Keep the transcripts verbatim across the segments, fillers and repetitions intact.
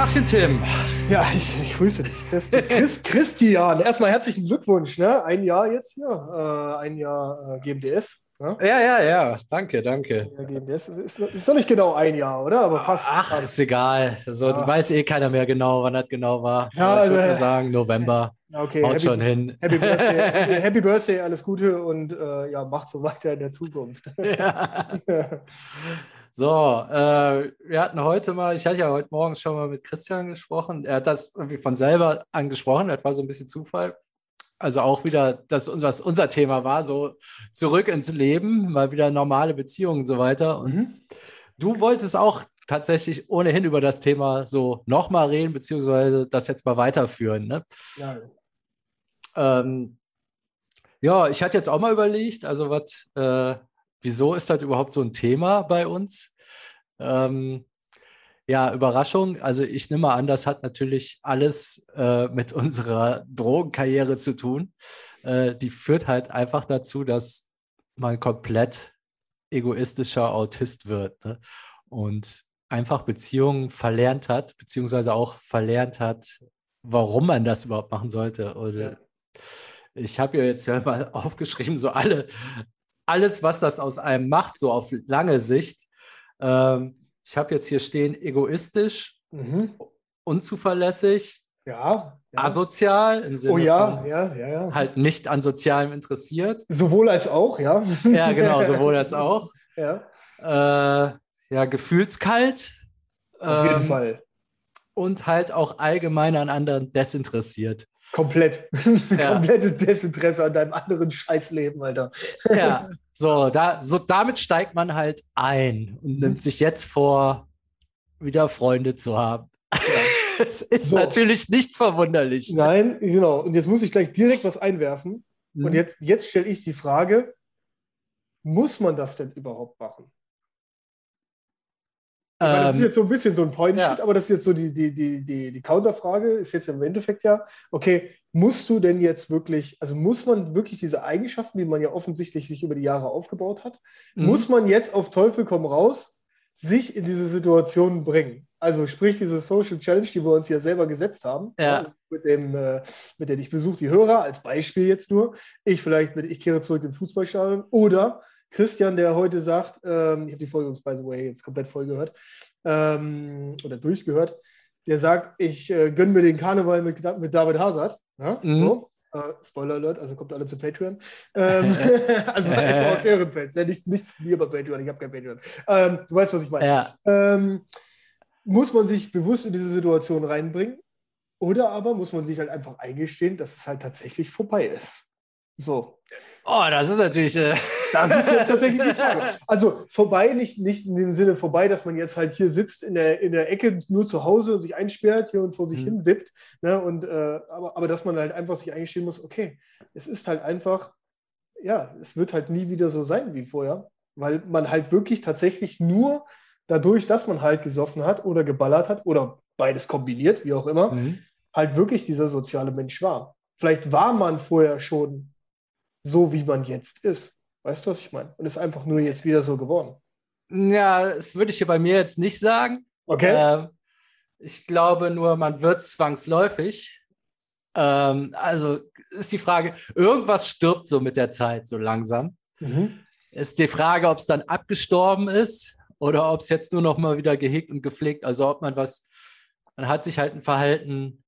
Tagchen, Tim. Ja, ich, ich grüße dich. Christi, Chris, Christian, erstmal herzlichen Glückwunsch, ne? Ein Jahr jetzt hier, äh, ein Jahr äh, G M D S. Ne? Ja, ja, ja, danke, danke. Ein Jahr G M D S ist, ist, ist noch nicht genau ein Jahr, oder? Aber fast, Ach, ist fast. egal. Also, das Ja, weiß eh keiner mehr genau, wann das genau war. ja Aber ich also, würde mal äh, sagen, November. okay, Haut Happy, schon hin. Happy Birthday, Happy, Happy Birthday, alles Gute und äh, ja, macht so weiter in der Zukunft. Ja. So, äh, wir hatten heute mal, ich hatte ja heute Morgen schon mal mit Christian gesprochen. Er hat das irgendwie von selber angesprochen. Das war so ein bisschen Zufall. Also auch wieder, dass uns, was unser Thema war, so zurück ins Leben, mal wieder normale Beziehungen und so weiter. Und Mhm. du wolltest auch tatsächlich ohnehin über das Thema so nochmal reden, beziehungsweise das jetzt mal weiterführen. Ne? Ja, Ähm, ja, ich hatte jetzt auch mal überlegt, also was, äh, wieso ist das überhaupt so ein Thema bei uns? Ähm, ja, Überraschung. Also ich nehme mal an, das hat natürlich alles äh, mit unserer Drogenkarriere zu tun. Äh, die führt halt einfach dazu, dass man komplett egoistischer Autist wird, ne? Und einfach Beziehungen verlernt hat, beziehungsweise auch verlernt hat, warum man das überhaupt machen sollte. ja. Oder ich habe ja jetzt ja mal aufgeschrieben, so alle, alles, was das aus einem macht, so auf lange Sicht. Ähm, ich habe jetzt hier stehen, egoistisch, Mhm. unzuverlässig, Ja, ja. asozial im Oh Sinne ja, von ja, ja, ja. halt nicht an Sozialem interessiert. Sowohl als auch, ja. Ja, genau, sowohl als auch. Ja, Äh, ja, gefühlskalt auf jeden ähm, Fall. und halt auch allgemein an anderen desinteressiert. Komplett. Ja, Komplettes Desinteresse an deinem anderen Scheißleben, Alter. ja. So, da, so damit steigt man halt ein und nimmt Mhm. sich jetzt vor, wieder Freunde zu haben. Ja. Es ist So, natürlich nicht verwunderlich. nein, genau. Und jetzt muss ich gleich direkt was einwerfen. Und Hm? jetzt, jetzt stelle ich die Frage, muss man das denn überhaupt machen? Ich meine, das ist Ähm, jetzt so ein bisschen so ein Point-Shit, ja. aber das ist jetzt so die, die, die, die, die Counterfrage, ist jetzt im Endeffekt ja, okay, musst du denn jetzt wirklich, also muss man wirklich diese Eigenschaften, die man ja offensichtlich sich über die Jahre aufgebaut hat, Hm? muss man jetzt auf Teufel komm raus sich in diese Situation bringen? Also sprich diese Social Challenge, die wir uns ja selber gesetzt haben, ja, Ja. mit dem, äh, mit der ich besuche die Hörer, als Beispiel jetzt nur, ich vielleicht mit, ich kehre zurück ins Fußballstadion oder Christian, der heute sagt, ähm, ich habe die Folge uns, by the way, jetzt komplett voll gehört ähm, oder durchgehört, der sagt, ich äh, gönne mir den Karneval mit, mit David Hazard. Ja, Hm? so. Äh, Spoiler Alert, also kommt alle zu Patreon. Ähm, also einfach aus Ehrenfeld. Ja, nicht, nichts von mir bei Patreon, ich habe kein Patreon. Ähm, du weißt, was ich meine. Ja. Ähm, muss man sich bewusst in diese Situation reinbringen oder aber muss man sich halt einfach eingestehen, dass es halt tatsächlich vorbei ist. So. Oh, das ist natürlich. Äh Das ist jetzt tatsächlich die Frage. Also vorbei, nicht, nicht in dem Sinne vorbei, dass man jetzt halt hier sitzt in der, in der Ecke nur zu Hause und sich einsperrt hier und vor sich hm. hin wippt. Ne? Und, äh, aber, aber dass man halt einfach sich eingestehen muss, okay, es ist halt einfach, ja, es wird halt nie wieder so sein wie vorher, weil man halt wirklich tatsächlich nur dadurch, dass man halt gesoffen hat oder geballert hat oder beides kombiniert, wie auch immer, Hm. halt wirklich dieser soziale Mensch war. Vielleicht war man vorher schon so, wie man jetzt ist. Weißt du, was ich meine? Und ist einfach nur jetzt wieder so geworden. Ja, das würde ich hier bei mir jetzt nicht sagen. Okay? Ähm, ich glaube nur, man wird zwangsläufig. Ähm, also ist die Frage, irgendwas stirbt so mit der Zeit so langsam. Mhm. Ist die Frage, ob es dann abgestorben ist oder ob es jetzt nur noch mal wieder gehegt und gepflegt, also ob man was, man hat sich halt ein Verhalten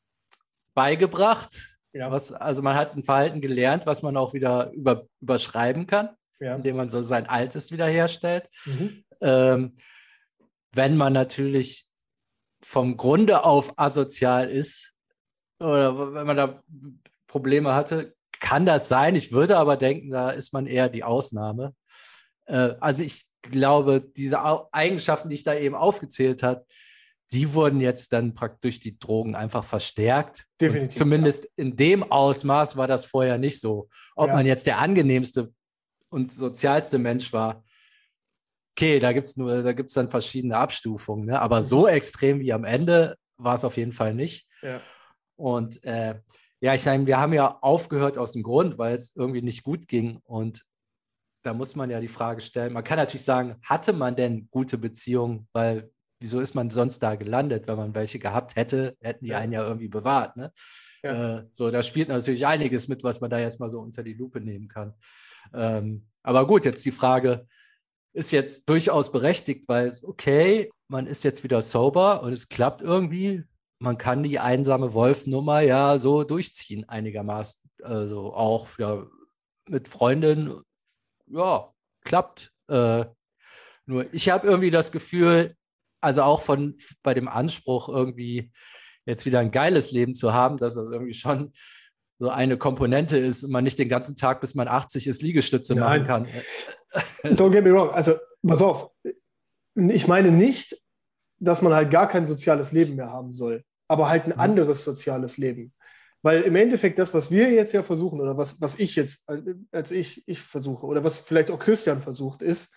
beigebracht, Ja, was, also man hat ein Verhalten gelernt, was man auch wieder über, überschreiben kann, ja. indem man so sein Altes wiederherstellt. Mhm. Ähm, wenn man natürlich vom Grunde auf asozial ist oder wenn man da Probleme hatte, kann das sein. Ich würde aber denken, da ist man eher die Ausnahme. Äh, also ich glaube, diese Eigenschaften, die ich da eben aufgezählt habe, die wurden jetzt dann praktisch durch die Drogen einfach verstärkt. Und Definitiv, ja. zumindest in dem Ausmaß war das vorher nicht so. Ob man Ja. jetzt der angenehmste und sozialste Mensch war, okay, da gibt es nur, da gibt es dann verschiedene Abstufungen, ne? Aber Mhm. so extrem wie am Ende war es auf jeden Fall nicht. Ja. Und äh, ja, ich meine, wir haben ja aufgehört aus dem Grund, weil es irgendwie nicht gut ging. Und da muss man ja die Frage stellen, man kann natürlich sagen, hatte man denn gute Beziehungen? Weil wieso ist man sonst da gelandet? Wenn man welche gehabt hätte, hätten die Ja. einen ja irgendwie bewahrt. Ne? Ja. Äh, so, da spielt natürlich einiges mit, was man da jetzt mal so unter die Lupe nehmen kann. Ähm, aber gut, jetzt die Frage ist jetzt durchaus berechtigt, weil, okay, man ist jetzt wieder sober und es klappt irgendwie. Man kann die einsame Wolf-Nummer ja so durchziehen, einigermaßen. Also auch ja, mit Freundinnen, ja, klappt. Äh, nur ich habe irgendwie das Gefühl, also auch von bei dem Anspruch, irgendwie jetzt wieder ein geiles Leben zu haben, dass das irgendwie schon so eine Komponente ist und man nicht den ganzen Tag, bis man achtzig ist, Liegestütze machen Nein. kann. Don't get me wrong. Also, pass auf. Ich meine nicht, dass man halt gar kein soziales Leben mehr haben soll, aber halt ein Mhm. anderes soziales Leben. Weil im Endeffekt das, was wir jetzt ja versuchen oder was, was ich jetzt als ich, ich versuche oder was vielleicht auch Christian versucht, ist,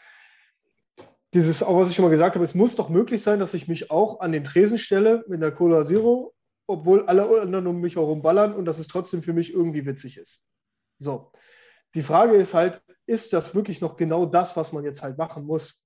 dieses, auch was ich schon mal gesagt habe, es muss doch möglich sein, dass ich mich auch an den Tresen stelle mit einer Cola Zero, obwohl alle anderen um mich herum ballern und dass es trotzdem für mich irgendwie witzig ist. So. Die Frage ist halt, ist das wirklich noch genau das, was man jetzt halt machen muss?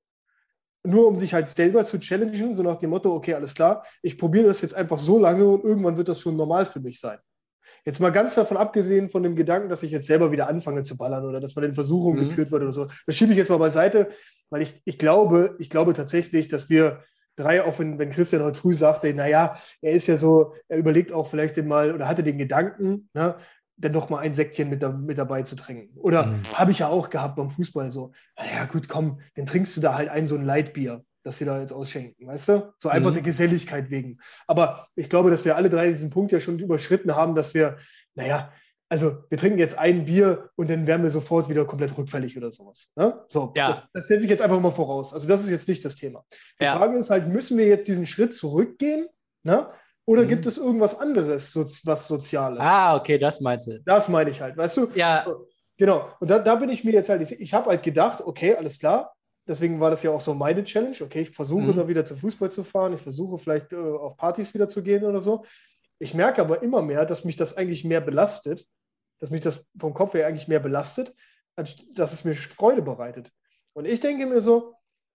Nur um sich halt selber zu challengen, so nach dem Motto, okay, alles klar, ich probiere das jetzt einfach so lange und irgendwann wird das schon normal für mich sein. Jetzt mal ganz davon abgesehen von dem Gedanken, dass ich jetzt selber wieder anfange zu ballern oder dass man in Versuchung Mhm. geführt wird oder so. Das schiebe ich jetzt mal beiseite, weil ich, ich glaube, ich glaube tatsächlich, dass wir drei, auch wenn, wenn Christian heute früh sagte, naja, er ist ja so, er überlegt auch vielleicht den mal oder hatte den Gedanken, ne, dann doch mal ein Säckchen mit, da, mit dabei zu trinken. Oder Mhm. habe ich ja auch gehabt beim Fußball so, naja gut, komm, dann trinkst du da halt ein so ein Lightbier, das sie da jetzt ausschenken, weißt du? So einfach Mhm. der Geselligkeit wegen. Aber ich glaube, dass wir alle drei diesen Punkt ja schon überschritten haben, dass wir, naja, also wir trinken jetzt ein Bier und dann wären wir sofort wieder komplett rückfällig oder sowas. Ne? So, Ja. das, das setze ich jetzt einfach mal voraus. Also das ist jetzt nicht das Thema. Die Ja. Frage ist halt, müssen wir jetzt diesen Schritt zurückgehen? Ne? Oder Mhm. gibt es irgendwas anderes, so, was Soziales? Ah, okay, das meinst du. Das meine ich halt, weißt du? Ja. So, genau. Und da, da bin ich mir jetzt halt, ich, ich habe halt gedacht, okay, alles klar. Deswegen war das ja auch so meine Challenge. Okay, ich versuche Mhm. da wieder zum Fußball zu fahren. Ich versuche vielleicht äh, auf Partys wieder zu gehen oder so. Ich merke aber immer mehr, dass mich das eigentlich mehr belastet, dass mich das vom Kopf her eigentlich mehr belastet, als dass es mir Freude bereitet. Und ich denke mir so,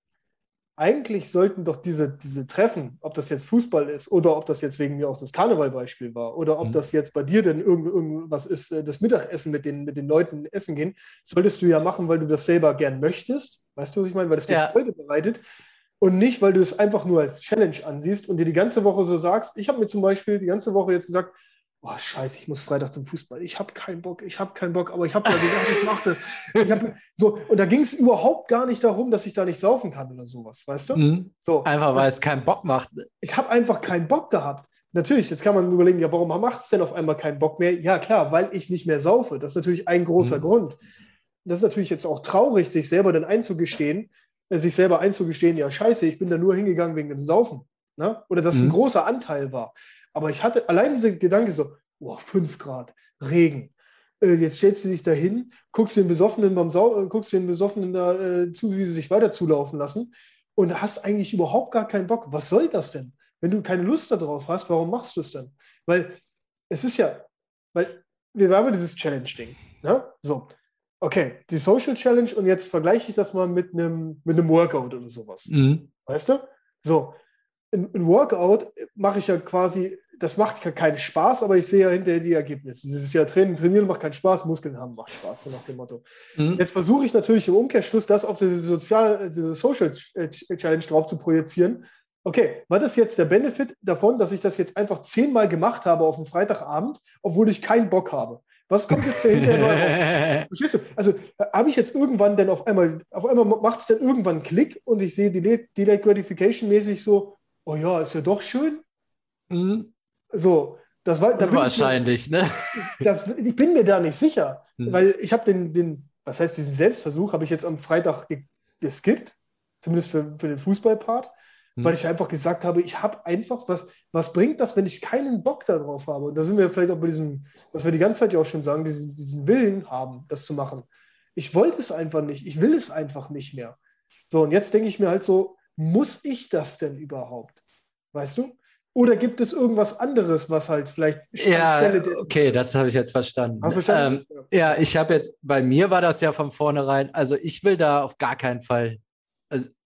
eigentlich sollten doch diese, diese Treffen, ob das jetzt Fußball ist oder ob das jetzt wegen mir auch das Karnevalbeispiel war oder ob Mhm. das jetzt bei dir denn irgend, irgendwas ist, äh, das Mittagessen mit den, mit den Leuten essen gehen, solltest du ja machen, weil du das selber gern möchtest. Weißt du, was ich meine? Weil es dir Ja. Freude bereitet und nicht, weil du es einfach nur als Challenge ansiehst und dir die ganze Woche so sagst. Ich habe mir zum Beispiel die ganze Woche jetzt gesagt, oh, scheiße, ich muss Freitag zum Fußball. Ich habe keinen Bock, ich habe keinen Bock, aber ich habe ja gesagt, ich mache das. Ich hab, so, und da ging es überhaupt gar nicht darum, dass ich da nicht saufen kann oder sowas, weißt du? Mhm. So, Einfach weil es keinen Bock macht. ich habe einfach keinen Bock gehabt. Natürlich, jetzt kann man überlegen, ja, warum macht es denn auf einmal keinen Bock mehr? Ja, klar, weil ich nicht mehr saufe. Das ist natürlich ein großer Mhm. Grund. Das ist natürlich jetzt auch traurig, sich selber dann einzugestehen, äh, sich selber einzugestehen, ja, scheiße, ich bin da nur hingegangen wegen dem Saufen. Ne? Oder dass es ein Mhm. großer Anteil war. Aber ich hatte allein dieser Gedanke so, oh, fünf Grad, Regen. Äh, jetzt stellst du dich da hin, guckst den Besoffenen beim Sau äh, guckst den Besoffenen da äh, zu, wie sie sich weiter zulaufen lassen und hast eigentlich überhaupt gar keinen Bock. Was soll das denn? Wenn du keine Lust darauf hast, warum machst du es denn? Weil es ist ja, weil wir haben ja dieses Challenge-Ding. Ne? So, okay, die Social Challenge und jetzt vergleiche ich das mal mit einem mit einem Workout oder sowas. Mhm. Weißt du? So, ein, ein Workout mache ich ja quasi, das macht ja keinen Spaß, aber ich sehe ja hinterher die Ergebnisse. Dieses Jahr trainieren, trainieren macht keinen Spaß, Muskeln haben macht Spaß, so nach dem Motto. Mhm. Jetzt versuche ich natürlich im Umkehrschluss, das auf diese, Sozial, diese Social Challenge drauf zu projizieren. Okay, was ist jetzt der Benefit davon, dass ich das jetzt einfach zehnmal gemacht habe auf dem Freitagabend, obwohl ich keinen Bock habe? Was kommt jetzt dahinter neu raus? Verstehst du? Also habe ich jetzt irgendwann denn auf einmal, auf einmal macht es dann irgendwann einen Klick und ich sehe Delayed, Delayed Gratification mäßig so, oh ja, ist ja doch schön. Mhm. So, das war, da bin ich, mir, Unwahrscheinlich, ne? das, ich bin mir da nicht sicher, Mhm. weil ich habe den, den, was heißt diesen Selbstversuch, habe ich jetzt am Freitag ge geskippt, zumindest für, für den Fußballpart, weil Mhm. ich einfach gesagt habe, ich habe einfach, was, was bringt das, wenn ich keinen Bock darauf habe? Und da sind wir vielleicht auch bei diesem, was wir die ganze Zeit ja auch schon sagen, diesen, diesen Willen haben, das zu machen. Ich wollte es einfach nicht, ich will es einfach nicht mehr. So, und jetzt denke ich mir halt so, muss ich das denn überhaupt? Weißt du? Oder gibt es irgendwas anderes, was halt vielleicht Ja, anstelle der. okay, das habe ich jetzt verstanden. Hast du verstanden? Ähm, ja, ich habe jetzt, bei mir war das ja von vornherein, also ich will da auf gar keinen Fall, also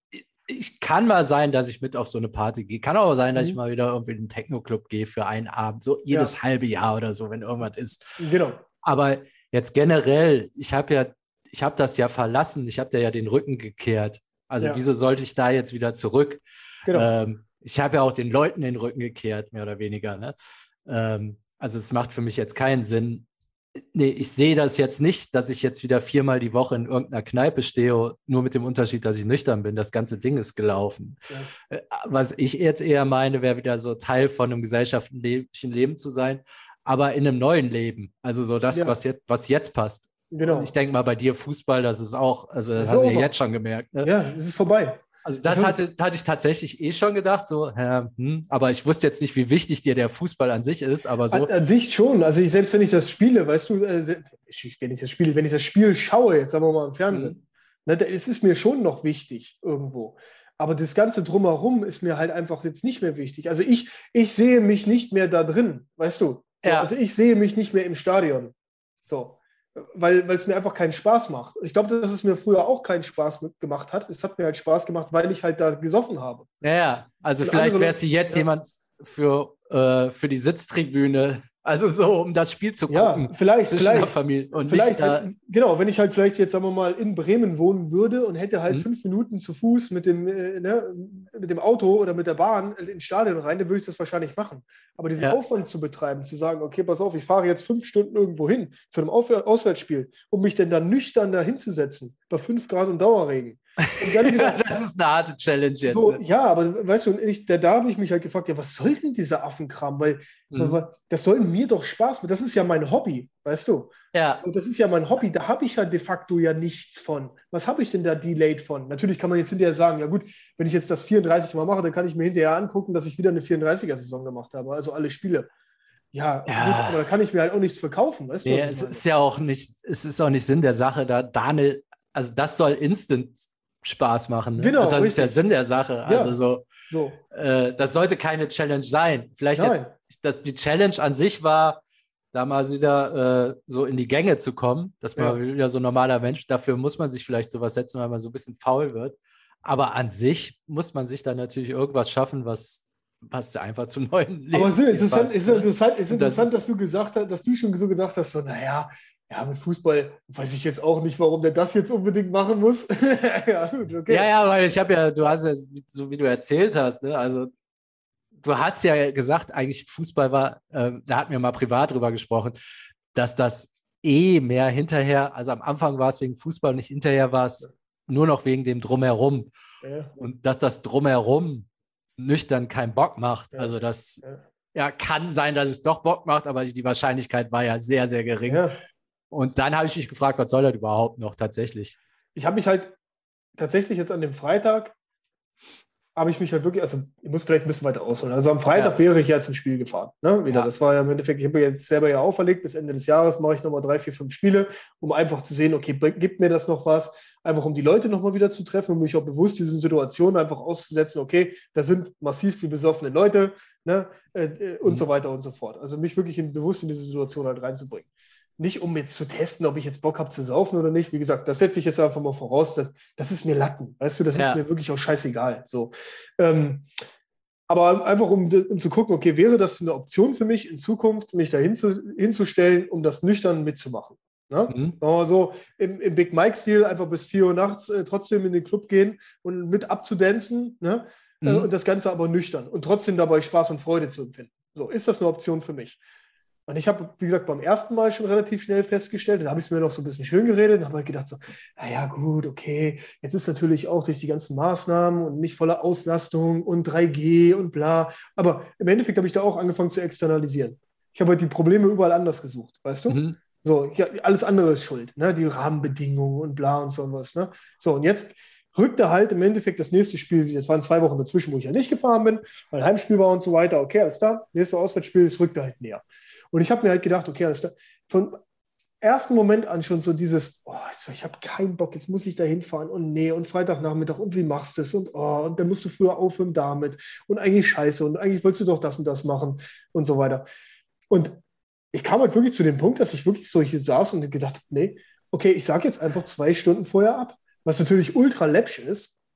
ich kann mal sein, dass ich mit auf so eine Party gehe. Kann auch sein, dass ich Mhm. mal wieder irgendwie in einen Techno-Club gehe für einen Abend, so jedes Ja, halbe Jahr oder so, wenn irgendwas ist. genau. Aber jetzt generell, ich habe ja, ich habe das ja verlassen, ich habe dir ja den Rücken gekehrt. Also Ja, wieso sollte ich da jetzt wieder zurück? genau. Ähm, ich habe ja auch den Leuten den Rücken gekehrt, mehr oder weniger. Ne? Ähm, also es macht für mich jetzt keinen Sinn. Nee, ich sehe das jetzt nicht, dass ich jetzt wieder viermal die Woche in irgendeiner Kneipe stehe, nur mit dem Unterschied, dass ich nüchtern bin. Das ganze Ding ist gelaufen. Ja. Äh, Was ich jetzt eher meine, wäre wieder so Teil von einem gesellschaftlichen Leben zu sein, aber in einem neuen Leben. Also so das, Ja, was jetzt, was jetzt passt. Und ich genau. denke mal, bei dir Fußball, das ist auch, also das Das ist hast du ja over. jetzt schon gemerkt. Ne? Ja, es ist vorbei. Also Das das ist, hatte, hatte ich tatsächlich eh schon gedacht, so, äh, hm, aber ich wusste jetzt nicht, wie wichtig dir der Fußball an sich ist, aber an, so, an sich schon. Also ich, selbst wenn ich das spiele, weißt du, äh, se- ich, wenn ich das spiele, wenn ich das Spiel schaue, jetzt sagen wir mal im hm, Fernsehen, ne, da ist es mir schon noch wichtig irgendwo. Aber das Ganze drumherum ist mir halt einfach jetzt nicht mehr wichtig. Also ich, ich sehe mich nicht mehr da drin, weißt du? So, also ja, ich sehe mich nicht mehr im Stadion. So. Weil, weil es mir einfach keinen Spaß macht. Und ich glaube, dass es mir früher auch keinen Spaß mit- gemacht hat. Es hat mir halt Spaß gemacht, weil ich halt da gesoffen habe. ja, ja. Also Und vielleicht andere wärst Leute, du jetzt ja, jemand für, äh, für die Sitztribüne, also so, um das Spiel zu ja, gucken vielleicht, zwischen der vielleicht, Familie und nicht vielleicht, da. wenn, genau, wenn ich halt vielleicht jetzt, sagen wir mal, in Bremen wohnen würde und hätte halt Hm, fünf Minuten zu Fuß mit dem, äh, ne, mit dem Auto oder mit der Bahn ins Stadion rein, dann würde ich das wahrscheinlich machen. Aber diesen ja, Aufwand zu betreiben, zu sagen, okay, pass auf, ich fahre jetzt fünf Stunden irgendwo hin zu einem Auf Auswärtsspiel, um mich denn dann nüchtern da hinzusetzen, bei fünf Grad und Dauerregen, um dann wieder das ist eine harte Challenge jetzt. so, Ne? ja, aber weißt du, ich, da, da habe ich mich halt gefragt, ja, was soll denn dieser Affenkram? Weil, Hm, weil das soll mir doch Spaß machen. Das ist ja mein Hobby, weißt du? ja, So, das ist ja mein Hobby. Da habe ich ja de facto ja nichts von. Was habe ich denn da delayed von? Natürlich kann man jetzt hinterher sagen, ja gut, wenn ich jetzt das vierunddreißig Mal mache, dann kann ich mir hinterher angucken, dass ich wieder eine vierunddreißiger-Saison gemacht habe. Also alle Spiele. Ja, gut, aber ja. da kann ich mir halt auch nichts verkaufen. Weißt du, Nee, was ich es meine? ist ja auch nicht, es ist auch nicht Sinn der Sache, da, da eine, also das soll instant Spaß machen. Ne? Also Genau, das ist der richtig. Sinn der Sache. Also Ja, so, so. äh, das sollte keine Challenge sein. Vielleicht jetzt, Nein. dass die Challenge an sich war, da mal wieder äh, so in die Gänge zu kommen, dass man Ja. wieder so ein normaler Mensch, dafür muss man sich vielleicht sowas setzen, weil man so ein bisschen faul wird. Aber an sich muss man sich dann natürlich irgendwas schaffen, was, was einfach zum neuen Aber es ist Lebensstil interessant, es passt. ist Ne? interessant, es ist Und das interessant, ist, dass du gesagt hast, dass du schon so gedacht hast, so, naja, ja, mit Fußball weiß ich jetzt auch nicht, warum der das jetzt unbedingt machen muss. Ja, gut, ja, okay. ja, weil ich habe ja, du hast ja, so wie du erzählt hast, ne, also du hast ja gesagt, eigentlich Fußball war, äh, da hatten wir mal privat drüber gesprochen, dass das eh mehr hinterher, also am Anfang war es wegen Fußball, nicht hinterher war es nur noch wegen dem Drumherum. Ja, Und dass das Drumherum nüchtern keinen Bock macht. ja, Also das ja, ja, kann sein, dass es doch Bock macht, aber die Wahrscheinlichkeit war ja sehr, sehr gering. ja. Und dann habe ich mich gefragt, was soll das überhaupt noch tatsächlich? Ich habe mich halt tatsächlich jetzt an dem Freitag, habe ich mich halt wirklich, also ich muss vielleicht ein bisschen weiter ausholen. Also am Freitag Ja, wäre ich ja zum Spiel gefahren. Ne? Wieder. ja. Das war ja im Endeffekt, ich habe mir jetzt selber ja auferlegt, bis Ende des Jahres mache ich nochmal drei, vier, fünf Spiele, um einfach zu sehen, okay, gibt mir das noch was? Einfach um die Leute nochmal wieder zu treffen, um mich auch bewusst diesen Situationen einfach auszusetzen, okay, da sind massiv viel besoffene Leute, ne? äh, äh, und Hm. so weiter und so fort. Also mich wirklich in, bewusst in diese Situation halt reinzubringen. Nicht, um jetzt zu testen, ob ich jetzt Bock habe zu saufen oder nicht. Wie gesagt, das setze ich jetzt einfach mal voraus. Das, das ist mir Latten. Weißt du, das ist Ja. mir wirklich auch scheißegal. So. Ähm, aber einfach, um, um zu gucken, okay, wäre das eine Option für mich in Zukunft, mich da hinzu, hinzustellen, um das nüchtern mitzumachen? Ne? Hm. Also im, im Big Mike-Stil einfach bis vier Uhr nachts äh, trotzdem in den Club gehen und mit abzudancen, ne? Äh, Hm. und das Ganze aber nüchtern und trotzdem dabei Spaß und Freude zu empfinden. So, ist das eine Option für mich? Und ich habe, wie gesagt, beim ersten Mal schon relativ schnell festgestellt, dann habe ich es mir noch so ein bisschen schön geredet und habe halt gedacht, so, naja, gut, okay, jetzt ist natürlich auch durch die ganzen Maßnahmen und nicht volle Auslastung und drei G und bla. Aber im Endeffekt habe ich da auch angefangen zu externalisieren. Ich habe halt die Probleme überall anders gesucht, weißt du? Hm. So, ja, alles andere ist schuld, ne? Die Rahmenbedingungen und bla und so und was, ne? So, und jetzt rückte halt im Endeffekt das nächste Spiel, das waren zwei Wochen dazwischen, wo ich ja nicht gefahren bin, weil Heimspiel war und so weiter. Okay, alles klar, nächstes Auswärtsspiel, es rückte halt näher. Und ich habe mir halt gedacht, okay, alles klar, von ersten Moment an schon so dieses, oh, also ich habe keinen Bock, jetzt muss ich da hinfahren und nee, und Freitagnachmittag und wie machst du es und oh, und dann musst du früher aufhören damit und eigentlich scheiße und eigentlich wolltest du doch das und das machen und so weiter. Und ich kam halt wirklich zu dem Punkt, dass ich wirklich so hier saß und gedacht habe, nee, okay, ich sage jetzt einfach zwei Stunden vorher ab, was natürlich ultra läppsch ist,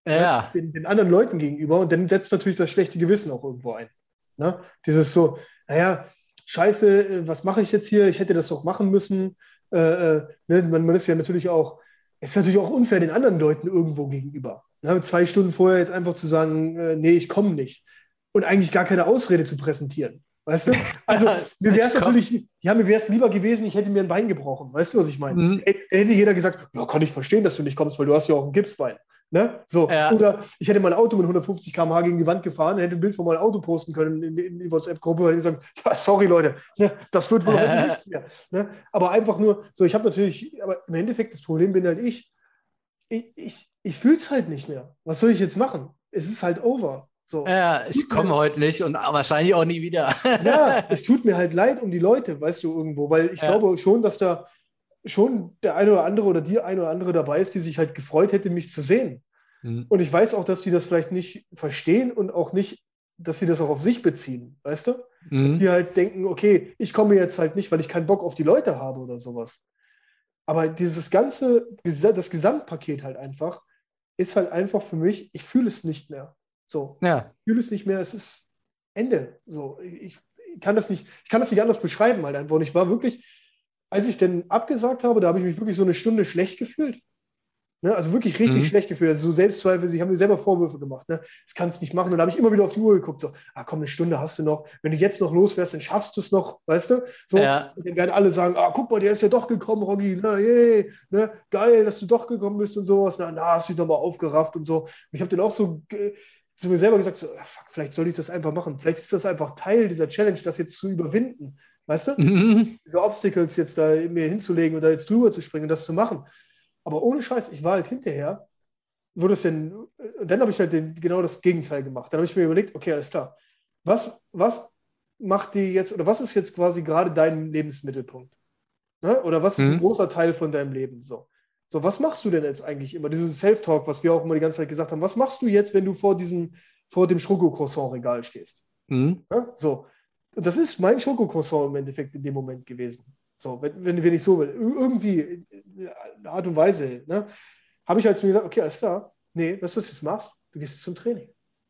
Ne? Ja. Den, den anderen Leuten gegenüber. Und dann setzt natürlich das schlechte Gewissen auch irgendwo ein. Ne? Dieses so, naja, scheiße, äh, was mache ich jetzt hier? Ich hätte das doch machen müssen. Äh, äh, ne? man, man ist ja natürlich auch, es ist natürlich auch unfair den anderen Leuten irgendwo gegenüber. Ne? Zwei Stunden vorher jetzt einfach zu sagen, äh, nee, ich komme nicht. Und eigentlich gar keine Ausrede zu präsentieren. Weißt du? Also, mir wäre es natürlich, ja, mir wäre es lieber gewesen, ich hätte mir ein Bein gebrochen. Weißt du, was ich meine? Mhm. Da hätte jeder gesagt, ja, kann ich verstehen, dass du nicht kommst, weil du hast ja auch ein Gipsbein. Ne? So. Ja. Oder ich hätte mein Auto mit hundertfünfzig Kilometer pro Stunde gegen die Wand gefahren, hätte ein Bild von meinem Auto posten können in, in die WhatsApp-Gruppe und die sagen, ja, sorry Leute, ne, das wird wohl heute nichts mehr. Ne? Aber einfach nur, so, ich habe natürlich, aber im Endeffekt, das Problem bin halt ich, ich, ich, ich fühle es halt nicht mehr. Was soll ich jetzt machen? Es ist halt over. So. Ja, ich komme halt, heute nicht und wahrscheinlich auch nie wieder. Ja, es tut mir halt leid um die Leute, weißt du, irgendwo, weil ich Ja. glaube schon, dass da schon der eine oder andere oder die eine oder andere dabei ist, die sich halt gefreut hätte, mich zu sehen. Mhm. Und ich weiß auch, dass die das vielleicht nicht verstehen und auch nicht, dass sie das auch auf sich beziehen, weißt du? Mhm. Dass die halt denken, okay, ich komme jetzt halt nicht, weil ich keinen Bock auf die Leute habe oder sowas. Aber dieses ganze, das Gesamtpaket halt einfach, ist halt einfach für mich, ich fühle es nicht mehr. So, Ja. ich fühle es nicht mehr, es ist Ende. So, ich, ich kann das nicht, ich kann das nicht anders beschreiben halt einfach. Und ich war wirklich, als ich dann abgesagt habe, da habe ich mich wirklich so eine Stunde schlecht gefühlt. Ne? Also wirklich richtig Mhm. schlecht gefühlt. Also so Selbstzweifel, ich habe mir selber Vorwürfe gemacht. Ne? Das kannst du nicht machen. Und da habe ich immer wieder auf die Uhr geguckt. So, ah komm, eine Stunde hast du noch. Wenn du jetzt noch losfährst, dann schaffst du es noch, weißt du? So, Ja. und dann werden alle sagen, ah, guck mal, der ist ja doch gekommen, Roggi. Ne? Hey, ne? Geil, dass du doch gekommen bist und sowas. Na, na hast du dich nochmal aufgerafft und so. Und ich habe dann auch so zu mir selber gesagt, so, ah, fuck, vielleicht soll ich das einfach machen. Vielleicht ist das einfach Teil dieser Challenge, das jetzt zu überwinden. Weißt du? Mhm. Diese Obstacles jetzt da mir hinzulegen und da jetzt drüber zu springen und das zu machen. Aber ohne Scheiß, ich war halt hinterher, wo das denn, und dann habe ich halt den, genau das Gegenteil gemacht. Dann habe ich mir überlegt, okay, alles klar, was, was macht die jetzt, oder was ist jetzt quasi gerade dein Lebensmittelpunkt? Ne? Oder was ist ein Mhm. großer Teil von deinem Leben? So. So, was machst du denn jetzt eigentlich immer? Dieses Self-Talk, was wir auch immer die ganze Zeit gesagt haben, was machst du jetzt, wenn du vor diesem, vor dem Schokocroissant-Regal stehst? Mhm. Ne? So. Und das ist mein Schokocroissant im Endeffekt in dem Moment gewesen. So, wenn, wenn, wenn ich so will. Irgendwie in einer Art und Weise, ne? Habe ich halt zu mir gesagt, okay, alles klar. Nee, weißt du, was du jetzt machst? Du gehst zum Training.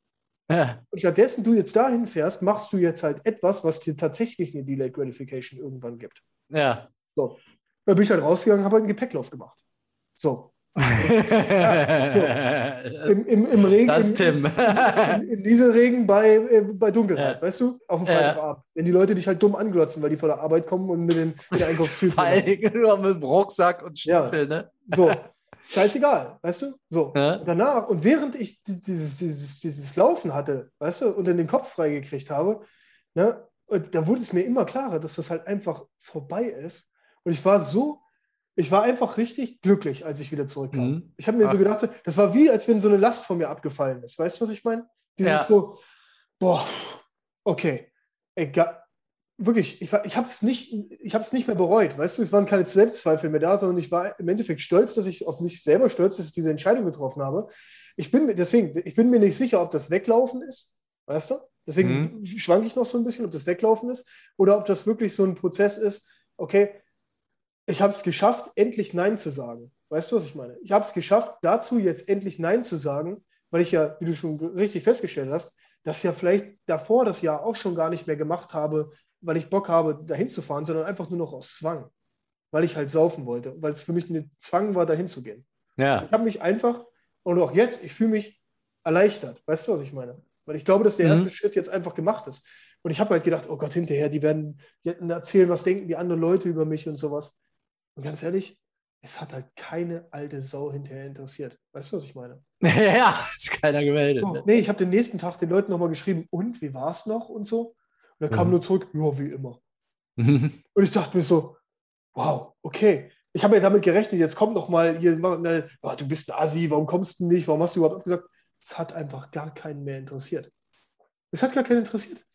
Ja. Und stattdessen du jetzt dahin fährst, machst du jetzt halt etwas, was dir tatsächlich eine Delayed Gratification irgendwann gibt. Ja. So. Da bin ich halt rausgegangen, habe halt einen Gepäcklauf gemacht. So. Ja, so. Das, Im, im, im Regen, das im, Tim. im, im Nieselregen bei, äh, bei Dunkelheit, Ja. weißt du? Auf dem Ja. Freitagabend. Wenn die Leute dich halt dumm anglotzen, weil die vor der Arbeit kommen und mit den, mit den Einkaufstüten. Vor allen Dingen nur mit dem Rucksack und Stiefel, Ja, ne? so. Scheißegal, weißt du? So. Ja. Und danach, und während ich dieses, dieses, dieses Laufen hatte, weißt du, und dann den Kopf freigekriegt habe, ne, und da wurde es mir immer klarer, dass das halt einfach vorbei ist. Und ich war so, ich war einfach richtig glücklich, als ich wieder zurückkam. Mhm. Ich habe mir Ach. so gedacht, so, das war wie, als wenn so eine Last von mir abgefallen ist. Weißt du, was ich meine? Dieses Ja. so, boah, okay, egal. Wirklich, ich, war- ich habe es nicht, ich habe es nicht mehr bereut, weißt du, es waren keine Selbstzweifel mehr da, sondern ich war im Endeffekt stolz, dass ich auf mich selber stolz, dass ich diese Entscheidung getroffen habe. Ich bin mir, deswegen, ich bin mir nicht sicher, ob das Weglaufen ist, weißt du? Deswegen Mhm. schwanke ich noch so ein bisschen, ob das Weglaufen ist oder ob das wirklich so ein Prozess ist, okay, ich habe es geschafft, endlich Nein zu sagen. Weißt du, was ich meine? Ich habe es geschafft, dazu jetzt endlich Nein zu sagen, weil ich ja, wie du schon richtig festgestellt hast, das ja vielleicht davor das Jahr auch schon gar nicht mehr gemacht habe, weil ich Bock habe, dahin zu fahren, sondern einfach nur noch aus Zwang, weil ich halt saufen wollte, weil es für mich ein Zwang war, dahin zu gehen. Ja. Ich habe mich einfach, und auch jetzt, ich fühle mich erleichtert. Weißt du, was ich meine? Weil ich glaube, dass der erste Mhm. Schritt jetzt einfach gemacht ist. Und ich habe halt gedacht, oh Gott, hinterher, die werden die werden erzählen, was denken die anderen Leute über mich und sowas. Und ganz ehrlich, es hat halt keine alte Sau hinterher interessiert. Weißt du, was ich meine? Ja, ist keiner gemeldet. So, Ne? nee, ich habe den nächsten Tag den Leuten nochmal geschrieben, und wie war es noch und so. Und da kam Mhm. nur zurück, ja, wie immer. Mhm. Und ich dachte mir so, wow, okay. Ich habe ja damit gerechnet, jetzt kommt noch mal hier, ne, oh, du bist ein Assi, warum kommst du nicht, warum hast du überhaupt abgesagt? Es hat einfach gar keinen mehr interessiert. Es hat gar keinen interessiert.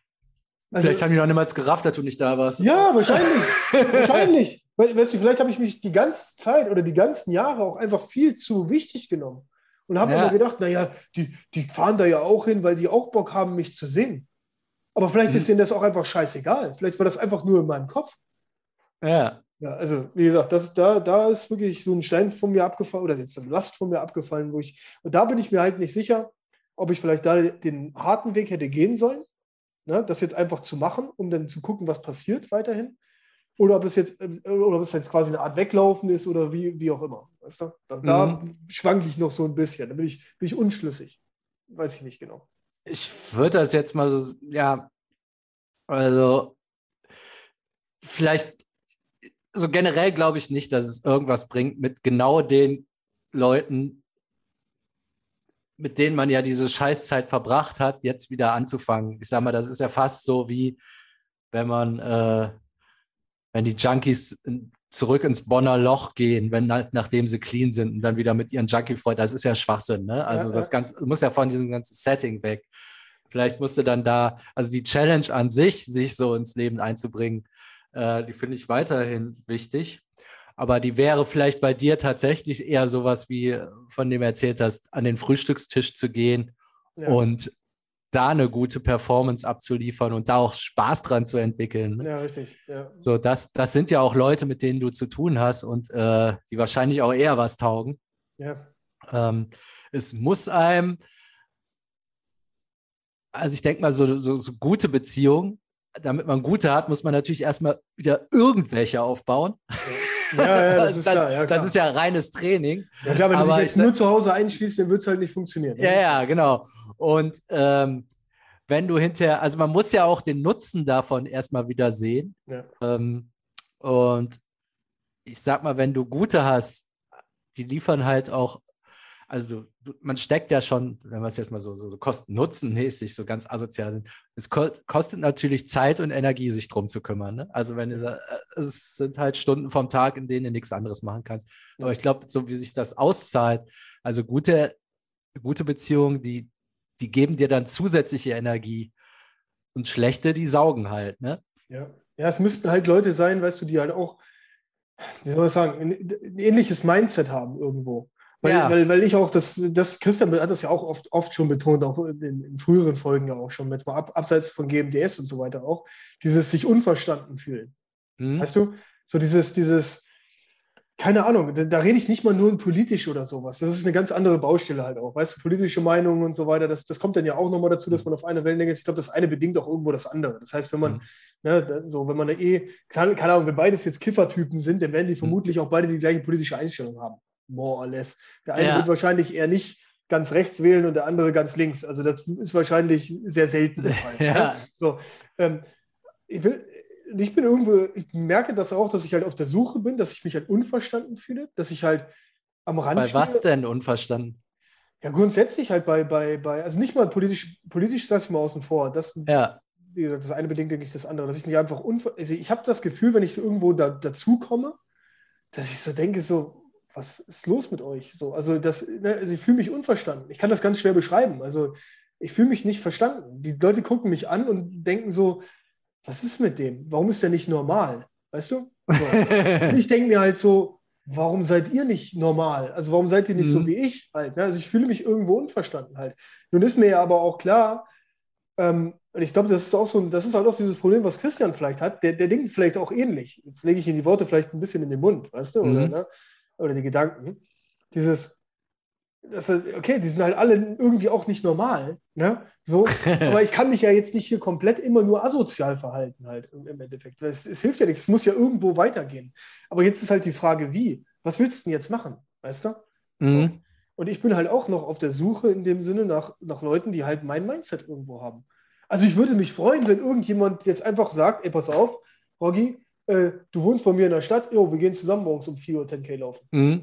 Also, Vielleicht haben die noch niemals gerafft, dass du nicht da warst. ja, wahrscheinlich. Wahrscheinlich. We- Weißt du, vielleicht habe ich mich die ganze Zeit oder die ganzen Jahre auch einfach viel zu wichtig genommen. Und habe Ja. immer gedacht, naja, die, die fahren da ja auch hin, weil die auch Bock haben, mich zu sehen. Aber vielleicht ist Mhm. denen das auch einfach scheißegal. Vielleicht war das einfach nur in meinem Kopf. Ja. Ja, also wie gesagt, das, da, da ist wirklich so ein Stein von mir abgefallen oder jetzt eine Last von mir abgefallen, wo ich, und da bin ich mir halt nicht sicher, ob ich vielleicht da den harten Weg hätte gehen sollen, ne, das jetzt einfach zu machen, um dann zu gucken, was passiert weiterhin, oder ob es jetzt, äh, oder ob es jetzt quasi eine Art Weglaufen ist oder wie, wie auch immer. Weißt du? Da, da Mhm. schwanke ich noch so ein bisschen, da bin ich, bin ich unschlüssig. Weiß ich nicht genau. Ich würde das jetzt mal so, ja, also vielleicht, so generell glaube ich nicht, dass es irgendwas bringt, mit genau den Leuten, mit denen man ja diese Scheißzeit verbracht hat, jetzt wieder anzufangen. Ich sag mal, das ist ja fast so wie, wenn man, äh, wenn die Junkies zurück ins Bonner Loch gehen, wenn nachdem sie clean sind und dann wieder mit ihren Junkie-Freunden, das ist ja Schwachsinn, ne? Ja, Also das ja, Ganze muss ja von diesem ganzen Setting weg. Vielleicht musste dann da, also die Challenge an sich, sich so ins Leben einzubringen, äh, die finde ich weiterhin wichtig. Aber die wäre vielleicht bei dir tatsächlich eher sowas wie, von dem du erzählt hast, an den Frühstückstisch zu gehen ja, und da eine gute Performance abzuliefern und da auch Spaß dran zu entwickeln. Ne? ja, richtig. Ja, So, das, das sind ja auch Leute, mit denen du zu tun hast und äh, die wahrscheinlich auch eher was taugen. ja, Ähm, es muss einem, also ich denke mal, so, so, so gute Beziehungen, damit man gute hat, muss man natürlich erstmal wieder irgendwelche aufbauen. ja. Ja, ja, das das, ist das, klar, ja, das ist klar. ja reines Training. Ja, klar, wenn du dich Aber ich jetzt sag, nur zu Hause einschließt, dann wird es halt nicht funktionieren. Das ja, ist ja, klar. genau. Und ähm, wenn du hinterher, also man muss ja auch den Nutzen davon erstmal wieder sehen. Ja, Ähm, und ich sag mal, wenn du gute hast, die liefern halt auch, also du, man steckt ja schon, wenn wir es jetzt mal so, so, so Kosten-Nutzen-mäßig so ganz asozial sind, es ko kostet natürlich Zeit und Energie, sich drum zu kümmern. Ne? Also wenn ja, du, es sind halt Stunden vom Tag, in denen du nichts anderes machen kannst. Aber ja. ich glaube, so wie sich das auszahlt, also gute, gute Beziehungen, die, die geben dir dann zusätzliche Energie und schlechte, die saugen halt. Ne? Ja. Ja, es müssten halt Leute sein, weißt du, die halt auch, wie soll man sagen, ein, ein ähnliches Mindset haben irgendwo. Weil, Ja. weil, weil ich auch, das, das, Christian hat das ja auch oft, oft schon betont, auch in, in früheren Folgen ja auch schon, jetzt mal ab, abseits von G M D S und so weiter auch, dieses sich unverstanden fühlen. Hm? Weißt du? So dieses, dieses, keine Ahnung, da, da rede ich nicht mal nur politisch oder sowas. Das ist eine ganz andere Baustelle halt auch. Weißt du, politische Meinungen und so weiter, das, das kommt dann ja auch nochmal dazu, dass man auf einer Wellenlänge ist. Ich glaube, das eine bedingt auch irgendwo das andere. Das heißt, wenn man, Hm. ne, da, so, wenn man da eh, keine, keine Ahnung, wenn beides jetzt Kiffertypen sind, dann werden die Hm. vermutlich auch beide die gleiche politische Einstellung haben. More or less. Der eine wird Ja. wahrscheinlich eher nicht ganz rechts wählen und der andere ganz links. Also das ist wahrscheinlich sehr selten der Fall. Ne? Ja. So, ähm, ich will, ich bin irgendwo, ich merke das auch, dass ich halt auf der Suche bin, dass ich mich halt unverstanden fühle, dass ich halt am Rand Bei was stehe. denn unverstanden? Ja, grundsätzlich halt bei, bei, bei, also nicht mal politisch, politisch lasse ich mal außen vor. Das, Ja. wie gesagt, das eine bedingt, denke ich, das andere, dass ich mich einfach unver, also ich habe das Gefühl, wenn ich so irgendwo da, dazukomme, dass ich so denke, so, was ist los mit euch? So, also das, ne, also ich fühle mich unverstanden. Ich kann das ganz schwer beschreiben. Also ich fühle mich nicht verstanden. Die Leute gucken mich an und denken so, was ist mit dem? Warum ist der nicht normal? Weißt du? So. Und ich denke mir halt so, warum seid ihr nicht normal? Also warum seid ihr nicht so Mhm. wie ich halt? Ne? Also ich fühle mich irgendwo unverstanden halt. Nun ist mir ja aber auch klar, ähm, und ich glaube, das ist auch so, das ist halt auch dieses Problem, was Christian vielleicht hat. Der, der denkt vielleicht auch ähnlich. Jetzt lege ich ihm die Worte vielleicht ein bisschen in den Mund, weißt du? Oder, Mhm. ne? Oder die Gedanken. Dieses, das, okay, die sind halt alle irgendwie auch nicht normal, ne? So, aber ich kann mich ja jetzt nicht hier komplett immer nur asozial verhalten, halt im im Endeffekt. Es, es hilft ja nichts, es muss ja irgendwo weitergehen. Aber jetzt ist halt die Frage, wie? Was willst du denn jetzt machen? Weißt du? So. Mhm. Und ich bin halt auch noch auf der Suche in dem Sinne nach, nach Leuten, die halt mein Mindset irgendwo haben. Also ich würde mich freuen, wenn irgendjemand jetzt einfach sagt, ey, pass auf, Rogi, äh, du wohnst bei mir in der Stadt, jo, wir gehen zusammen morgens um vier Uhr zehn K laufen. Mhm.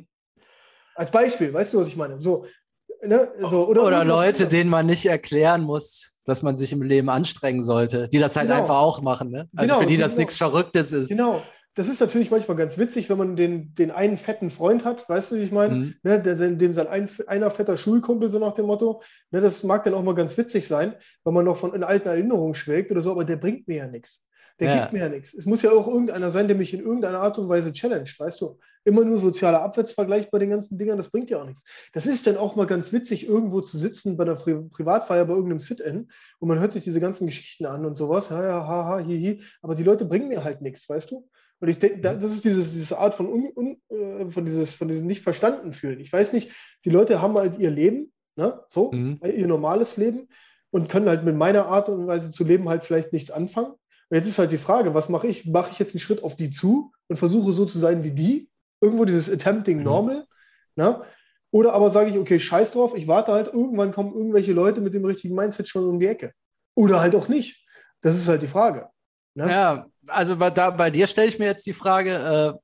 Als Beispiel, weißt du, was ich meine? So, ne? So, oder Oder irgendwas Leute, anderes. denen man nicht erklären muss, dass man sich im Leben anstrengen sollte, die das halt einfach Genau, auch machen. Ne? Also für genau, die das genau, nichts Verrücktes ist. genau. Das ist natürlich manchmal ganz witzig, wenn man den, den einen fetten Freund hat, weißt du, wie ich meine? Mhm. Ne, der, dem sein ein, einer fetter Schulkumpel, so nach dem Motto. Ne, das mag dann auch mal ganz witzig sein, wenn man noch von in alten Erinnerungen schwelgt oder so, aber der bringt mir ja nichts. Der gibt Ja. mir ja nichts. Es muss ja auch irgendeiner sein, der mich in irgendeiner Art und Weise challenged, weißt du? Immer nur sozialer Abwärtsvergleich bei den ganzen Dingern, das bringt ja auch nichts. Das ist dann auch mal ganz witzig, irgendwo zu sitzen bei einer Pri Privatfeier, bei irgendeinem Sit-In und man hört sich diese ganzen Geschichten an und sowas. Ja, ja, haha, hihi. Aber die Leute bringen mir halt nichts, weißt du? Und ich denke, das ist dieses, diese Art von, un, un, äh, von, dieses, von diesem nicht verstanden fühlen. Ich weiß nicht, die Leute haben halt ihr Leben, ne? So, Mhm. ihr normales Leben und können halt mit meiner Art und Weise zu leben halt vielleicht nichts anfangen. Und jetzt ist halt die Frage, was mache ich? Mache ich jetzt einen Schritt auf die zu und versuche so zu sein wie die? Irgendwo dieses Attempting Mhm. Normal, ne? Oder aber sage ich, okay, scheiß drauf, ich warte halt, irgendwann kommen irgendwelche Leute mit dem richtigen Mindset schon um die Ecke. Oder halt auch nicht. Das ist halt die Frage. Ne? Ja, also bei, da, bei dir stelle ich mir jetzt die Frage, äh,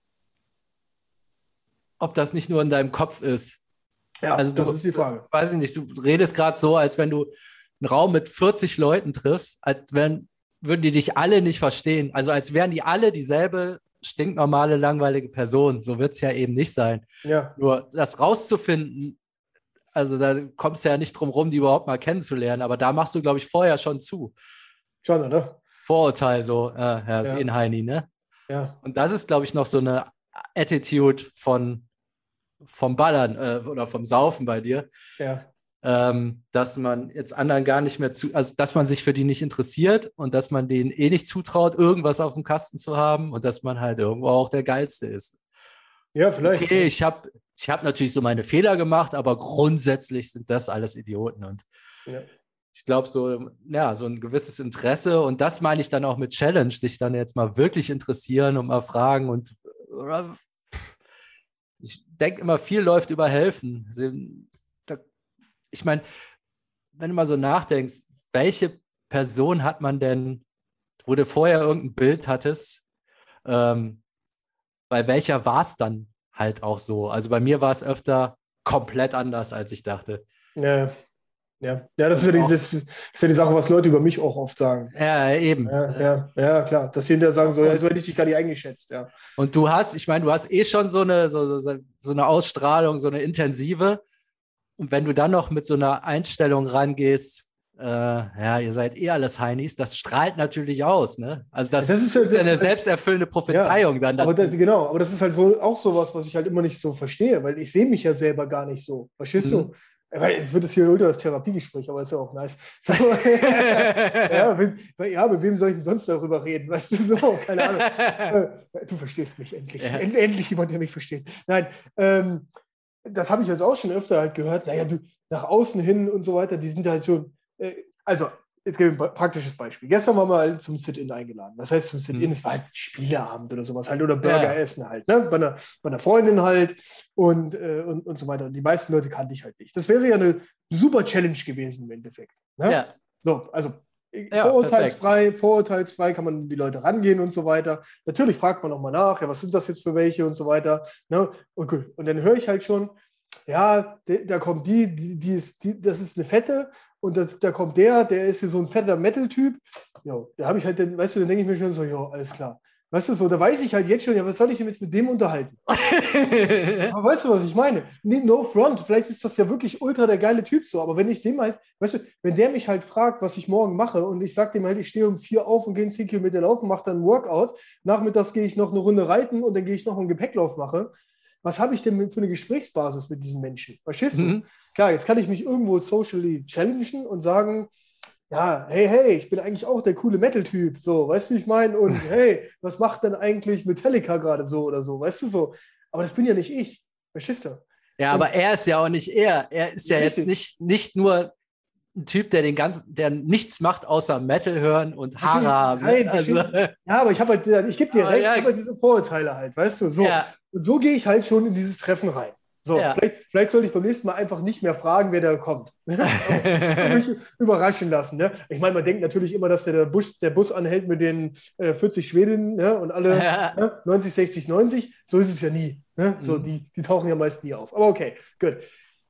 ob das nicht nur in deinem Kopf ist. Ja, Also das du, ist die Frage. weiß ich nicht, du redest gerade so, als wenn du einen Raum mit vierzig Leuten triffst, als wenn, würden die dich alle nicht verstehen. Also als wären die alle dieselbe stinknormale, langweilige Person. So wird es ja eben nicht sein. Ja. Nur das rauszufinden, also da kommst du ja nicht drum rum, die überhaupt mal kennenzulernen. Aber da machst du, glaube ich, vorher schon zu. Schon, oder? Vorurteil so, äh, ja, ist Ja. eh ein Heini, ne? Ja. Und das ist, glaube ich, noch so eine Attitude von, vom Ballern äh, oder vom Saufen bei dir, Ja. ähm, dass man jetzt anderen gar nicht mehr zu, also dass man sich für die nicht interessiert und dass man denen eh nicht zutraut, irgendwas auf dem Kasten zu haben und dass man halt irgendwo auch der Geilste ist. Ja, vielleicht. Okay, ich habe ich hab natürlich so meine Fehler gemacht, aber grundsätzlich sind das alles Idioten und Ja. ich glaube, so, ja, so ein gewisses Interesse und das meine ich dann auch mit Challenge, sich dann jetzt mal wirklich interessieren und mal fragen und oder, ich denke immer, viel läuft über Helfen. Ich meine, wenn du mal so nachdenkst, welche Person hat man denn, wo du vorher irgendein Bild hattest, ähm, bei welcher war es dann halt auch so? Also bei mir war es öfter komplett anders, als ich dachte. Ja. Ja, ja, das ist Und ja, die, auch, das ist ja die Sache, was Leute über mich auch oft sagen. ja, eben. Ja, ja, ja, klar. Dass sie hinterher sagen, so, ja, so Und, hätte ich dich gar nicht eingeschätzt. Ja. und du hast, ich meine, du hast eh schon so eine, so, so, so eine Ausstrahlung, so eine intensive. Und wenn du dann noch mit so einer Einstellung rangehst, äh, ja, ihr seid eh alles Heinis, das strahlt natürlich aus, ne? Also das, Das ist ja, ist ja das eine ist halt, selbsterfüllende ja, Prophezeiung dann. Dass aber das, du, genau, aber das ist halt so auch sowas, was ich halt immer nicht so verstehe, weil ich sehe mich ja selber gar nicht so. Verstehst du? Mhm. Weil jetzt wird es hier unter das Therapiegespräch, aber ist ja auch nice. So, ja, mit, ja, mit wem soll ich denn sonst darüber reden? Weißt du, so, keine Ahnung. Äh, Du verstehst mich endlich. Ja. End, endlich jemand, der mich versteht. Nein, ähm, das habe ich jetzt auch schon öfter halt gehört. Naja, du nach außen hin und so weiter, die sind halt schon. Äh, also, jetzt gebe ich ein praktisches Beispiel. Gestern waren wir halt zum Sit-In eingeladen. Was heißt zum Sit-In? Mhm. Es war halt Spieleabend oder sowas halt oder Burger Ja. essen halt, ne? Bei einer, bei einer Freundin halt und, äh, und, und so weiter. Und die meisten Leute kannte ich halt nicht. Das wäre ja eine super Challenge gewesen im Endeffekt. Ne? Ja. So, also Ja, vorurteilsfrei, vorurteilsfrei kann man an die Leute rangehen und so weiter. Natürlich fragt man nochmal nach, ja, was sind das jetzt für welche und so weiter. Ne? Okay. Und dann höre ich halt schon, ja, de, da kommt die, die, die, ist, die, das ist eine Fette und das, da kommt der, der ist hier so ein fetter Metal-Typ. Jo, da habe ich halt, dann, weißt du, dann denke ich mir schon so, jo, alles klar. Weißt du, so, da weiß ich halt jetzt schon, ja, was soll ich denn jetzt mit dem unterhalten? Aber weißt du, was ich meine? Nee, no front, vielleicht ist das ja wirklich ultra der geile Typ so, aber wenn ich dem halt, weißt du, wenn der mich halt fragt, was ich morgen mache und ich sage dem halt, ich stehe um vier auf und gehe zehn Kilometer laufen, mache dann ein Workout, nachmittags gehe ich noch eine Runde reiten und dann gehe ich noch einen Gepäcklauf mache, was habe ich denn für eine Gesprächsbasis mit diesem Menschen? Verstehst du? Mhm. Klar, jetzt kann ich mich irgendwo socially challengen und sagen, ja, hey, hey, ich bin eigentlich auch der coole Metal-Typ, so, weißt du, wie ich meine? Und hey, was macht denn eigentlich Metallica gerade so oder so, weißt du so? Aber das bin ja nicht ich, verstehst du? Ja, Und aber er ist ja auch nicht er. Er ist ja richtig. jetzt nicht, nicht nur ein Typ, der den ganzen, der nichts macht, außer Metal hören und Haare Versteh- haben. Nein, Ne? Also, versteh- Ja, aber ich habe halt, ich gebe dir Aber recht, ja. ich habe halt diese Vorurteile halt, weißt du, so. ja, Und so gehe ich halt schon in dieses Treffen rein. So, Ja. vielleicht, vielleicht sollte ich beim nächsten Mal einfach nicht mehr fragen, wer da kommt. Aber mich überraschen lassen. Ne? Ich meine, man denkt natürlich immer, dass der, der, Bus, der Bus anhält mit den äh, vierzig Schwedinnen, ne? Und alle Ja. ne? neunzig, sechzig, neunzig. So ist es ja nie. Ne? So, Mhm. die, die tauchen ja meist nie auf. Aber okay, gut.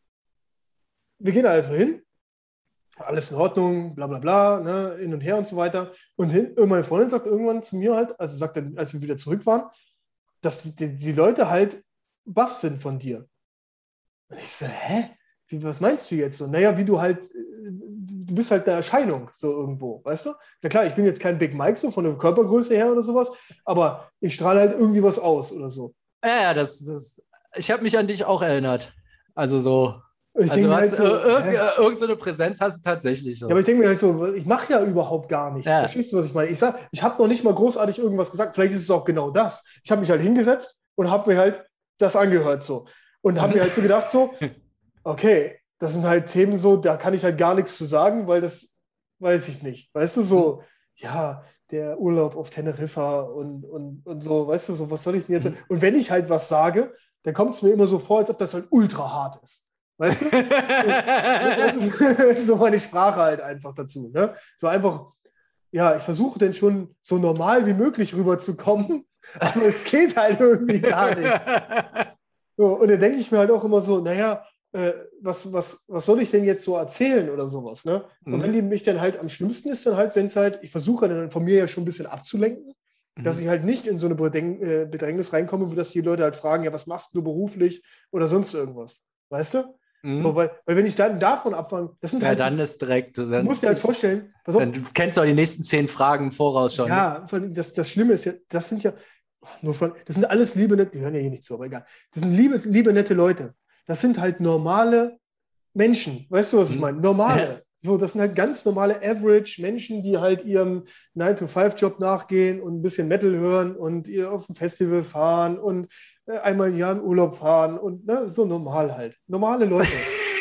Wir gehen also hin. Alles in Ordnung, bla bla bla, ne? Hin und her und so weiter. Und, hin, und meine Freundin sagt irgendwann zu mir halt, also sagt dann, als wir wieder zurück waren, dass die, die Leute halt baff sind von dir. Und ich so, hä? Wie, was meinst du jetzt so? Naja, wie du halt, du bist halt eine Erscheinung so irgendwo, weißt du? Na klar, ich bin jetzt kein Big Mike so von der Körpergröße her oder sowas, aber ich strahle halt irgendwie was aus oder so. Ja, ja, das, das, ich habe mich an dich auch erinnert. Also so, Und ich Also denke du mir halt hast so, äh, irg hä? irgend so eine Präsenz hast du tatsächlich Ja, so. aber ich denke mir halt so, ich mache ja überhaupt gar nichts. Ja. Verstehst du, was ich meine? Ich sag, ich habe noch nicht mal großartig irgendwas gesagt. Vielleicht ist es auch genau das. Ich habe mich halt hingesetzt und habe mir halt das angehört so. Und habe mir halt so gedacht so, okay, das sind halt Themen so, da kann ich halt gar nichts zu sagen, weil das weiß ich nicht. Weißt du, so, ja, der Urlaub auf Teneriffa und, und, und so, weißt du, so, was soll ich denn jetzt? Und wenn ich halt was sage, dann kommt es mir immer so vor, als ob das halt ultra hart ist. Weißt du? Das ist, das ist so meine Sprache halt einfach dazu. Ne? So einfach, ja, ich versuche denn schon so normal wie möglich rüberzukommen, aber es geht halt irgendwie gar nicht. So, und dann denke ich mir halt auch immer so, naja, äh, was, was, was soll ich denn jetzt so erzählen oder sowas, ne? Und wenn Mhm. die mich dann halt am schlimmsten ist, dann halt, wenn es halt, ich versuche dann von mir ja schon ein bisschen abzulenken, dass Mhm. ich halt nicht in so eine Bedräng äh, Bedrängnis reinkomme, wo das die Leute halt fragen, ja, was machst du beruflich oder sonst irgendwas, weißt du? So, Mhm. weil, weil wenn ich dann davon abfange, das sind Ja, halt, dann ist direkt, du dann musst dir halt ist, vorstellen, pass dann auf, du kennst du auch die nächsten zehn Fragen im Voraus schon. Ne? ja, vor allem das, das Schlimme ist ja, das sind ja, nur von, das sind alles liebe, nette, die hören ja hier nicht zu, aber egal. Das sind liebe, liebe, nette Leute. Das sind halt normale Menschen. Weißt du, was ich Mhm. meine? Normale. So, das sind halt ganz normale Average-Menschen, die halt ihrem nine to five Job nachgehen und ein bisschen Metal hören und ihr auf ein Festival fahren und äh, einmal im Jahr in Urlaub fahren und ne, so normal halt. Normale Leute.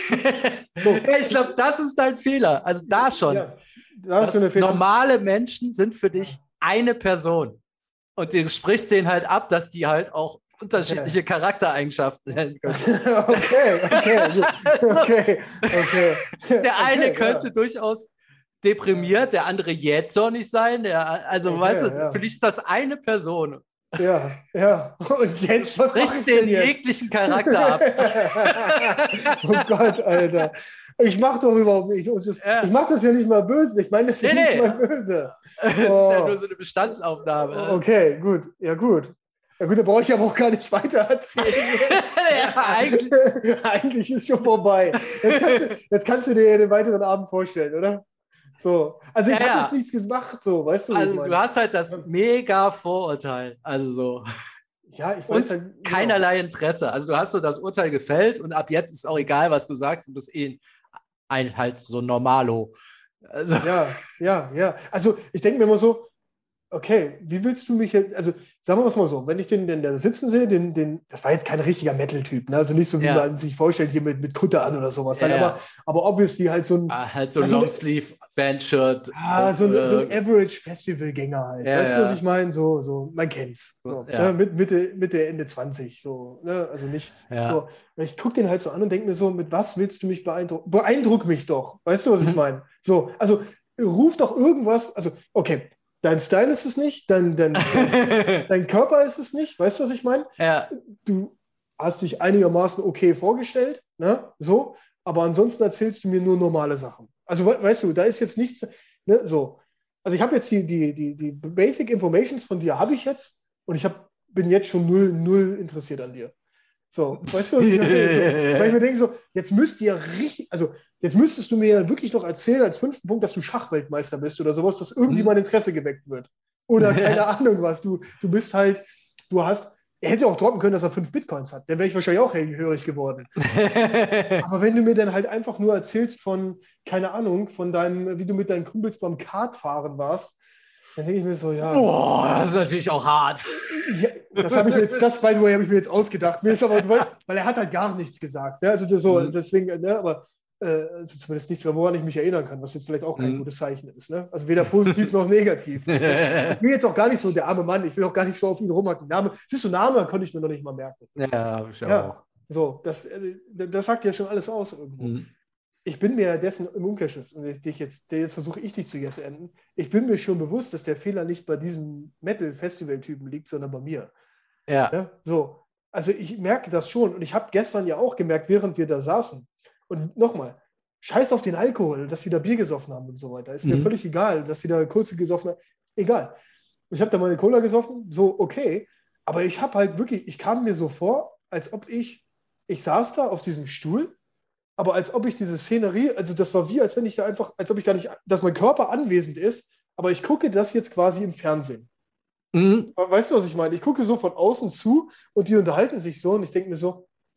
So, Ja, ich glaube, das ist dein Fehler. Also da schon. ja, da ist schon Dass der Fehler. normale Menschen sind für dich Ja, eine Person. Und du sprichst denen halt ab, dass die halt auch okay. unterschiedliche Charaktereigenschaften hätten können. Okay, okay, gut. Also, Okay, okay. der eine Okay, könnte ja. durchaus Ja. deprimiert, der andere jähzornig sein. Der, also, weißt Okay, du, für ja. dich ist das eine Person. Ja, ja. Und Du jetzt, was mache sprichst ich denn den jetzt? jeglichen Charakter ab. Oh Gott, Alter. Ich mache doch überhaupt nicht. Ich Ja. mache das ja nicht mal böse. Ich meine das ja Nee, nicht nee. mal böse. Es ist ja nur Oh. so eine Bestandsaufnahme. Okay, gut. Ja, gut. Ja, gut, da brauche ich aber auch gar nicht weiter erzählen. Ja, eigentlich. Eigentlich ist schon vorbei. Jetzt kannst, du, jetzt kannst du dir den weiteren Abend vorstellen, oder? So. Also Ja, ich habe jetzt ja. nichts gemacht, so, weißt du, wie ich Also du meine? hast halt das mega Vorurteil. Also so. Ja, ich weiß Und halt, genau. keinerlei Interesse. Also du hast so das Urteil gefällt und ab jetzt ist auch egal, was du sagst. Du bist eh ein halt so Normalo. Also, Ja, ja, ja. Also ich denke mir immer so, okay, wie willst du mich jetzt, also sagen wir es mal so, wenn ich den, den da sitzen sehe, den, den, das war jetzt kein richtiger Metal-Typ, ne? Also nicht so, wie ja, man sich vorstellt, hier mit, mit Kutte an oder sowas, ja, halt, aber, ja. aber obviously halt so ein, Ah, halt so ja, so, ein, Longsleeve-Bandshirt. ah, so, ein, so ein Äh, Average-Festivalgänger halt. ja, Weißt du, was ich ja. meine? So, so, man kennt's. So, So, ne? ja, Mit Mitte, Mitte, Ende zwanzig, so, ne? Also nichts. ja. So. Und ich gucke den halt so an und denke mir so, mit was willst du mich beeindrucken? Beeindruck mich doch. Weißt du, was ich meine? So, also ruf doch irgendwas, also, okay. Dein Style ist es nicht, dein, dein, dein, dein Körper ist es nicht, weißt du, was ich meine? Ja. Du hast dich einigermaßen okay vorgestellt, ne? So, aber ansonsten erzählst du mir nur normale Sachen. Also, we weißt du, da ist jetzt nichts, ne? So. Also ich habe jetzt die, die, die, die Basic Informations von dir habe ich jetzt und ich hab, bin jetzt schon null, null interessiert an dir. So, weißt du, was ich meine? So, weil ich mir denke, so, jetzt müsst ihr richtig, also jetzt müsstest du mir ja wirklich noch erzählen als fünften Punkt, dass du Schachweltmeister bist oder sowas, dass irgendwie Hm. mein Interesse geweckt wird. Oder keine Ahnung was. Du, du bist halt, du hast, er hätte auch droppen können, dass er fünf Bitcoins hat. Dann wäre ich wahrscheinlich auch hellhörig geworden. Aber wenn du mir dann halt einfach nur erzählst von, keine Ahnung, von deinem, wie du mit deinen Kumpels beim Kartfahren warst, dann denke ich mir so, ja, Boah, das ist natürlich auch hart. ja, das habe ich mir jetzt, das by the way, habe ich mir jetzt ausgedacht. Mir ist aber, du weißt, weil er hat halt gar nichts gesagt. Ne? Also das so, Hm. deswegen, ne? Aber äh, also zumindest nichts, woran ich mich erinnern kann, was jetzt vielleicht auch kein Hm. gutes Zeichen ist. Ne? Also weder positiv noch negativ. Ne? Ich bin jetzt auch gar nicht so der arme Mann, ich will auch gar nicht so auf ihn rumhacken. Name, siehst du, Name konnte ich mir noch nicht mal merken. Ja, habe ich Ja, auch. so, das, also, das sagt ja schon alles aus irgendwo. Hm. Ich bin mir dessen im Umkehrschluss, und dich jetzt, jetzt versuche ich dich zu jetzt enden, ich bin mir schon bewusst, dass der Fehler nicht bei diesem Metal-Festival-Typen liegt, sondern bei mir. Ja. Ja, so. Also ich merke das schon und ich habe gestern ja auch gemerkt, während wir da saßen. Und nochmal, scheiß auf den Alkohol, dass sie da Bier gesoffen haben und so weiter. Ist mir Mhm. völlig egal, dass sie da kurze gesoffen haben. Egal. Ich habe da meine Cola gesoffen, so okay. Aber ich habe halt wirklich, ich kam mir so vor, als ob ich, ich saß da auf diesem Stuhl, aber als ob ich diese Szenerie, also das war wie, als wenn ich da einfach, als ob ich gar nicht, dass mein Körper anwesend ist, aber ich gucke das jetzt quasi im Fernsehen. Mhm. Weißt du, was ich meine? Ich gucke so von außen zu und die unterhalten sich so und ich denke mir so,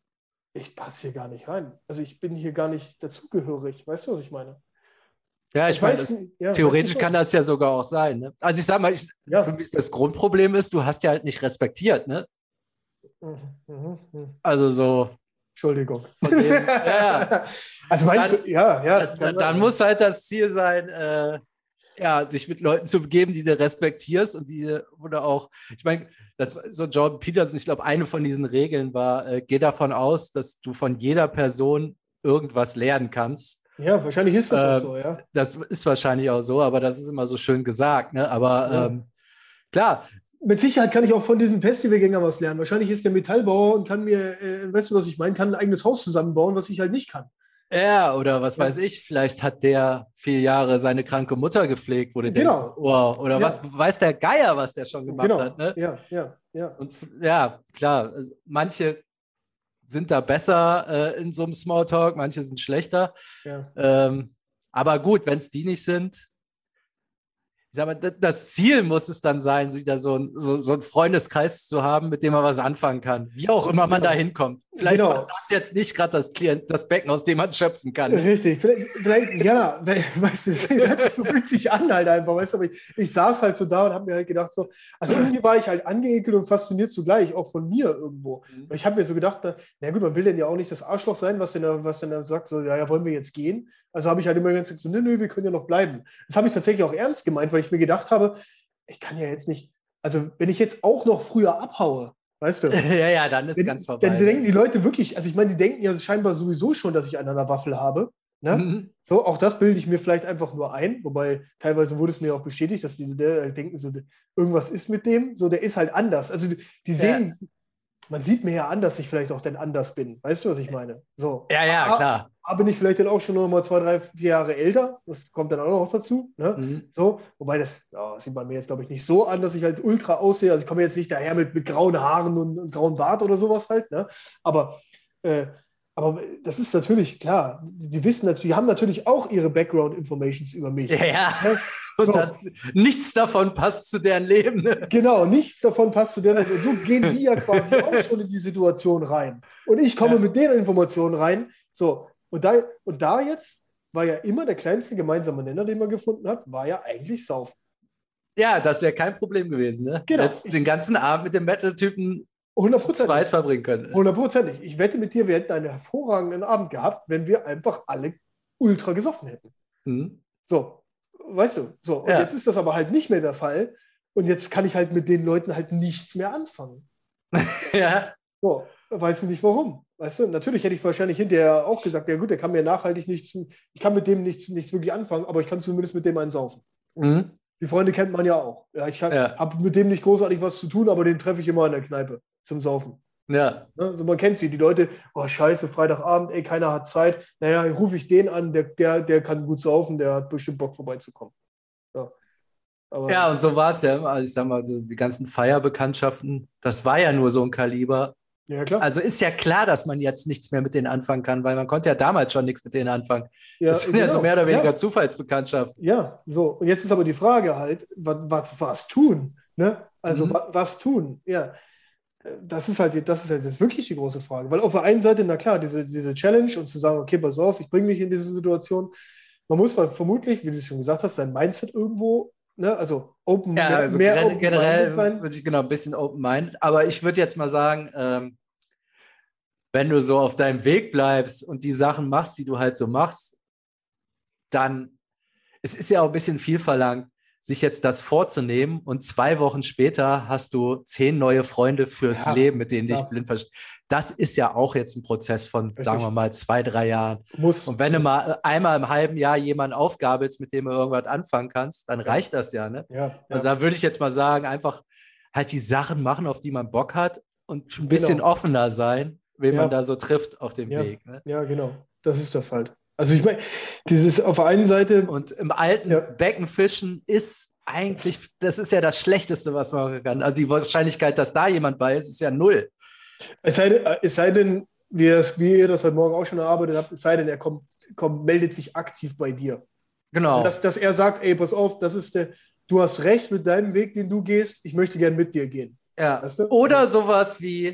ich passe hier gar nicht rein. Also ich bin hier gar nicht dazugehörig. Weißt du, was ich meine? Ja, ich Ich meine, weiß das, nicht, ja, weißt theoretisch du kann was? das ja sogar auch sein. Ne? Also ich sag mal, ich, für Ja. mich das Grundproblem ist, du hast ja halt nicht respektiert. Ne? Mhm, mhm, mhm. Also so Entschuldigung. von dem, ja, ja. Also meinst Dann, du, ja, ja, das dann, kann sein. dann muss halt das Ziel sein, äh, ja, dich mit Leuten zu begeben, die du respektierst und die oder auch, ich meine, das war so Jordan Peterson, ich glaube, eine von diesen Regeln war, äh, geh davon aus, dass du von jeder Person irgendwas lernen kannst. Ja, wahrscheinlich ist das auch Äh, so, ja. Das ist wahrscheinlich auch so, aber das ist immer so schön gesagt, ne? Aber Ja. ähm, klar, Mit Sicherheit kann ich auch von diesen Festivalgängern was lernen. Wahrscheinlich ist der Metallbauer und kann mir, äh, weißt du, was ich meine, kann ein eigenes Haus zusammenbauen, was ich halt nicht kann. ja, oder was weiß Ja, ich, vielleicht hat der vier Jahre seine kranke Mutter gepflegt, wo du denkst, genau. wow, oder was Ja, weiß der Geier, was der schon gemacht hat, genau. ne? Ja, ja, ja. Und ja, klar, also manche sind da besser äh, in so einem Smalltalk, manche sind schlechter. Ja. Ähm, aber gut, wenn es die nicht sind, ich sag mal, das Ziel muss es dann sein, wieder so, ein, so, so einen Freundeskreis zu haben, mit dem man was anfangen kann. Wie auch immer man da Genau. hinkommt. Vielleicht war Genau. das jetzt nicht gerade das Klient, das Becken, aus dem man schöpfen kann. Ne? Richtig, vielleicht, vielleicht ja, we- weißt du, das so fühlt sich an halt einfach, weißt du, aber ich, ich saß halt so da und habe mir halt gedacht so, also irgendwie war ich halt angeekelt und fasziniert zugleich, auch von mir irgendwo. Mhm. Weil ich habe mir so gedacht, na, na gut, man will denn ja auch nicht das Arschloch sein, was denn da, was denn da sagt, so, ja, ja, wollen wir jetzt gehen? Also habe ich halt immer gesagt, so, nö, nö, wir können ja noch bleiben. Das habe ich tatsächlich auch ernst gemeint, weil ich mir gedacht habe, ich kann ja jetzt nicht, also wenn ich jetzt auch noch früher abhaue, weißt du, Ja, ja, dann ist ganz wenn, dann vorbei. denken Ne? die Leute wirklich, also ich meine, die denken ja scheinbar sowieso schon, dass ich einen an der Waffel habe. Ne? Mhm. So, auch das bilde ich mir vielleicht einfach nur ein, wobei teilweise wurde es mir auch bestätigt, dass die, die denken, so, irgendwas ist mit dem, so, der ist halt anders. Also die, die Ja. sehen, man sieht mir ja an, dass ich vielleicht auch dann anders bin. Weißt du, was ich meine? So. Ja, ja, A, klar. A, bin ich vielleicht dann auch schon noch mal zwei, drei, vier Jahre älter. Das kommt dann auch noch dazu. Ne? Mhm. So, wobei das ja, sieht man mir jetzt, glaube ich, nicht so an, dass ich halt ultra aussehe. Also ich komme jetzt nicht daher mit, mit grauen Haaren und, und grauen Bart oder sowas halt. Ne? Aber, äh, aber das ist natürlich klar. Die, die wissen natürlich, die haben natürlich auch ihre Background-Informations über mich. Ja, ja. Ne? Und So. das, nichts davon passt zu deren Leben. Ne? Genau, nichts davon passt zu denen. Und so gehen die ja quasi auch schon in die Situation rein. Und ich komme Ja. mit den Informationen rein. So, und da, und da jetzt war ja immer der kleinste gemeinsame Nenner, den man gefunden hat, war ja eigentlich Saufen. Ja, das wäre kein Problem gewesen. Ne? Genau. Jetzt den ganzen Abend mit dem Metal-Typen zu zweit Hundertprozentig. verbringen können. Hundertprozentig. Ich wette mit dir, wir hätten einen hervorragenden Abend gehabt, wenn wir einfach alle ultra gesoffen hätten. Mhm. So, weißt du, so. Und Ja. jetzt ist das aber halt nicht mehr der Fall. Und jetzt kann ich halt mit den Leuten halt nichts mehr anfangen. Ja. So, weißt du nicht warum. Weißt du, natürlich hätte ich wahrscheinlich hinterher auch gesagt, ja gut, der kann mir nachhaltig nichts, ich kann mit dem nichts, nichts wirklich anfangen, aber ich kann zumindest mit dem einen saufen. Mhm. Die Freunde kennt man ja auch. Ja, ich habe Ja. hab mit dem nicht großartig was zu tun, aber den treffe ich immer in der Kneipe zum Saufen. Ja. Ne? Also man kennt sie, die Leute, oh scheiße, Freitagabend, ey, keiner hat Zeit. Naja, rufe ich den an, der, der, der kann gut saufen, der hat bestimmt Bock vorbeizukommen. Ja, aber, Ja, und so war es ja. Also ich sag mal, so die ganzen Feierbekanntschaften, das war ja nur so ein Kaliber. ja klar. Also ist ja klar, dass man jetzt nichts mehr mit denen anfangen kann, weil man konnte ja damals schon nichts mit denen anfangen. Ja, Das sind ja so genau. mehr oder weniger Ja. Zufallsbekanntschaften. Ja, so. Und jetzt ist aber die Frage halt, was, was, was tun? Ne? Also Mhm. wa, was tun? Ja, das ist halt, das ist halt das ist wirklich die große Frage. Weil auf der einen Seite, na klar, diese, diese Challenge und zu sagen, okay, pass auf, ich bringe mich in diese Situation. Man muss mal vermutlich, wie du schon gesagt hast, sein Mindset irgendwo, ne? Also open, Ja, mehr, also mehr gen- open-minded generell sein. würde ich genau ein bisschen open-minded. Aber ich würde jetzt mal sagen, ähm, wenn du so auf deinem Weg bleibst und die Sachen machst, die du halt so machst, dann, es ist ja auch ein bisschen viel verlangt, sich jetzt das vorzunehmen und zwei Wochen später hast du zehn neue Freunde fürs Ja, Leben, mit denen du dich klar. blind verstehst. Das ist ja auch jetzt ein Prozess von, Richtig. sagen wir mal, zwei, drei Jahren. Muss. Und wenn du mal einmal im halben Jahr jemanden aufgabelst, mit dem du irgendwas anfangen kannst, dann reicht das ja, ne? Ja, Also ja. da würde ich jetzt mal sagen, einfach halt die Sachen machen, auf die man Bock hat und ein bisschen Genau. offener sein, wen Ja. man da so trifft auf dem Ja. Weg. Ne? Ja, genau. Das ist das halt. Also ich meine, dieses auf der einen Seite, Und im alten Ja. Becken fischen ist eigentlich, das ist ja das Schlechteste, was man machen kann. Also die Wahrscheinlichkeit, dass da jemand bei ist, ist ja null. es sei, denn- es sei denn, wie, es, wie ihr das heute Morgen auch schon erarbeitet habt, es sei denn, er kommt, kommt meldet sich aktiv bei dir. Genau. Also, dass, dass er sagt, ey, pass auf, das ist der, du hast recht mit deinem Weg, den du gehst, ich möchte gern mit dir gehen. Ja. Weißt du? Oder sowas wie,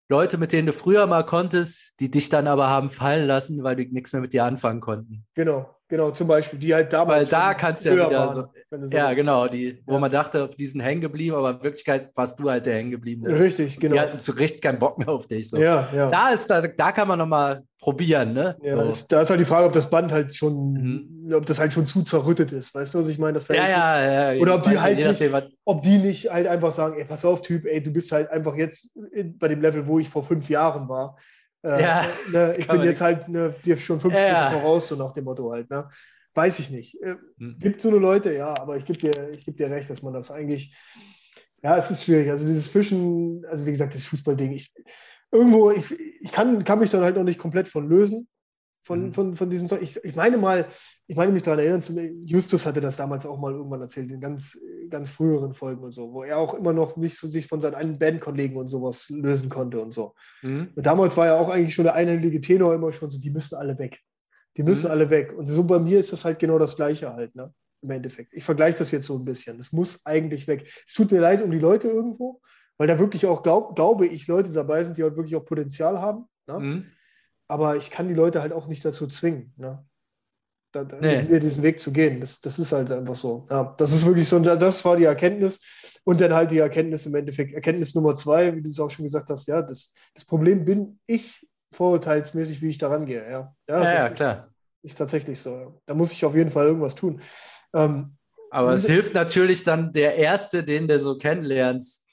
Leute, mit denen du früher mal konntest, die dich dann aber haben fallen lassen, weil die nichts mehr mit dir anfangen konnten. Genau, genau, zum Beispiel, die halt Weil damals da schon kannst du ja höher wieder waren, so, wenn du so ja, willst. genau, die, wo Ja. man dachte, die sind hängen geblieben, aber in Wirklichkeit warst du halt der Hängengebliebene. Richtig, Und genau. die hatten zu Recht keinen Bock mehr auf dich. So. Ja, ja. Da ist da, da kann man nochmal probieren, ne? Ja, So. ist, da ist halt die Frage, ob das Band halt Mhm. schon, ob das halt schon zu zerrüttet ist. Weißt du, was ich meine? Das Ja, ja, ja. Oder ob die Weißt du, halt je nicht, nachdem, was, ob die nicht halt einfach sagen, ey, pass auf, Typ, ey, du bist halt einfach jetzt bei dem Level, wo ich vor fünf Jahren war. Äh, ja, ne, ich kann bin man jetzt nichts. halt ne, dir schon fünf Ja, Schritte ja. voraus, so nach dem Motto halt. Ne? Weiß ich nicht. Äh, Mhm. gibt so eine Leute, ja, aber ich gebe dir, ich geb dir recht, dass man das eigentlich, ja, es ist schwierig. Also dieses Fischen, also wie gesagt, das Fußballding, ich, irgendwo, ich, ich kann, kann mich dann halt noch nicht komplett von lösen. Von, Mhm. von, von diesem Zeug. Ich, ich meine mal, ich meine mich daran erinnern, zum, Justus hatte das damals auch mal irgendwann erzählt, in ganz, ganz früheren Folgen und so, wo er auch immer noch nicht so sich von seinen alten Bandkollegen und sowas lösen konnte und so. Mhm. Und damals war ja auch eigentlich schon der einhellige Tenor immer schon so, die müssen alle weg. Die müssen Mhm. alle weg. Und so bei mir ist das halt genau das Gleiche halt, ne? Im Endeffekt. Ich vergleiche das jetzt so ein bisschen. Es muss eigentlich weg. Es tut mir leid um die Leute irgendwo, weil da wirklich auch, glaub, glaube ich, Leute dabei sind, die halt wirklich auch Potenzial haben, ne? Mhm. Aber ich kann die Leute halt auch nicht dazu zwingen, ne? Da, da, mit Nee. mir diesen Weg zu gehen. Das, das ist halt einfach so. Ja, das ist wirklich so, das war die Erkenntnis. Und dann halt die Erkenntnis im Endeffekt, Erkenntnis Nummer zwei, wie du es auch schon gesagt hast, ja, das, das Problem bin ich vorurteilsmäßig, wie ich da rangehe. Ja, ja, Ja, das ja, ist, klar. ist tatsächlich so. Ja. Da muss ich auf jeden Fall irgendwas tun. Ähm, Aber wie es gesagt, hilft natürlich dann der Erste, den du so kennenlernst,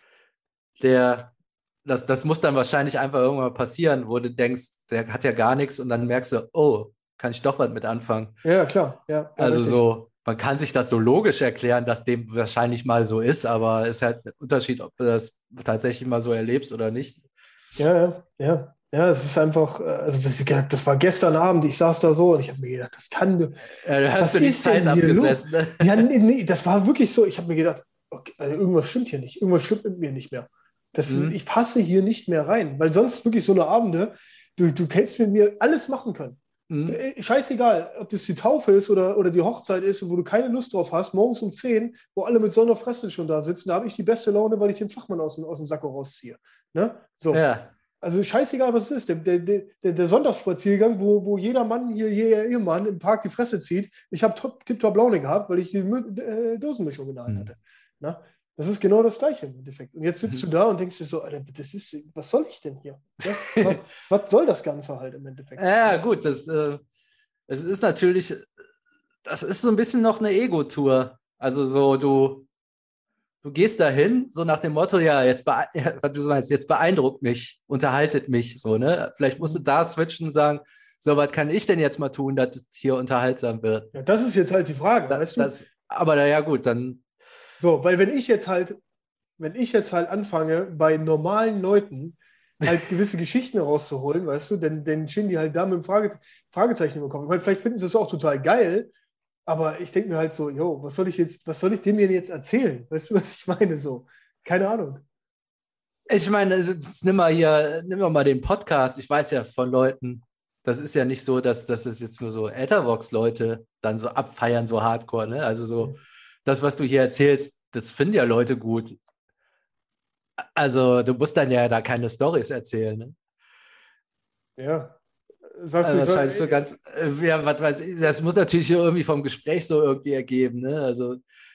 der, das, das muss dann wahrscheinlich einfach irgendwann passieren, wo du denkst, der hat ja gar nichts und dann merkst du, oh, kann ich doch was mit anfangen. ja, klar, ja, ja, Also richtig. so, man kann sich das so logisch erklären, dass dem wahrscheinlich mal so ist, aber es ist halt ein Unterschied, ob du das tatsächlich mal so erlebst oder nicht. Ja, ja, ja. Ja, es ist einfach, äh, also wie gesagt, das war gestern Abend, ich saß da so und ich habe mir gedacht, das kann, Ja, da hast was du die ist denn Zeit hier los? abgesessen. Ne? Ja, nee, nee, das war wirklich so. Ich habe mir gedacht, okay, also irgendwas stimmt hier nicht. Irgendwas stimmt mit mir nicht mehr. Das ist, Mhm. ich passe hier nicht mehr rein, weil sonst wirklich so eine Abende, du, du hättest mit mir alles machen können. Du, Mhm. äh, scheißegal, ob das die Taufe ist oder, oder die Hochzeit ist, wo du keine Lust drauf hast, morgens um zehn, wo alle mit Sonne Fresse schon da sitzen, da habe ich die beste Laune, weil ich den Fachmann aus dem, aus dem Sacko rausziehe. Ne? So. Ja. Also scheißegal, was es ist. Der, der, der, der Sonntagsspaziergang, wo, wo jeder Mann hier, jeder Ehemann im Park die Fresse zieht. Ich habe top, tipptopp Laune gehabt, weil ich die äh, Dosenmischung in der Hand Mhm. hatte. Na? Das ist genau das Gleiche im Endeffekt. Und jetzt sitzt du da und denkst dir so, Alter, das ist, was soll ich denn hier? Ja? Was, was soll das Ganze halt im Endeffekt? Ja, gut, das, äh, das ist natürlich, das ist so ein bisschen noch eine Ego-Tour. Also so, du, du gehst dahin, so nach dem Motto, ja, jetzt, bee was du meinst, jetzt beeindruckt mich, unterhaltet mich, so, ne? Vielleicht musst du da switchen und sagen, so, was kann ich denn jetzt mal tun, dass es hier unterhaltsam wird? Ja, das ist jetzt halt die Frage, Da, weißt du? das, aber naja, gut, dann, So, weil wenn ich jetzt halt, wenn ich jetzt halt anfange, bei normalen Leuten halt gewisse Geschichten rauszuholen, weißt du, dann, dann stehen die halt da mit einem Frage, Fragezeichen im Kopf. Weil vielleicht finden sie es auch total geil, aber ich denke mir halt so, yo, was soll ich jetzt, was soll ich dem hier jetzt erzählen? Weißt du, was ich meine? So, keine Ahnung. ich meine, jetzt nimm mal hier, nimm mal den Podcast. Ich weiß ja von Leuten, das ist ja nicht so, dass, dass es jetzt nur so Ethervox-Leute dann so abfeiern, so hardcore, ne? Also so, das, was du hier erzählst, das finden ja Leute gut. Also du musst dann ja da keine Storys erzählen, ne? Ja. Sagst du, Also ich soll, wahrscheinlich so ganz, äh, ja, was weiß ich, das muss natürlich hier irgendwie vom Gespräch so irgendwie ergeben, ne? Also,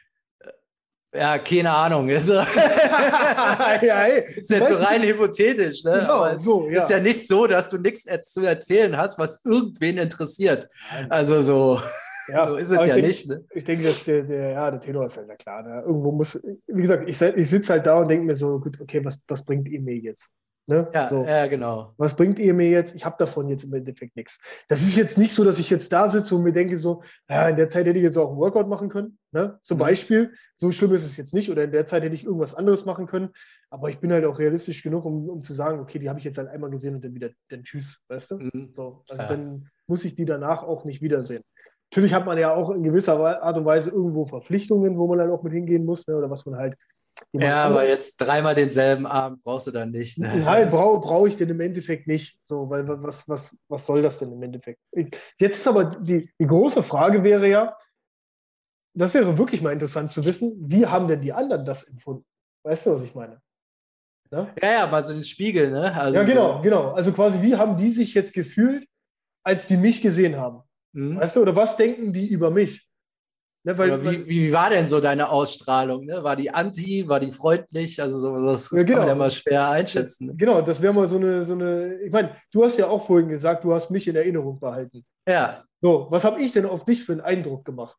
ja, keine Ahnung. Also, ja, ey, ist du jetzt so weißt, rein hypothetisch, ne? Aber genau, es so, ist ja ja. nicht so, dass du nichts er zu erzählen hast, was irgendwen interessiert. Nein. Also so, so Ja, ist es aber ich ja denke, nicht, ne? ich denke, dass der, der, ja, der Tenor ist halt na klar. Ne? Irgendwo muss, wie gesagt, ich, ich sitze halt da und denke mir so, gut, okay, was, was bringt ihr mir jetzt? Ne? Ja, So, ja, genau. was bringt ihr mir jetzt? Ich habe davon jetzt im Endeffekt nichts. Das ist jetzt nicht so, dass ich jetzt da sitze und mir denke so, ja, in der Zeit hätte ich jetzt auch einen Workout machen können. Ne? Zum Mhm. Beispiel, so schlimm ist es jetzt nicht. Oder in der Zeit hätte ich irgendwas anderes machen können. Aber ich bin halt auch realistisch genug, um, um zu sagen, okay, die habe ich jetzt halt einmal gesehen und dann wieder, dann tschüss, weißt du? Mhm. So, also Ja. dann muss ich die danach auch nicht wiedersehen. Natürlich hat man ja auch in gewisser Art und Weise irgendwo Verpflichtungen, wo man dann auch mit hingehen muss, ne? Oder was man halt jemand Ja, aber anderes. jetzt dreimal denselben Abend brauchst du dann nicht. Ne? Nein, brauche brauch ich den im Endeffekt nicht. So, weil was, was, was soll das denn im Endeffekt? Jetzt ist aber die, die große Frage wäre ja, das wäre wirklich mal interessant zu wissen, wie haben denn die anderen das empfunden? Weißt du, was ich meine? Ne? Ja, ja, mal so den Spiegel, ne? Also Ja, genau, so, genau. Also quasi, wie haben die sich jetzt gefühlt, als die mich gesehen haben? hm? Weißt du, oder was denken die über mich? Ne, Oder weil, wie, weil, wie war denn so deine Ausstrahlung? Ne? War die anti, war die freundlich? Also so, das, ja, das kann man ja genau. mal schwer einschätzen. Ne? Genau, das wäre mal so eine, so eine, ich meine, du hast ja auch vorhin gesagt, du hast mich in Erinnerung behalten. Ja. So, was habe ich denn auf dich für einen Eindruck gemacht?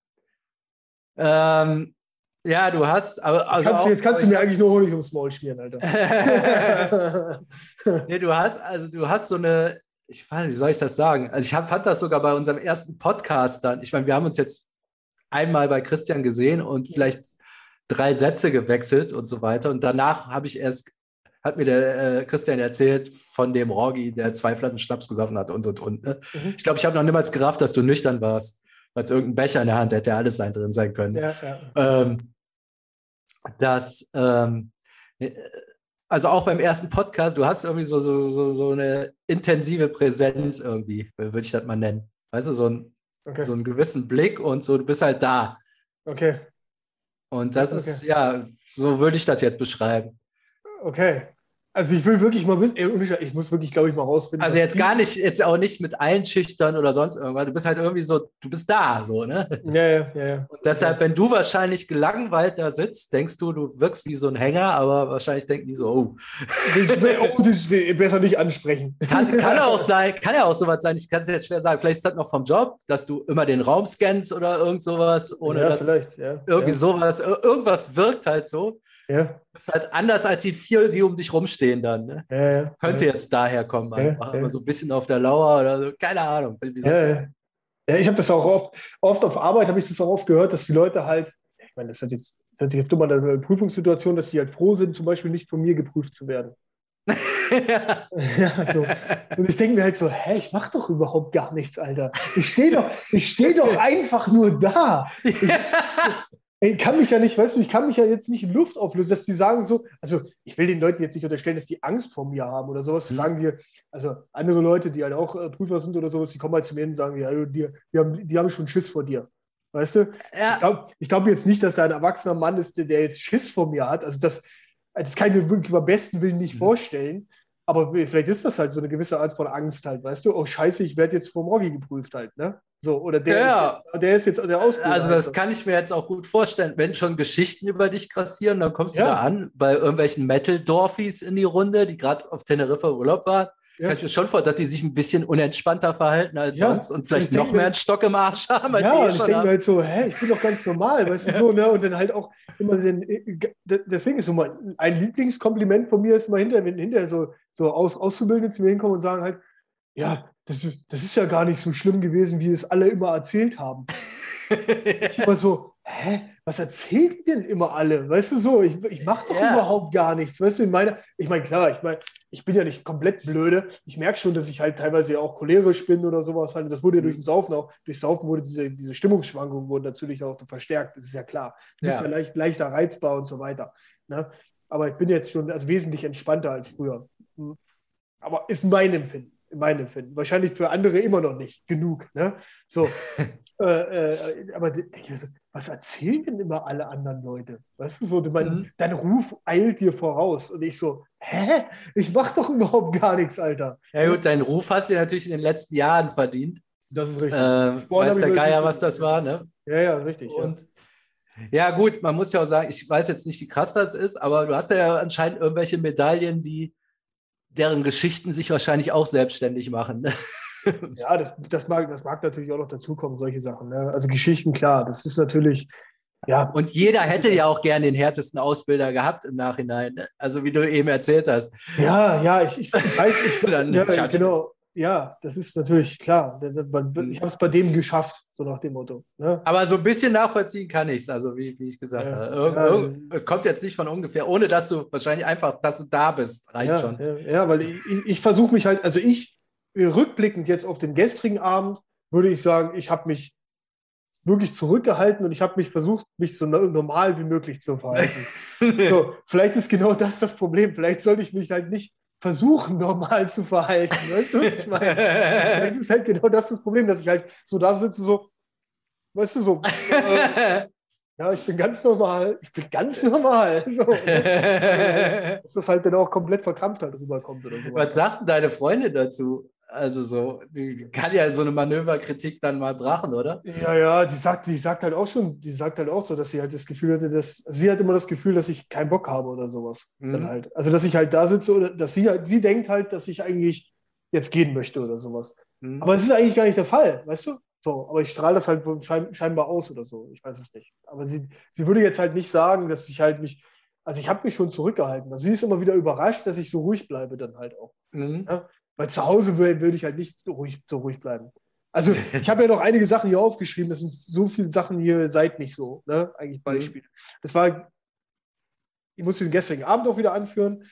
Ähm, ja, du hast, aber Jetzt also kannst du, auch, jetzt kannst du ich mir habe eigentlich nur Honig ums Maul schmieren, Alter. nee, du hast, also du hast so eine, ich weiß, wie soll ich das sagen? Also ich hab, fand das sogar bei unserem ersten Podcast dann. Ich meine, wir haben uns jetzt einmal bei Christian gesehen und vielleicht drei Sätze gewechselt und so weiter. Und danach habe ich erst, hat mir der äh, Christian erzählt von dem Roggi, der zwei Flaschen Schnaps gesoffen hat und und und. Ne? Mhm. Ich glaube, ich habe noch niemals gerafft, dass du nüchtern warst, weil es irgendein Becher in der Hand hätte, ja alles sein drin sein können. Ja, ja. Ähm, dass ähm, also auch beim ersten Podcast, du hast irgendwie so, so, so, so eine intensive Präsenz irgendwie, würde ich das mal nennen. Weißt du, so, ein, Okay, so einen gewissen Blick und so, du bist halt da. okay, Und das okay, ist, ja, so würde ich das jetzt beschreiben. okay. Also ich will wirklich mal wissen, ey, ich muss wirklich, glaube ich, mal rausfinden, Also was jetzt gar die. nicht, jetzt auch nicht mit einschüchtern oder sonst irgendwas. Du bist halt irgendwie so, du bist da, so, ne? Ja, ja, ja, ja. Und Okay. deshalb, wenn du wahrscheinlich gelangweilt da sitzt, denkst du, du wirkst wie so ein Hänger, aber wahrscheinlich denken die so, oh. Den, oh, den, besser nicht ansprechen. Kann, kann auch sein, kann ja auch sowas sein, ich kann es jetzt schwer sagen. Vielleicht ist das noch vom Job, dass du immer den Raum scannst oder irgend sowas, ohne Ja, dass vielleicht, ja, irgendwie ja, sowas, irgendwas wirkt halt so. ja, Das ist halt anders als die vier, die um dich rumstehen dann. Ne? ja, ja, Könnte ja, jetzt daher kommen ja, einfach, aber ja, so ein bisschen auf der Lauer oder so, keine Ahnung. Wie soll ja, ich das? ja. Ja, ich habe das auch oft, oft auf Arbeit habe ich das auch oft gehört, dass die Leute halt, ich meine, das hört jetzt, hört sich jetzt dumm an der Prüfungssituation, dass die halt froh sind, zum Beispiel nicht von mir geprüft zu werden. Ja, so. Und ich denke mir halt so, hä, ich mache doch überhaupt gar nichts, Alter. Ich stehe doch, ich stehe doch einfach nur da. Ich, ich kann mich ja nicht, weißt du, ich kann mich ja jetzt nicht in Luft auflösen, dass die sagen so, also ich will den Leuten jetzt nicht unterstellen, dass die Angst vor mir haben oder sowas. Das Hm. sagen wir, also andere Leute, die halt auch äh, Prüfer sind oder sowas, die kommen halt zu mir und sagen, ja, die, die, haben, die haben schon Schiss vor dir. Weißt du? Ich Ja, glaube ich glaub jetzt nicht, dass da ein erwachsener Mann ist, der, der jetzt Schiss vor mir hat. Also das, das kann ich mir wirklich beim besten Willen nicht mhm. vorstellen. Aber vielleicht ist das halt so eine gewisse Art von Angst halt, weißt du? Oh, scheiße, ich werde jetzt vom Roggi geprüft halt, ne? So, oder der, ja, ist, der ist jetzt der Ausbilder. also halt das so. kann ich mir jetzt auch gut vorstellen. Wenn schon Geschichten über dich grassieren, dann kommst du da Ja, an bei irgendwelchen Metal-Dorfies in die Runde, die gerade auf Teneriffa Urlaub waren. Kann ja, ich mir schon vorstellen, dass die sich ein bisschen entspannter verhalten als ja. sonst und Und ich vielleicht noch denke mehr mir, einen Stock im Arsch haben, als sie ja, eh und ich schon denke mir haben. halt so, hä, ich bin doch ganz normal, weißt du, so, ne? Und dann halt auch immer den, deswegen ist so mal ein Lieblingskompliment von mir ist immer hinterher, wenn hinterher so, so Aus, Auszubildende zu mir hinkommen und sagen halt, ja, das, das ist ja gar nicht so schlimm gewesen, wie es alle immer erzählt haben. Ich immer so, hä, was erzählt ihr denn immer alle? Weißt du so, ich, ich mache doch Ja, überhaupt gar nichts. Weißt du, ich meine, ich meine, klar, ich meine, ich bin ja nicht komplett blöde. Ich merke schon, dass ich halt teilweise auch cholerisch bin oder sowas. Halt. Das wurde ja durch den Saufen auch, durch Saufen wurde diese, diese Stimmungsschwankungen wurden natürlich auch verstärkt, das ist ja klar. Du bist ja ja. leicht, leichter reizbar und so weiter. Ne? Aber ich bin jetzt schon also wesentlich entspannter als früher. Aber ist mein Empfinden. Mein Empfinden. Wahrscheinlich für andere immer noch nicht genug. Ne? So. Äh, äh, aber denke ich so, was erzählen denn immer alle anderen Leute? Weißt du, so, mein, Mhm. dein Ruf eilt dir voraus. Und ich so, hä? Ich mach doch überhaupt gar nichts, Alter. Ja gut, deinen Ruf hast du natürlich in den letzten Jahren verdient. Das ist richtig. Äh, Sport weiß habe ich der mir Geier, nicht was das war, verdient. ne? Ja, ja, richtig, ja. Und ja gut, man muss ja auch sagen, ich weiß jetzt nicht, wie krass das ist, aber du hast ja anscheinend irgendwelche Medaillen, die deren Geschichten sich wahrscheinlich auch selbstständig machen. Ne? Ja, das, das, mag, das mag natürlich auch noch dazukommen, solche Sachen. Ne? Also Geschichten, klar, das ist natürlich, ja. Und jeder hätte ja auch gern den härtesten Ausbilder gehabt im Nachhinein. Ne? Also wie du eben erzählt hast. Ja, ja, ich, ich, ich weiß, ich, Dann, ja, ich hatte, genau, ja, das ist natürlich klar. Ich habe es bei dem geschafft, so nach dem Motto. Ne? aber so ein bisschen nachvollziehen kann ich es, also wie, wie ich gesagt Ja, habe. Irg ja, irg kommt jetzt nicht von ungefähr, ohne dass du wahrscheinlich einfach, dass du da bist, reicht ja, schon. ja, ja, weil ich, ich, ich versuche mich halt, also ich, rückblickend jetzt auf den gestrigen Abend, würde ich sagen, ich habe mich wirklich zurückgehalten und ich habe mich versucht, mich so normal wie möglich zu verhalten. So, vielleicht ist genau das das Problem. Vielleicht sollte ich mich halt nicht versuchen, normal zu verhalten. Weißt du, was ich meine? Vielleicht ist halt genau das das Problem, dass ich halt so da sitze, so, weißt du, so, äh, Ja, ich bin ganz normal. Ich bin ganz normal. So, das, dass das halt dann auch komplett verkrampft halt rüberkommt oder sowas. Was sagt denn deine Freundin dazu? Also so, die kann ja so eine Manöverkritik dann mal brachen, oder? Ja, ja, die sagt, die sagt halt auch schon, die sagt halt auch so, dass sie halt das Gefühl hatte, dass sie hat immer das Gefühl, dass ich keinen Bock habe oder sowas. Mhm. Dann halt. Also dass ich halt da sitze oder dass sie halt, sie denkt halt, dass ich eigentlich jetzt gehen möchte oder sowas. Mhm. Aber es ist eigentlich gar nicht der Fall, weißt du? So, aber ich strahle das halt schein, scheinbar aus oder so. Ich weiß es nicht. Aber sie, sie würde jetzt halt nicht sagen, dass ich halt mich, also ich habe mich schon zurückgehalten. Also sie ist immer wieder überrascht, dass ich so ruhig bleibe dann halt auch. Mhm. Ja? Weil zu Hause würde, würde ich halt nicht so ruhig, so ruhig bleiben. Also ich habe ja noch einige Sachen hier aufgeschrieben. Das sind so viele Sachen hier, seid nicht so. Ne? Eigentlich Beispiele. Mhm. Das war, ich muss den gestrigen Abend auch wieder anführen,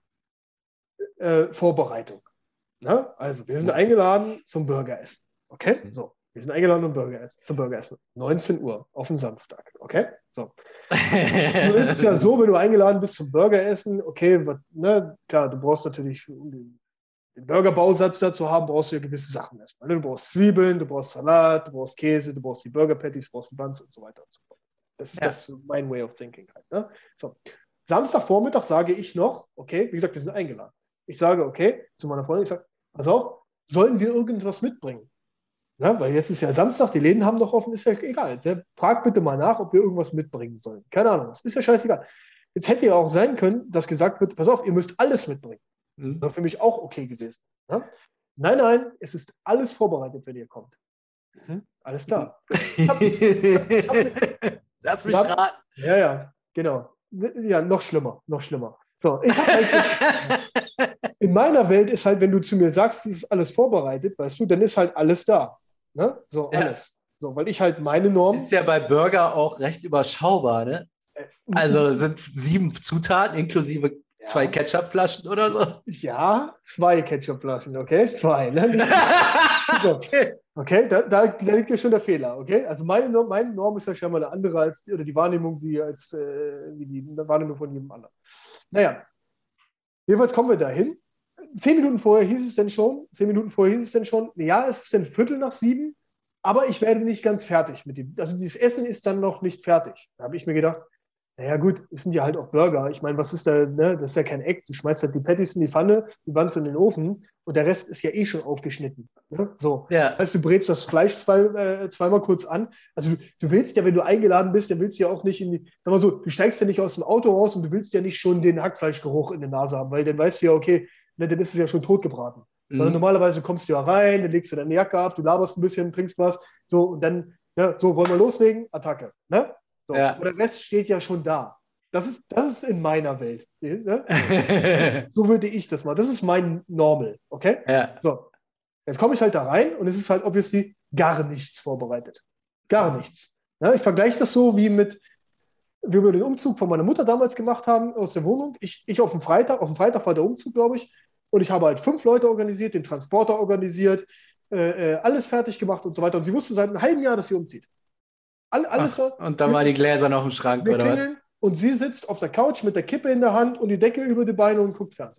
äh, Vorbereitung. Ne? Also wir sind eingeladen zum Burgeressen. Okay? So. Wir sind eingeladen zum Burgeressen. Zum Burgeressen. neunzehn Uhr auf dem Samstag. Okay? So. Nun ist es ja so, wenn du eingeladen bist zum Burgeressen, okay, wat, ne, klar, du brauchst natürlich, um den, den Burgerbausatz dazu haben, brauchst du ja gewisse Sachen erstmal. Ne? Du brauchst Zwiebeln, du brauchst Salat, du brauchst Käse, du brauchst die Burger Patties, du brauchst die Buns und so weiter und so fort. Das ist ja. das mein Way of thinking halt. Ne? So. Samstagvormittag sage ich noch, okay, wie gesagt, wir sind eingeladen. Ich sage, okay, zu meiner Freundin, ich sage, pass auf, sollen wir irgendwas mitbringen? Ja, weil jetzt ist ja Samstag, die Läden haben doch offen, ist ja egal. Der, frag bitte mal nach, ob wir irgendwas mitbringen sollen. Keine Ahnung, das ist ja scheißegal. Jetzt hätte ja auch sein können, dass gesagt wird, pass auf, ihr müsst alles mitbringen. Mhm. Das wäre für mich auch okay gewesen. Ja? Nein, nein, es ist alles vorbereitet, wenn ihr kommt. Mhm. Alles klar. Ich hab, ich hab, Lass mich hab, raten. Ja, ja, genau. Ja, noch schlimmer, noch schlimmer. So, ich habe halt in meiner Welt ist halt, wenn du zu mir sagst, es ist alles vorbereitet, weißt du, dann ist halt alles da. Ne? So, ja. alles. So, weil ich halt meine Norm. Ist ja bei Burger auch recht überschaubar, ne? Also sind sieben Zutaten inklusive ja. zwei Ketchupflaschen oder so? Ja, zwei Ketchupflaschen, okay? Zwei, ne? So. Okay, okay da, da, da liegt ja schon der Fehler, okay? Also meine Norm, meine Norm ist ja schon mal eine andere als, oder die Wahrnehmung wie, als, äh, wie die Wahrnehmung von jedem anderen. Naja, jedenfalls kommen wir dahin. Zehn Minuten vorher hieß es denn schon, zehn Minuten vorher hieß es denn schon, ja, es ist denn Viertel nach sieben, aber ich werde nicht ganz fertig mit dem. Also dieses Essen ist dann noch nicht fertig. Da habe ich mir gedacht, naja gut, es sind ja halt auch Burger. Ich meine, was ist da, ne? Das ist ja kein Eck. Du schmeißt halt die Patties in die Pfanne, die Buns in den Ofen und der Rest ist ja eh schon aufgeschnitten. Ne? So. Ja. Das heißt, du brätst das Fleisch zwei, äh, zweimal kurz an. Also du, du willst ja, wenn du eingeladen bist, dann willst du ja auch nicht in die, sag mal so, du steigst ja nicht aus dem Auto raus und du willst ja nicht schon den Hackfleischgeruch in der Nase haben, weil dann weißt du ja, okay, ne, dann ist es ja schon totgebraten. Mhm. Weil normalerweise kommst du ja rein, dann legst du deine Jacke ab, du laberst ein bisschen, trinkst was, so und dann, ja, so, wollen wir loslegen? Attacke. Ne? So. Ja. Aber der Rest steht ja schon da. Das ist, das ist in meiner Welt. Ne? So würde ich das machen. Das ist mein Normal, okay? Ja. So. Jetzt komme ich halt da rein und es ist halt obviously gar nichts vorbereitet. Gar nichts. Ja, ich vergleiche das so wie mit, wie wir den Umzug von meiner Mutter damals gemacht haben aus der Wohnung. Ich, ich auf dem Freitag, auf dem Freitag war der Umzug, glaube ich, und ich habe halt fünf Leute organisiert, den Transporter organisiert, äh, äh, alles fertig gemacht und so weiter. Und sie wusste seit einem halben Jahr, dass sie umzieht. All, alles Ach, und dann waren die Gläser noch im Schrank, wir oder klingeln, und sie sitzt auf der Couch mit der Kippe in der Hand und die Decke über die Beine und guckt Fernsehen.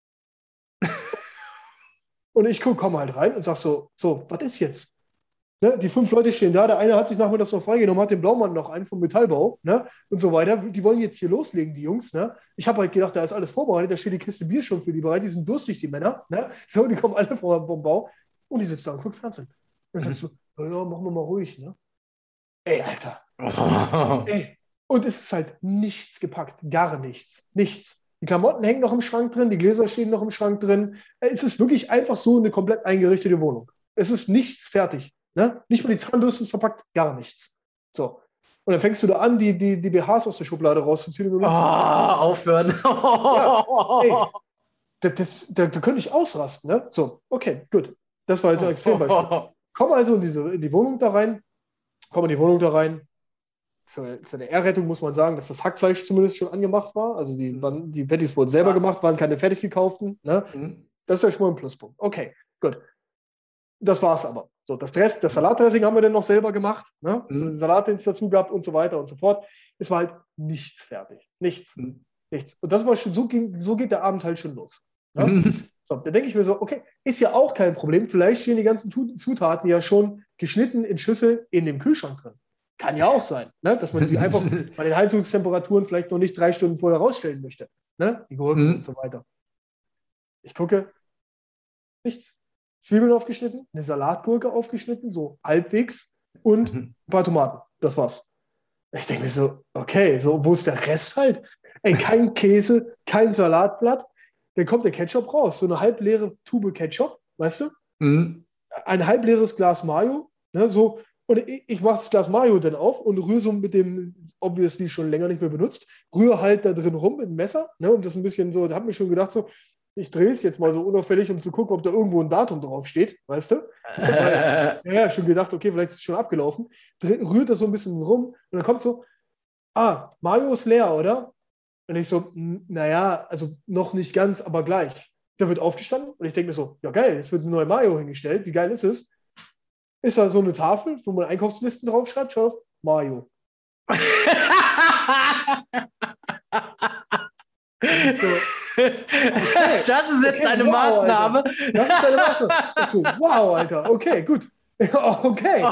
Und ich komme halt rein und sag so, so, was ist jetzt? Ne? Die fünf Leute stehen da, der eine hat sich nachmittags noch freigenommen, hat den Blaumann noch einen vom Metallbau, ne? Und so weiter. Die wollen jetzt hier loslegen, die Jungs. Ne? Ich habe halt gedacht, da ist alles vorbereitet, da steht die Kiste Bier schon für die bereit, die sind durstig, die Männer. Ne? So, die kommen alle vom, vom Bau und die sitzen da und gucken Fernsehen. Und dann sagst du, ja, machen wir mal ruhig. Ne? Ey, Alter. Oh. Ey. Und es ist halt nichts gepackt, gar nichts, nichts. Die Klamotten hängen noch im Schrank drin, die Gläser stehen noch im Schrank drin. Es ist wirklich einfach so eine komplett eingerichtete Wohnung. Es ist nichts fertig. Ne? Nicht mal die Zahnbürste ist verpackt, gar nichts. So. Und dann fängst du da an, die, die, die B Hs aus der Schublade rauszuziehen. Oh, aufhören. Ja, ey, das, das, da, da könnte ich ausrasten. Ne? So, okay, gut. Das war jetzt ein Extrembeispiel. Komm also in, diese, in die Wohnung da rein. Komm in die Wohnung da rein. Zu, zu der Ehrrettung muss man sagen, dass das Hackfleisch zumindest schon angemacht war. Also die, mhm. die Patties wurden selber ja. gemacht, waren keine fertig gekauften. Ne? Mhm. Das ist ja schon mal ein Pluspunkt. Okay, gut. Das war's aber. So, das, Dress, das Salatdressing haben wir dann noch selber gemacht. Ne? Mhm. So den Salat, den es dazu gab und so weiter und so fort. Es war halt nichts fertig. Nichts. Mhm. Nichts. Und das war schon, so, ging, so geht der Abend halt schon los. Ne? Mhm. So, dann denke ich mir so, okay, ist ja auch kein Problem. Vielleicht stehen die ganzen Zutaten ja schon geschnitten in Schüsseln in dem Kühlschrank drin. Kann ja auch sein, ne? Dass man sie einfach bei den Heizungstemperaturen vielleicht noch nicht drei Stunden vorher rausstellen möchte. Ne? Die Gurken Mhm. und so weiter. Ich gucke, nichts. Zwiebeln aufgeschnitten, eine Salatgurke aufgeschnitten, so halbwegs und ein paar Tomaten. Das war's. Ich denke mir so, okay, so, wo ist der Rest halt? Ey, kein Käse, kein Salatblatt. Dann kommt der Ketchup raus. So eine halbleere Tube Ketchup, weißt du? Mhm. Ein halbleeres Glas Mayo. Ne, so. Und ich, ich mache das Glas Mayo dann auf und rühre so mit dem, obviously schon länger nicht mehr benutzt, rühre halt da drin rum mit dem Messer. Ne, und das ein bisschen so, da habe ich schon gedacht, so, ich drehe es jetzt mal so unauffällig, um zu gucken, ob da irgendwo ein Datum drauf steht, weißt du? Weil, ja, ja, schon gedacht, okay, vielleicht ist es schon abgelaufen. Dreh, rührt das so ein bisschen rum und dann kommt so, ah, Mayo ist leer, oder? Und ich so, naja, also noch nicht ganz, aber gleich. Da wird aufgestanden und ich denke mir so, ja geil, jetzt wird ein neuer Mayo hingestellt, wie geil ist es? Ist da so eine Tafel, wo man Einkaufslisten draufschreibt, schau auf, Mayo. So, okay, das ist jetzt okay, deine wow, Maßnahme. Alter. Das ist deine Maßnahme. Ich so, wow, Alter, okay, gut. Okay.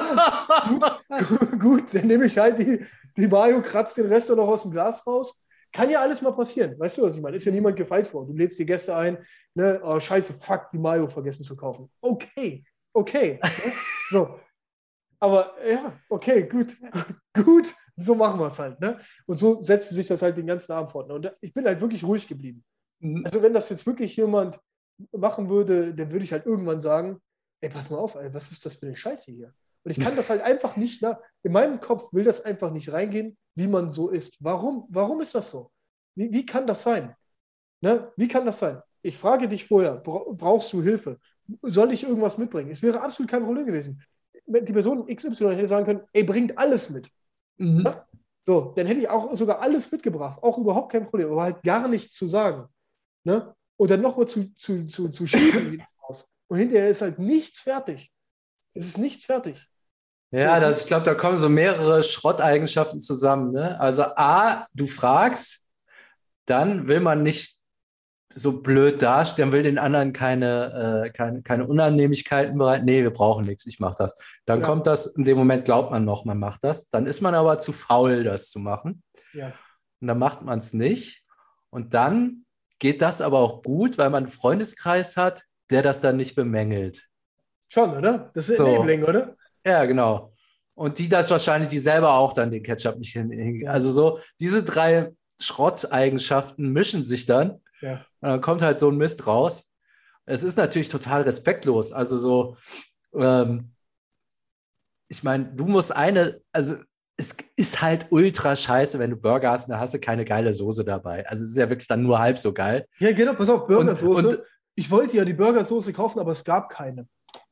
gut, gut, dann nehme ich halt die, die Mayo, kratze den Rest dann noch aus dem Glas raus. Kann ja alles mal passieren. Weißt du, was ich meine? Ist ja niemand gefeit vor. Du lädst die Gäste ein, ne? Oh, scheiße, fuck, die Mayo vergessen zu kaufen. Okay, okay. Ne? So. Aber ja, okay, gut, gut, so machen wir es halt. Ne? Und so setzte sich das halt den ganzen Abend fort. Ne? Und ich bin halt wirklich ruhig geblieben. Also wenn das jetzt wirklich jemand machen würde, dann würde ich halt irgendwann sagen, ey, pass mal auf, ey, was ist das für eine Scheiße hier? Und ich kann das halt einfach nicht, na, in meinem Kopf will das einfach nicht reingehen, wie man so ist. Warum, warum ist das so? Wie, wie kann das sein? Ne? Wie kann das sein? Ich frage dich vorher, brauchst du Hilfe? Soll ich irgendwas mitbringen? Es wäre absolut kein Problem gewesen. Die Person X Y hätte sagen können, ey, bringt alles mit. Mhm. Ja? So, dann hätte ich auch sogar alles mitgebracht, auch überhaupt kein Problem, aber halt gar nichts zu sagen. Ne? Und dann nochmal zu, zu, zu, zu schieben. Und hinterher ist halt nichts fertig. Es ist nichts fertig. Ja, So. das, ich glaube, da kommen so mehrere Schrotteigenschaften zusammen. Ne? Also A, du fragst, dann will man nicht so blöd dastehen, will den anderen keine, äh, keine, keine Unannehmlichkeiten bereiten. Nee, wir brauchen nichts, ich mache das. Dann Ja. kommt das, in dem Moment glaubt man noch, man macht das. Dann ist man aber zu faul, das zu machen. Ja. Und dann macht man es nicht. Und dann geht das aber auch gut, weil man einen Freundeskreis hat, der das dann nicht bemängelt. Schon, oder? Das ist So. Enabling, oder? Ja, genau. Und die das wahrscheinlich, die selber auch dann den Ketchup nicht hin. Ja. Also so, diese drei Schrotteigenschaften mischen sich dann. Ja. Und dann kommt halt so ein Mist raus. Es ist natürlich total respektlos. Also so, ähm, ich meine, du musst eine, also es ist halt ultra scheiße, wenn du Burger hast und da hast du keine geile Soße dabei. Also es ist ja wirklich dann nur halb so geil. Ja, genau, pass auf, Burgersoße. Und, und, ich wollte ja die Burgersoße kaufen, aber es gab keine.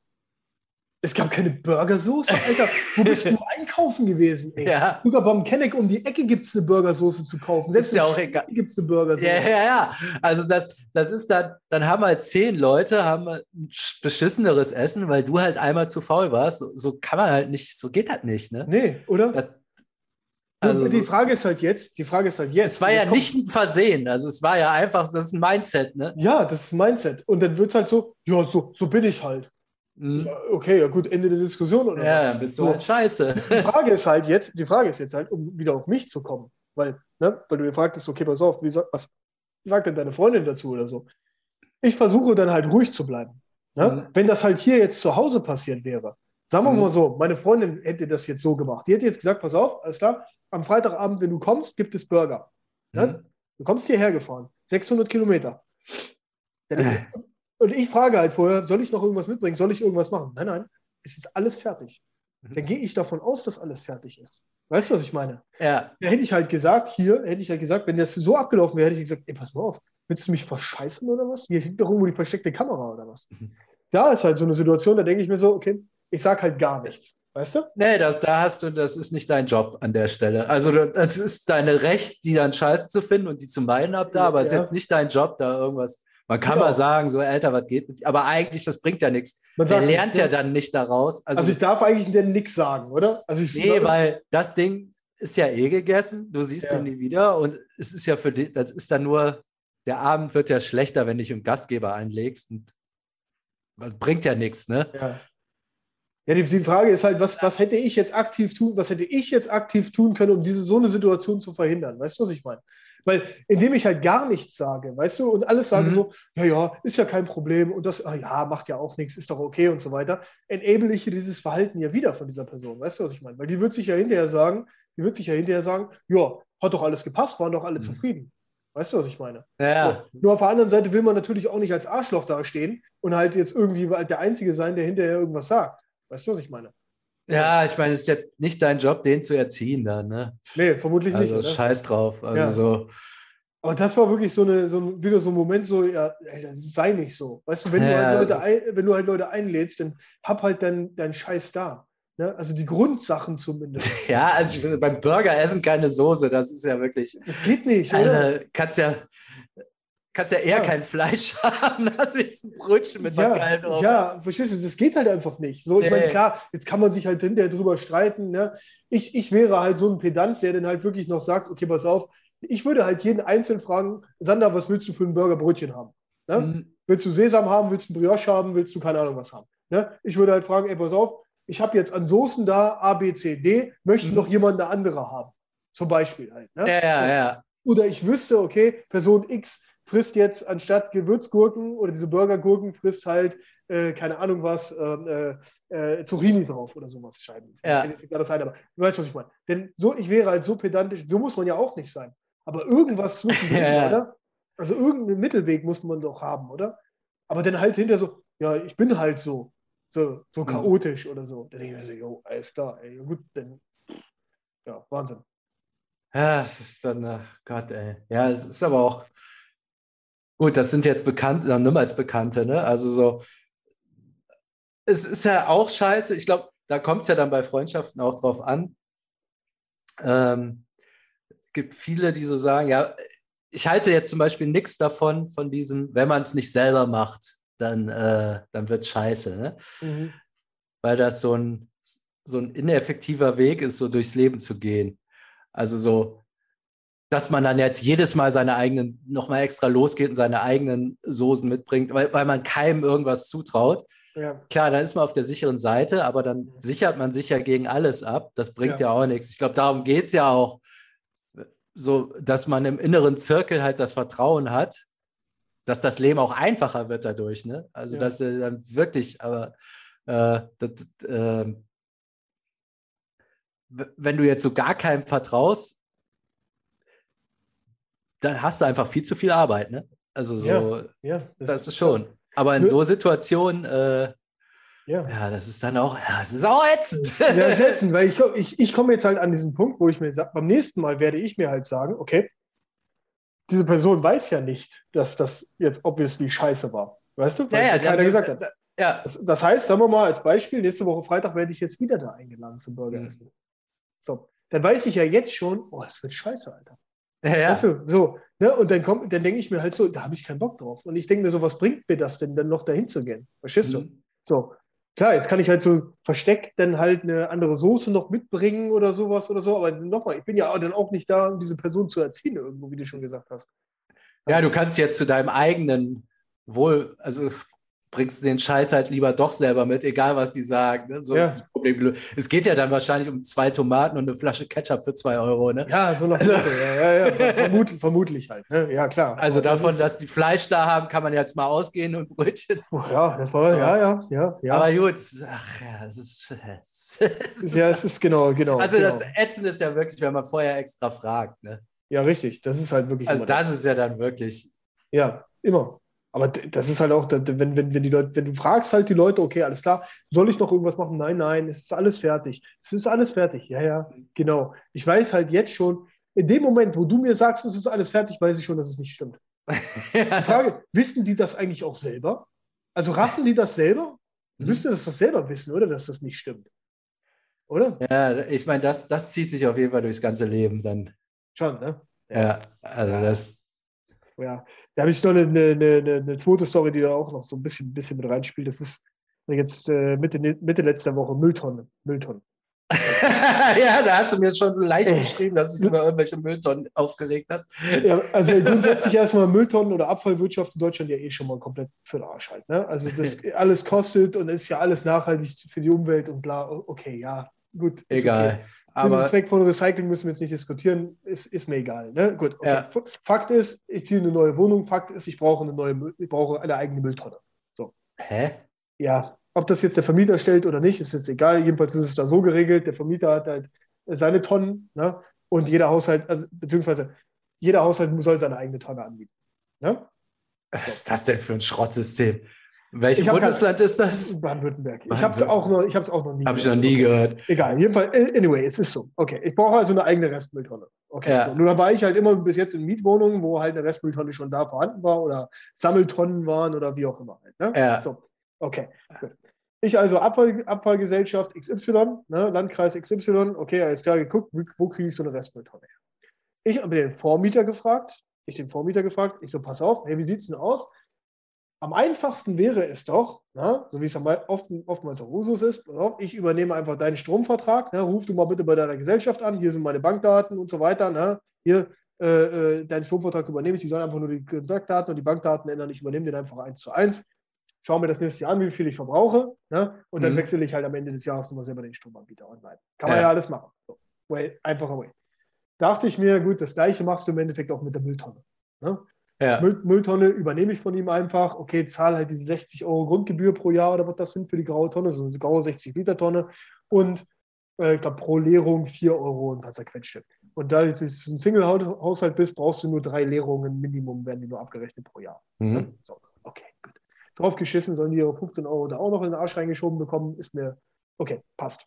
Es gab keine Burgersoße, Alter. Wo bist du einkaufen gewesen, ey? ja. Sogar beim Kenneck um die Ecke gibt es eine Burgersoße zu kaufen. Selbst ist ja auch egal. Gibt es eine Burgersoße. Ja, ja, ja. Also das, das ist dann, dann haben halt zehn Leute, haben ein beschisseneres Essen, weil du halt einmal zu faul warst. So, so kann man halt nicht, so geht das nicht, ne? Nee, oder? Das, also die so, Frage ist halt jetzt, die Frage ist halt jetzt. Es war ja jetzt kommt, nicht ein Versehen, also es war ja einfach, das ist ein Mindset, ne? Ja, das ist ein Mindset. Und dann wird es halt so, ja, so, so bin ich halt. Mhm. Ja, okay, ja gut, Ende der Diskussion oder ja, was? dann bist du so. halt scheiße. Die Frage ist halt jetzt, die Frage ist jetzt halt, um wieder auf mich zu kommen, weil, ne, weil du mir fragtest, okay, pass auf, wie, was sagt denn deine Freundin dazu oder so? Ich versuche dann halt ruhig zu bleiben. Ne? Mhm. Wenn das halt hier jetzt zu Hause passiert wäre, sagen wir Mhm. mal so, meine Freundin hätte das jetzt so gemacht. Die hätte jetzt gesagt, pass auf, alles klar, am Freitagabend, wenn du kommst, gibt es Burger. Ne? Mhm. Du kommst hierher gefahren, sechshundert Kilometer. Dann, Äh. und ich frage halt vorher, soll ich noch irgendwas mitbringen? Soll ich irgendwas machen? Nein, nein, es ist alles fertig. Dann gehe ich davon aus, dass alles fertig ist. Weißt du, was ich meine? Ja. Da hätte ich halt gesagt, hier, hätte ich halt gesagt, wenn das so abgelaufen wäre, hätte ich gesagt, ey, pass mal auf, willst du mich verscheißen oder was? Hier hängt doch irgendwo die versteckte Kamera oder was? Mhm. Da ist halt so eine Situation, da denke ich mir so, okay, ich sag halt gar nichts. Weißt du? Nee, das, da hast du, das ist nicht dein Job an der Stelle. Also das ist deine Recht, die dann scheiße zu finden und die zu meiden ab da, aber es Ja. ist jetzt nicht dein Job, da irgendwas. Man kann Genau. mal sagen, so, Alter, was geht mit dir? Aber eigentlich, das bringt ja nichts. Man Der sagt lernt nichts, ja ne? dann nicht daraus. Also, Also ich darf eigentlich denn nichts sagen, oder? Also ich nee, weil das Ding ist ja eh gegessen, du siehst Ja. ihn nie wieder und es ist ja für dich, das ist dann nur, der Abend wird ja schlechter, wenn du dich im Gastgeber einlegst und das bringt ja nichts, ne? Ja. Ja, die, die Frage ist halt, was, was hätte ich jetzt aktiv tun, was hätte ich jetzt aktiv tun können, um diese so eine Situation zu verhindern? Weißt du, was ich meine? Weil, indem ich halt gar nichts sage, weißt du, und alles sage Mhm. so, ja, ja, ist ja kein Problem und das, ah, ja, macht ja auch nichts, ist doch okay und so weiter, enable ich dieses Verhalten ja wieder von dieser Person. Weißt du, was ich meine? Weil die wird sich ja hinterher sagen, die wird sich ja hinterher sagen, ja, hat doch alles gepasst, waren doch alle Mhm. zufrieden. Weißt du, was ich meine? So. Ja, Nur auf der anderen Seite will man natürlich auch nicht als Arschloch dastehen und halt jetzt irgendwie halt der Einzige sein, der hinterher irgendwas sagt. Weißt du, was ich meine? So. ja, ich meine, es ist jetzt nicht dein Job, den zu erziehen dann, ne? Nee, vermutlich nicht, Also oder? scheiß drauf. Also Ja. so, Aber das war wirklich so eine, so ein, wieder so ein Moment, so, ja, ey, das sei nicht so. Weißt du, wenn du halt ja, es Leute, ist, ein, wenn du halt Leute einlädst, dann hab halt deinen dein Scheiß da. Ne? Also die Grundsachen zumindest. ja, also ich finde, beim Burger essen keine Soße, das ist ja wirklich, Das geht nicht, oder? also kannst ja, kannst ja eher Ja, kein Fleisch haben, das willst ein Brötchen mit was ja, Geil drauf haben. ja, verstehst du, das geht halt einfach nicht. So, ich meine, Nee. klar, jetzt kann man sich halt hinterher drüber streiten. Ne? Ich, ich wäre halt so ein Pedant, der dann halt wirklich noch sagt, okay, pass auf, ich würde halt jeden einzeln fragen, Sander, was willst du für ein Burgerbrötchen haben? Ne? Mhm. Willst du Sesam haben, willst du Brioche haben, willst du keine Ahnung was haben? Ne? Ich würde halt fragen, ey, pass auf, ich habe jetzt an Soßen da, A, B, C, D, möchte noch Mhm. jemand eine andere haben? Zum Beispiel halt. Ne? Ja, ja, So. ja. Oder ich wüsste, okay, Person X frisst jetzt anstatt Gewürzgurken oder diese Burgergurken, frisst halt, äh, keine Ahnung was, äh, äh, Zucchini drauf oder sowas. Scheiben. Mir fällt Ja, jetzt nicht das ein, aber du weißt, was ich meine. Denn so, ich wäre halt so pedantisch, so muss man ja auch nicht sein. Aber irgendwas ja, zwischendrin, ja. oder? Also irgendeinen Mittelweg muss man doch haben, oder? Aber dann halt hinter so, ja, ich bin halt so, so, so Mhm. chaotisch oder so. Dann denke ich mir so, jo, alles klar, ey, gut, dann, ja, Wahnsinn. Ja, es ist dann, ach Gott, ey. Ja, es ist aber auch, gut, das sind jetzt Bekannte, dann nimm als Bekannte, ne? Also so, es ist ja auch scheiße. Ich glaube, da kommt es ja dann bei Freundschaften auch drauf an. Ähm, es gibt viele, die so sagen, ja, ich halte jetzt zum Beispiel nichts davon, von diesem, wenn man es nicht selber macht, dann, äh, dann wird es scheiße, ne? Mhm. Weil das so ein, so ein ineffektiver Weg ist, so durchs Leben zu gehen. Also so, dass man dann jetzt jedes Mal seine eigenen, nochmal extra losgeht und seine eigenen Soßen mitbringt, weil, weil man keinem irgendwas zutraut. Ja, Klar, dann ist man auf der sicheren Seite, aber dann sichert man sich ja gegen alles ab. Das bringt ja, ja auch nichts. Ich glaube, darum geht es ja auch, so, dass man im inneren Zirkel halt das Vertrauen hat, dass das Leben auch einfacher wird dadurch. Ne? Also, ja. dass du dann wirklich, aber äh, das, äh, wenn du jetzt so gar keinem vertraust, dann hast du einfach viel zu viel Arbeit. Ne? Also, Ja, so, ja, das das ist ist klar. schon. Aber in Nö, so Situationen, äh, ja. ja, das ist dann auch, ja, es ist auch ätzend. Ja, setzen, weil ich, glaub, ich, ich komme jetzt halt an diesen Punkt, wo ich mir sage, beim nächsten Mal werde ich mir halt sagen, okay, diese Person weiß ja nicht, dass das jetzt obviously scheiße war. Weißt du? Weil es Naja, ja keiner dann, gesagt hat. ja. Das, das heißt, sagen wir mal als Beispiel, nächste Woche Freitag werde ich jetzt wieder da eingeladen zum Burger Hm. essen. So, dann weiß ich ja jetzt schon, oh, das wird scheiße, Alter. Ja, Weißt ja. du, so, ne? Und dann kommt, dann denke ich mir halt so, da habe ich keinen Bock drauf. Und ich denke mir so, was bringt mir das denn, dann noch dahin zu gehen? Verstehst du? Hm. So, klar, jetzt kann ich halt so versteckt dann halt eine andere Soße noch mitbringen oder sowas oder so, aber nochmal, ich bin ja dann auch nicht da, um diese Person zu erziehen, irgendwo, wie du schon gesagt hast. Ja, Ja, du kannst jetzt zu deinem eigenen Wohl, also bringst den Scheiß halt lieber doch selber mit, egal was die sagen. Ne? So das ja, Problem. Es geht ja dann wahrscheinlich um zwei Tomaten und eine Flasche Ketchup für zwei Euro. Ne? ja, so nach dem Also, Motto, ja, ja, ja, ver- vermut, vermutlich halt. Ne? Ja, klar, also aber das davon, ist, dass die Fleisch da haben, kann man jetzt mal ausgehen und Brötchen. ja, das war, ja, Aber, ja, ja, aber ja. gut, ach ja, es ist, es ist, Ja, es ist genau, genau, also das genau. Ätzende ist ja wirklich, wenn man vorher extra fragt. Ne? Ja, richtig, das ist halt wirklich Also immer das das. ist ja dann wirklich, Ja, immer. Aber d- das ist halt auch, da- wenn, wenn, wenn die Leute, wenn du fragst halt die Leute, okay, alles klar, soll ich noch irgendwas machen? Nein, nein, es ist alles fertig. Es ist alles fertig. Ja, ja, genau. Ich weiß halt jetzt schon, in dem Moment, wo du mir sagst, es ist alles fertig, weiß ich schon, dass es nicht stimmt. Die Frage, wissen die das eigentlich auch selber? Also raffen die das selber? Die müssten das doch selber wissen, oder? Dass das nicht stimmt. Oder? ja, ich meine, das, das zieht sich auf jeden Fall durchs ganze Leben dann. Schon, ne? Ja. Ja, also Ja. das, Ja, da habe ich noch eine, eine, eine, eine zweite Story, die da auch noch so ein bisschen, bisschen mit reinspielt. Das ist jetzt äh, Mitte, Mitte letzter Woche Mülltonne. Mülltonnen. Ja, da hast du mir schon so leicht Ey. geschrieben, dass du über irgendwelche Mülltonnen aufgeregt hast. Ja, also grundsätzlich erstmal Mülltonnen oder Abfallwirtschaft in Deutschland ja eh schon mal komplett für den Arsch halt. Ne? Also das alles kostet und ist ja alles nachhaltig für die Umwelt und bla. Okay, ja, gut, ist Egal. okay. Sinn und Aber Zweck von Recycling müssen wir jetzt nicht diskutieren, ist, ist mir egal. Ne? Gut, okay. ja. Fakt ist, ich ziehe eine neue Wohnung. Fakt ist, ich brauche eine neue, Müll- ich brauche eine eigene Mülltonne. So. Hä? Ja, ob das jetzt der Vermieter stellt oder nicht, ist jetzt egal. Jedenfalls ist es da so geregelt, der Vermieter hat halt seine Tonnen, ne? Und jeder Haushalt, also beziehungsweise jeder Haushalt soll seine eigene Tonne anbieten. Ne? Was ist das denn für ein Schrottsystem? In welchem Ich hab Bundesland ist das? Baden-Württemberg. Ich habe es auch noch, ich habe es auch noch nie Habe ich noch nie gehört. Egal, jedenfalls, anyway, es ist so. Okay, ich brauche also eine eigene Restmülltonne. Okay, Ja. so. Nur da war ich halt immer bis jetzt in Mietwohnungen, wo halt eine Restmülltonne schon da vorhanden war oder Sammeltonnen waren oder wie auch immer. Halt, ne? Ja. So, okay, gut. Ich also Abfall, Abfallgesellschaft X Y, ne, Landkreis X Y, okay, alles klar geguckt, wo, wo kriege ich so eine Restmülltonne her? Ich habe den Vormieter gefragt, ich den Vormieter gefragt, ich so, pass auf, hey, wie sieht es denn aus? Am einfachsten wäre es doch, na, so wie es oft, oftmals auch Usus ist, ich übernehme einfach deinen Stromvertrag, na, ruf du mal bitte bei deiner Gesellschaft an, hier sind meine Bankdaten und so weiter, na, hier, äh, äh, deinen Stromvertrag übernehme ich, die sollen einfach nur die Kontaktdaten und die Bankdaten ändern, ich übernehme den einfach eins zu eins, schaue mir das nächste Jahr an, wie viel ich verbrauche, na, und dann Mhm. wechsle ich halt am Ende des Jahres nochmal selber den Stromanbieter online. Kann man Ja. ja alles machen. So, way, einfacher way. Dachte ich mir, gut, das gleiche machst du im Endeffekt auch mit der Mülltonne. Ne? Ja. Müll, Mülltonne übernehme ich von ihm einfach. Okay, zahle halt diese sechzig Euro Grundgebühr pro Jahr oder was das sind für die graue Tonne, so eine graue sechzig Liter Tonne. Und äh, ich glaube, pro Leerung vier Euro und ein paar zerquetschte. Und da du ein Single-Haushalt bist, brauchst du nur drei Leerungen Minimum, werden die nur abgerechnet pro Jahr. Mhm. Ne? So, okay, gut. Drauf geschissen, sollen die ihre fünfzehn Euro da auch noch in den Arsch reingeschoben bekommen, ist mir, okay, passt.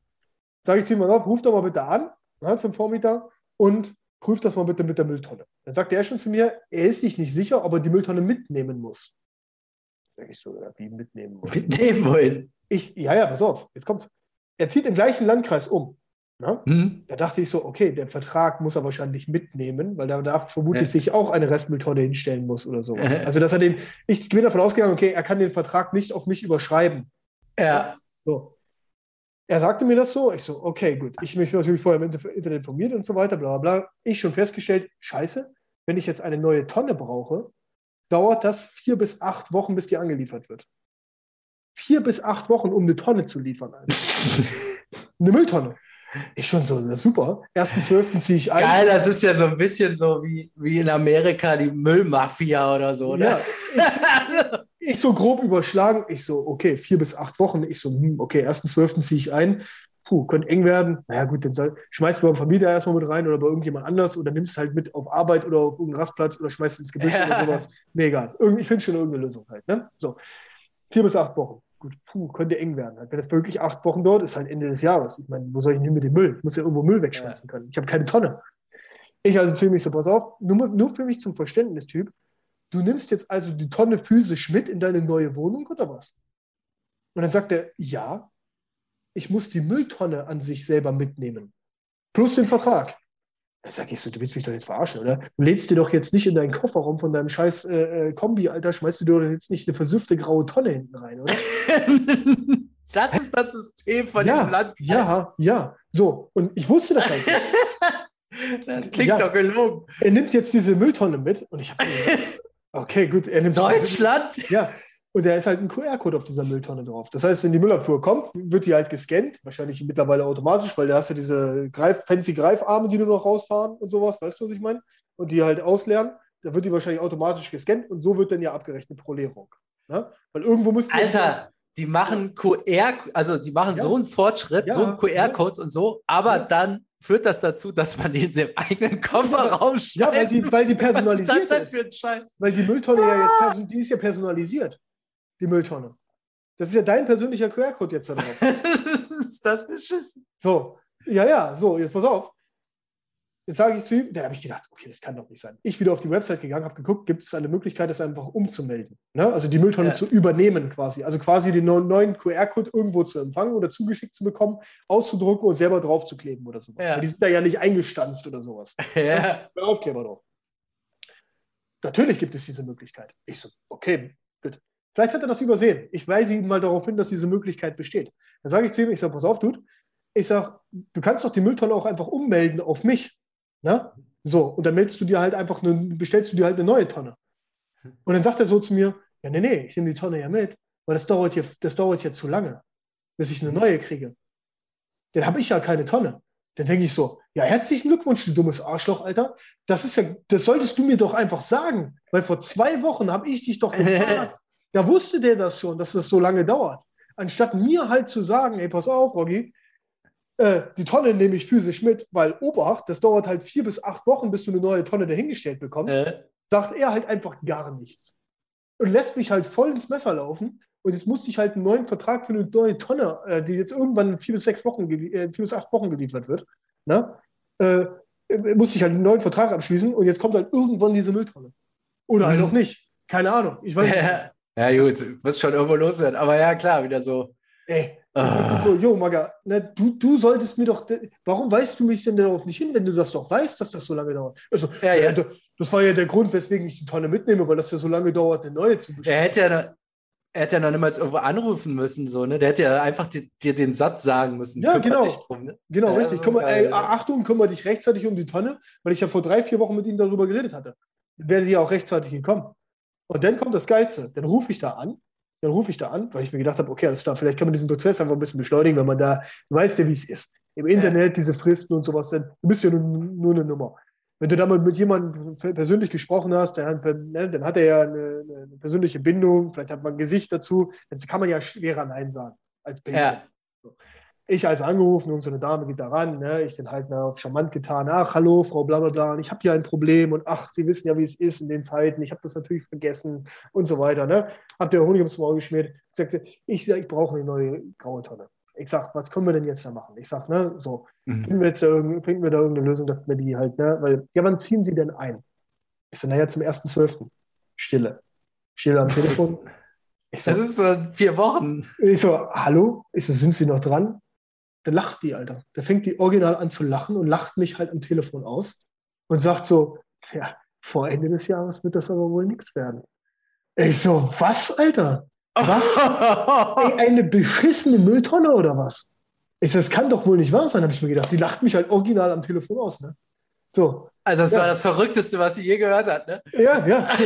Sag ich, zieh mal auf, ruf doch mal bitte an, na, zum Vormieter und prüf das mal bitte mit der Mülltonne. Dann sagt er schon zu mir, er ist sich nicht sicher, ob er die Mülltonne mitnehmen muss. Sag ich so, ja, wie mitnehmen muss? Mitnehmen wollen. Ich, ja, ja, pass auf, jetzt kommt's. Er zieht im gleichen Landkreis um. Na? Mhm. Da dachte ich so, okay, der Vertrag muss er wahrscheinlich mitnehmen, weil er da vermutlich Ja. sich auch eine Restmülltonne hinstellen muss oder sowas. Ja. Also, dass er den, ich bin davon ausgegangen, okay, er kann den Vertrag nicht auf mich überschreiben. Ja. So. Er sagte mir das so, ich so, okay, gut. Ich mich natürlich vorher im Internet informiert und so weiter, bla bla. Ich schon festgestellt, scheiße, wenn ich jetzt eine neue Tonne brauche, dauert das vier bis acht Wochen, bis die angeliefert wird. Vier bis acht Wochen, um eine Tonne zu liefern. Alter. Eine Mülltonne. Ich schon so, das ist super. ersten zwölften ziehe ich ein. Geil, das ist ja so ein bisschen so wie, wie in Amerika die Müllmafia oder so, ne? Ja, ich, ich so grob überschlagen. Ich so, okay, vier bis acht Wochen. Ich so, hm, okay, ersten zwölften ziehe ich ein. Puh, könnte eng werden. Naja, gut, dann soll, schmeißt du beim Vermieter erstmal mit rein oder bei irgendjemand anders oder nimmst es halt mit auf Arbeit oder auf irgendeinen Rastplatz oder schmeißt es ins Gebüsch Ja. oder sowas. Mir egal. Irgend, ich finde schon irgendeine Lösung halt. Ne? So, vier bis acht Wochen. Gut, puh, könnte eng werden. Wenn das wirklich acht Wochen dauert, ist halt Ende des Jahres. Ich meine, wo soll ich denn hin mit dem Müll? Ich muss ja irgendwo Müll wegschmeißen können. Ich habe keine Tonne. Ich also ziemlich so, pass auf, nur, nur für mich zum Verständnis, Typ. Du nimmst jetzt also die Tonne physisch mit in deine neue Wohnung oder was? Und dann sagt er, ja, ich muss die Mülltonne an sich selber mitnehmen. Plus den Vertrag. Da sag ich so, du willst mich doch jetzt verarschen, oder? Du lädst dir doch jetzt nicht in deinen Kofferraum von deinem scheiß äh, Kombi, Alter, schmeißt du dir doch jetzt nicht eine versüffte graue Tonne hinten rein, oder? Das ist das System von ja, diesem Land. Ja, ja. So, und ich wusste das halt nicht. Das klingt Ja. doch gelogen. Er nimmt jetzt diese Mülltonne mit und ich habe gesagt, okay, gut, er nimmt Deutschland? Diese, ja, und da ist halt ein Q R-Code auf dieser Mülltonne drauf. Das heißt, wenn die Müllabfuhr kommt, wird die halt gescannt, wahrscheinlich mittlerweile automatisch, weil da hast du diese Greif, fancy Greifarme, die nur noch rausfahren und sowas, weißt du, was ich meine? Und die halt ausleeren, da wird die wahrscheinlich automatisch gescannt und so wird dann ja abgerechnet pro Leerung. Ne? Weil irgendwo müssen wir- Alter, die machen Q R, also die machen Ja. so einen Fortschritt, Ja, so einen Q R-Codes und so, aber Ja. dann führt das dazu, dass man die in seinem eigenen Kofferraum schmeißt. Ja, weil die, weil die Was ist personalisiert das denn ist. für ein Scheiß? Weil die Mülltonne ja jetzt, perso- die ist ja personalisiert, die Mülltonne. Das ist ja dein persönlicher Q R-Code jetzt da drauf. Ist das beschissen? So, ja, ja, so, jetzt pass auf. Jetzt sage ich zu ihm, dann habe ich gedacht, okay, das kann doch nicht sein. Ich wieder auf die Website gegangen, habe geguckt, gibt es eine Möglichkeit, das einfach umzumelden. Ne? Also die Mülltonne Ja. zu übernehmen quasi. Also quasi den neuen Q R-Code irgendwo zu empfangen oder zugeschickt zu bekommen, auszudrucken und selber draufzukleben oder sowas. Ja. Weil die sind da ja nicht eingestanzt oder sowas. Ja. Mit Aufkleber drauf. Natürlich gibt es diese Möglichkeit. Ich so, okay, gut. Vielleicht hat er das übersehen. Ich weise ihn mal darauf hin, dass diese Möglichkeit besteht. Dann sage ich zu ihm, ich sage, pass auf, Dude, Ich sage, du kannst doch die Mülltonne auch einfach ummelden auf mich. Ne? So, und dann meldest du dir halt einfach eine, bestellst du dir halt eine neue Tonne. Und dann sagt er so zu mir, ja, nee, nee, ich nehme die Tonne ja mit, weil das dauert hier, das dauert hier zu lange, bis ich eine neue kriege. Dann habe ich ja keine Tonne. Dann denke ich so, ja, herzlichen Glückwunsch, du dummes Arschloch, Alter. Das ist ja, das solltest du mir doch einfach sagen, weil vor zwei Wochen habe ich dich doch gefragt. Da wusste der das schon, dass das so lange dauert. Anstatt mir halt zu sagen, ey, pass auf, Rogi, äh, die Tonne nehme ich physisch mit, weil Obacht, das dauert halt vier bis acht Wochen, bis du eine neue Tonne dahingestellt bekommst, Äh, sagt er halt einfach gar nichts. Und lässt mich halt voll ins Messer laufen. Und jetzt musste ich halt einen neuen Vertrag für eine neue Tonne, äh, die jetzt irgendwann in vier bis sechs Wochen, äh, vier bis acht Wochen geliefert wird. Ne? Äh, äh, musste ich halt einen neuen Vertrag abschließen und jetzt kommt halt irgendwann diese Mülltonne. Oder halt auch nicht. Keine Ahnung. Ich weiß nicht. Ja, gut, wirst schon irgendwo loswerden. Aber ja, klar, wieder so. Ey, ich denke so, jo, Maga, ne, du, du solltest mir doch, warum weißt du mich denn darauf nicht hin, wenn du das doch weißt, dass das so lange dauert? Also, Ja, ja. äh, das war ja der Grund, weswegen ich die Tonne mitnehme, weil das ja so lange dauert, eine neue zu bestellen. Er hätte ja, noch, er hätte ja noch niemals irgendwo anrufen müssen, so, ne? Der hätte ja einfach dir, dir den Satz sagen müssen. Ja, Kümmert genau. dich drum, ne? Genau, Ja, richtig. so Kümmer, geil, ey, ja. Achtung, kümmere dich rechtzeitig um die Tonne, weil ich ja vor drei, vier Wochen mit ihm darüber geredet hatte. Dann wäre sie ja auch rechtzeitig gekommen. Und dann kommt das Geilste. Dann rufe ich da an. Dann rufe ich da an, weil ich mir gedacht habe, okay, alles klar, vielleicht kann man diesen Prozess einfach ein bisschen beschleunigen, wenn man da, du weißt ja, wie es ist. Im Internet, diese Fristen und sowas, dann, du bist ja nur, nur eine Nummer. Wenn du da mal mit jemandem persönlich gesprochen hast, dann, dann hat er ja eine, eine persönliche Bindung, vielleicht hat man ein Gesicht dazu, dann kann man ja schwerer Nein sagen als Behindert. Ja. Ich also angerufen, und so eine Dame geht da ran, ne? Ich dann halt na, auf charmant getan, ach, hallo, Frau bla bla bla, und ich habe hier ein Problem und ach, Sie wissen ja, wie es ist in den Zeiten, ich habe das natürlich vergessen und so weiter. Ne? Hab der Honig ums Maul geschmiert, sagt sie, ich, ich brauche eine neue graue Tonne. Ich sag, was können wir denn jetzt da machen? Ich sag, ne, so, Mhm. finden wir, jetzt da, finden wir da irgendeine Lösung, dass wir die halt, ne, weil, ja, wann ziehen Sie denn ein? Ich so, naja, zum ersten zwölften Stille. Stille am Telefon. Ich so, Das ist so in vier Wochen. ich so, hallo? Ich so, sind Sie noch dran? Da lacht die, Alter. Da fängt die original an zu lachen und lacht mich halt am Telefon aus und sagt so, ja, vor Ende des Jahres wird das aber wohl nichts werden. Ich so, was, Alter? Was? Ey, eine beschissene Mülltonne oder was? Ich so, das kann doch wohl nicht wahr sein, habe ich mir gedacht. Die lacht mich halt original am Telefon aus, ne? So. Also das ja. war das Verrückteste, was die je gehört hat, ne? Ja, ja. So.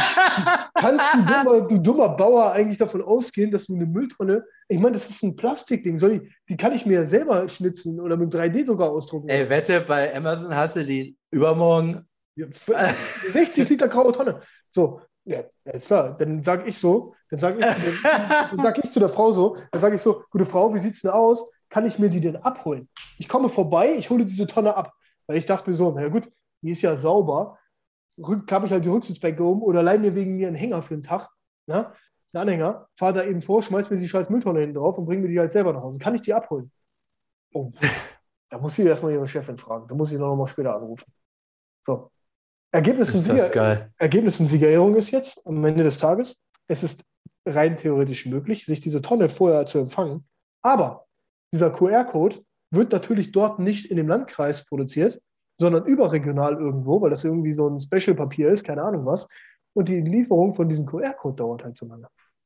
Kannst du dummer, du dummer Bauer eigentlich davon ausgehen, dass du eine Mülltonne, ich meine, das ist ein Plastikding, soll ich, die kann ich mir ja selber schnitzen oder mit drei D-Drucker ausdrucken. Ey, wette, bei Amazon hast du die übermorgen. Ja, sechzig Liter graue Tonne. So, ja, ist klar. Dann sage ich so, dann sage ich, dann, dann sag ich zu der Frau so, dann sage ich so, gute Frau, wie sieht's denn aus? Kann ich mir die denn abholen? Ich komme vorbei, ich hole diese Tonne ab. Weil ich dachte mir so, na gut, die ist ja sauber. Rück, habe ich halt die Rücksitzbänke um oder leih mir wegen mir einen Hänger für den Tag, ne? Einen Anhänger, fahr da eben vor, schmeiß mir die scheiß Mülltonne hinten drauf und bring mir die halt selber nach Hause. Kann ich die abholen? Oh, da muss ich erstmal ihre Chefin fragen. Da muss ich noch mal später anrufen. So. Ergebnis und, Sieger, Ergebnis und Siegerehrung ist jetzt am Ende des Tages, es ist rein theoretisch möglich, sich diese Tonne vorher zu empfangen. Aber dieser Q R-Code wird natürlich dort nicht in dem Landkreis produziert, sondern überregional irgendwo, weil das irgendwie so ein Special-Papier ist, keine Ahnung was. Und die Lieferung von diesem Q R-Code dauert halt so lange.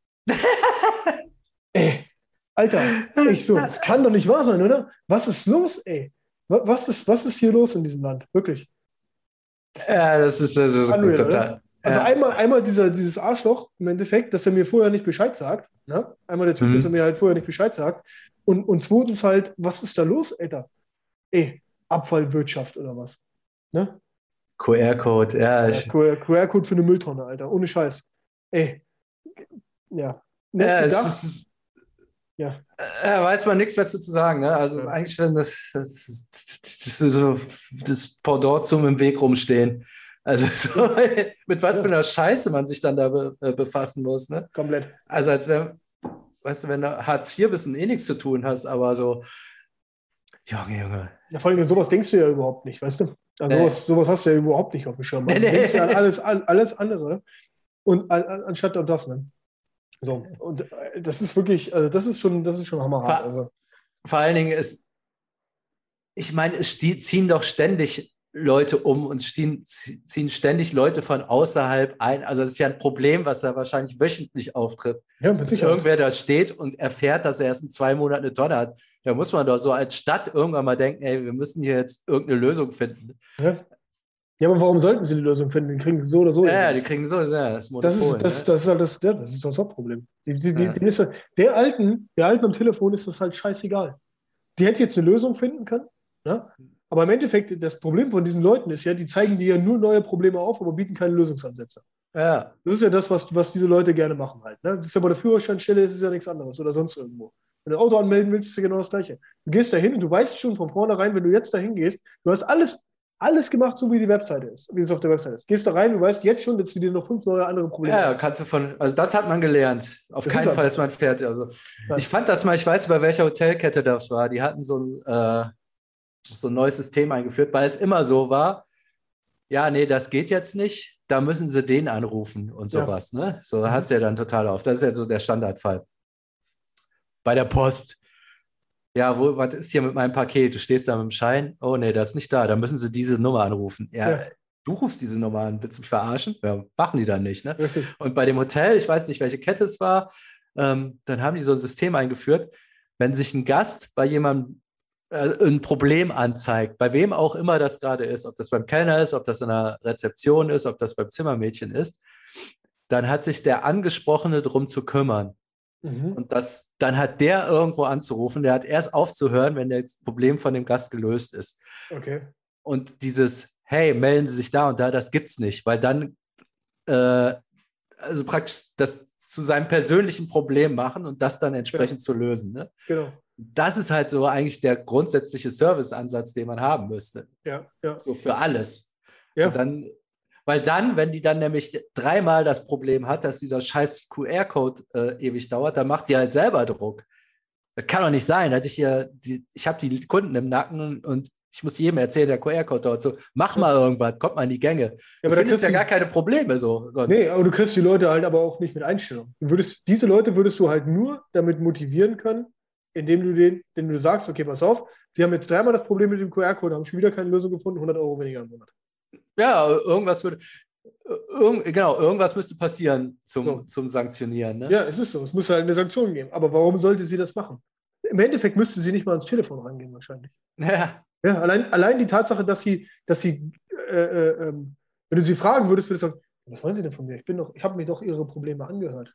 Ey, Alter, ich so, das kann doch nicht wahr sein, oder? Was ist los, ey? Was ist, was ist hier los in diesem Land? Wirklich. Ja, das ist, das ist Unreal, total. Oder? Also ja. einmal, einmal dieser, dieses Arschloch im Endeffekt, dass er mir vorher nicht Bescheid sagt. Ne? Einmal der Typ, mhm. dass er mir halt vorher nicht Bescheid sagt. Und, und zweitens halt, was ist da los, Alter? Ey, Abfallwirtschaft oder was? Ne? Q R-Code, ja. ja Q R-Code für eine Mülltonne, Alter. Ohne Scheiß. Ey. Ja. Ne, ja, es ist, ja. Ja, weiß man nichts mehr zu sagen. Ne? Also ja. ist eigentlich schon das, das, das, das, so das Pendant zum im Weg rumstehen. Also so, mit was ja. für einer Scheiße man sich dann da be, äh, befassen muss. Ne? Komplett. Also als wenn, weißt du, wenn du Hartz vier bist und eh nichts zu tun hast, aber so, Junge, Junge. Ja, vor allem sowas denkst du ja überhaupt nicht, weißt du? Also nee. sowas, sowas hast du ja überhaupt nicht auf dem Schirm. Also nee, du denkst nee. ja an alles, an, alles andere und an, an, anstatt an das, ne? So, und das ist wirklich, also das ist schon, das ist schon hammerhart. Vor, also. vor allen Dingen ist, ich meine, es ziehen doch ständig Leute um, uns ziehen, ziehen ständig Leute von außerhalb ein. Also das ist ja ein Problem, was da wahrscheinlich wöchentlich auftritt. Ja, mit Dass Sicherheit. irgendwer da steht und erfährt, dass er erst in zwei Monaten eine Tonne hat. Da muss man doch so als Stadt irgendwann mal denken, ey, wir müssen hier jetzt irgendeine Lösung finden. Ja. Ja, aber warum sollten sie die Lösung finden? Die kriegen so oder so. Ja, irgendwie. die kriegen so ja, das Das Monopol. ist, das, ne? das ist halt das, ja, das ist das Hauptproblem. Die, die, die, Ja. denen ist, das- der Alten, der Alten am Telefon ist das halt scheißegal. Die hätte jetzt eine Lösung finden können, ne? Aber im Endeffekt, das Problem von diesen Leuten ist ja, die zeigen dir ja nur neue Probleme auf, aber bieten keine Lösungsansätze. Ja. Das ist ja das, was, was diese Leute gerne machen halt. Ne? Das ist ja bei der Führerscheinstelle, ist es ja nichts anderes oder sonst irgendwo. Wenn du ein Auto anmelden willst, ist es ja genau das Gleiche. Du gehst da hin und du weißt schon von vornherein, wenn du jetzt da hingehst, du hast alles, alles gemacht, so wie die Webseite ist, wie es auf der Webseite ist. Gehst da rein, du weißt jetzt schon, dass du dir noch fünf neue andere Probleme Ja, hast. kannst du von, also das hat man gelernt. Auf Das keinen ist Fall halt ist man fertig. Also Nein. ich fand das mal, ich weiß, bei welcher Hotelkette das war. Die hatten so ein, äh, so ein neues System eingeführt, weil es immer so war, ja, nee, das geht jetzt nicht, da müssen sie den anrufen und Ja. sowas. Ne? So Mhm. hast du ja dann total auf. Das ist ja so der Standardfall. Bei der Post. Ja, wo, was ist hier mit meinem Paket? Du stehst da mit dem Schein. Oh nee, das ist nicht da. Da müssen sie diese Nummer anrufen. Ja, Ja. du rufst diese Nummer an. Willst du mich verarschen? Ja, machen die dann nicht. Ne? Richtig. Und bei dem Hotel, ich weiß nicht, welche Kette es war, ähm, dann haben die so ein System eingeführt, wenn sich ein Gast bei jemandem äh, ein Problem anzeigt, bei wem auch immer das gerade ist, ob das beim Kellner ist, ob das in der Rezeption ist, ob das beim Zimmermädchen ist, dann hat sich der Angesprochene drum zu kümmern. Mhm. Und das, dann hat der irgendwo anzurufen, der hat erst aufzuhören, wenn das Problem von dem Gast gelöst ist. Okay. Und dieses, hey, melden Sie sich da und da, das gibt's nicht, weil dann äh, also praktisch das zu seinem persönlichen Problem machen und das dann entsprechend zu lösen. Ne? Genau. Das ist halt so eigentlich der grundsätzliche Serviceansatz, den man haben müsste. Ja, ja. So für alles. Ja. So dann, weil dann, wenn die dann nämlich dreimal das Problem hat, dass dieser scheiß Q R-Code äh, ewig dauert, dann macht die halt selber Druck. Das kann doch nicht sein. Da hatte ich ja die, ich habe die Kunden im Nacken und ich muss jedem erzählen, der Q R-Code dauert so, mach mal irgendwas, kommt mal in die Gänge. Ja, Du aber da findest kriegst ja du- gar keine Probleme so. Sonst. Nee, aber du kriegst die Leute halt aber auch nicht mit Einstellung. Du würdest, diese Leute würdest du halt nur damit motivieren können, indem du den, indem du sagst, okay, pass auf, sie haben jetzt dreimal das Problem mit dem Q R-Code, haben schon wieder keine Lösung gefunden, hundert Euro weniger im Monat. Ja, irgendwas würde, irg genau, irgendwas müsste passieren zum, So. zum Sanktionieren. Ne? Ja, es ist so. Es muss halt eine Sanktion geben. Aber warum sollte sie das machen? Im Endeffekt müsste sie nicht mal ans Telefon rangehen, wahrscheinlich. Ja. Ja, allein, allein die Tatsache, dass sie, dass sie, äh, äh, ähm, wenn du sie fragen würdest, würdest du sagen, was wollen Sie denn von mir? Ich bin doch, ich habe mir doch Ihre Probleme angehört.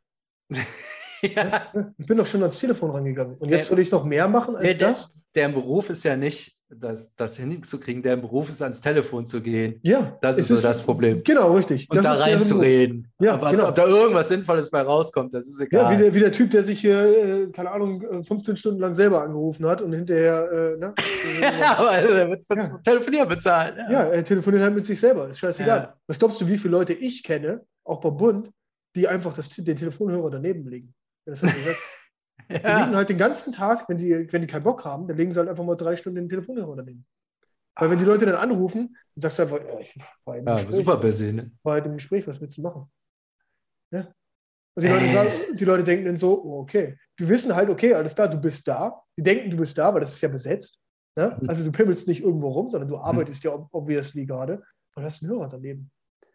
ja. Ich bin doch schon ans Telefon rangegangen. Und jetzt Äh, soll ich noch mehr machen als Nee, der, das? der Beruf ist ja nicht, das, das hinzukriegen, der Beruf ist, ans Telefon zu gehen. Ja. Das es ist so das Problem. Genau, richtig. Und Das da ist deren Beruf. reinzureden. Ja, Aber genau. ob da irgendwas Sinnvolles bei rauskommt, das ist Ja, egal. wie der, wie der Typ, der sich hier, äh, keine Ahnung, äh, fünfzehn Stunden lang selber angerufen hat und hinterher, äh, ne? ja, aber er wird fürs Ja. Telefonieren bezahlt. Ja. Ja, er telefoniert halt mit sich selber. Ist scheißegal. Ja. Was glaubst du, wie viele Leute ich kenne, auch beim Bund, die einfach das, den Telefonhörer daneben legen? Wenn das halt gesagt, die liegen halt den ganzen Tag, wenn die, wenn die keinen Bock haben, dann legen sie halt einfach mal drei Stunden den Telefonhörer daneben. Weil wenn die Leute dann anrufen, dann sagst du einfach, ja, ich war im Ja, Gespräch, super busy. Ne? war halt im Gespräch, was willst du machen? Ja. Und die, Leute Äh. sagen, die Leute denken dann so, oh, okay. Die wissen halt, okay, alles klar, du bist da. Die denken, du bist da, weil das ist ja besetzt. Ne? Also du pimmelst nicht irgendwo rum, sondern du arbeitest ja ob- obviously gerade und hast einen Hörer daneben.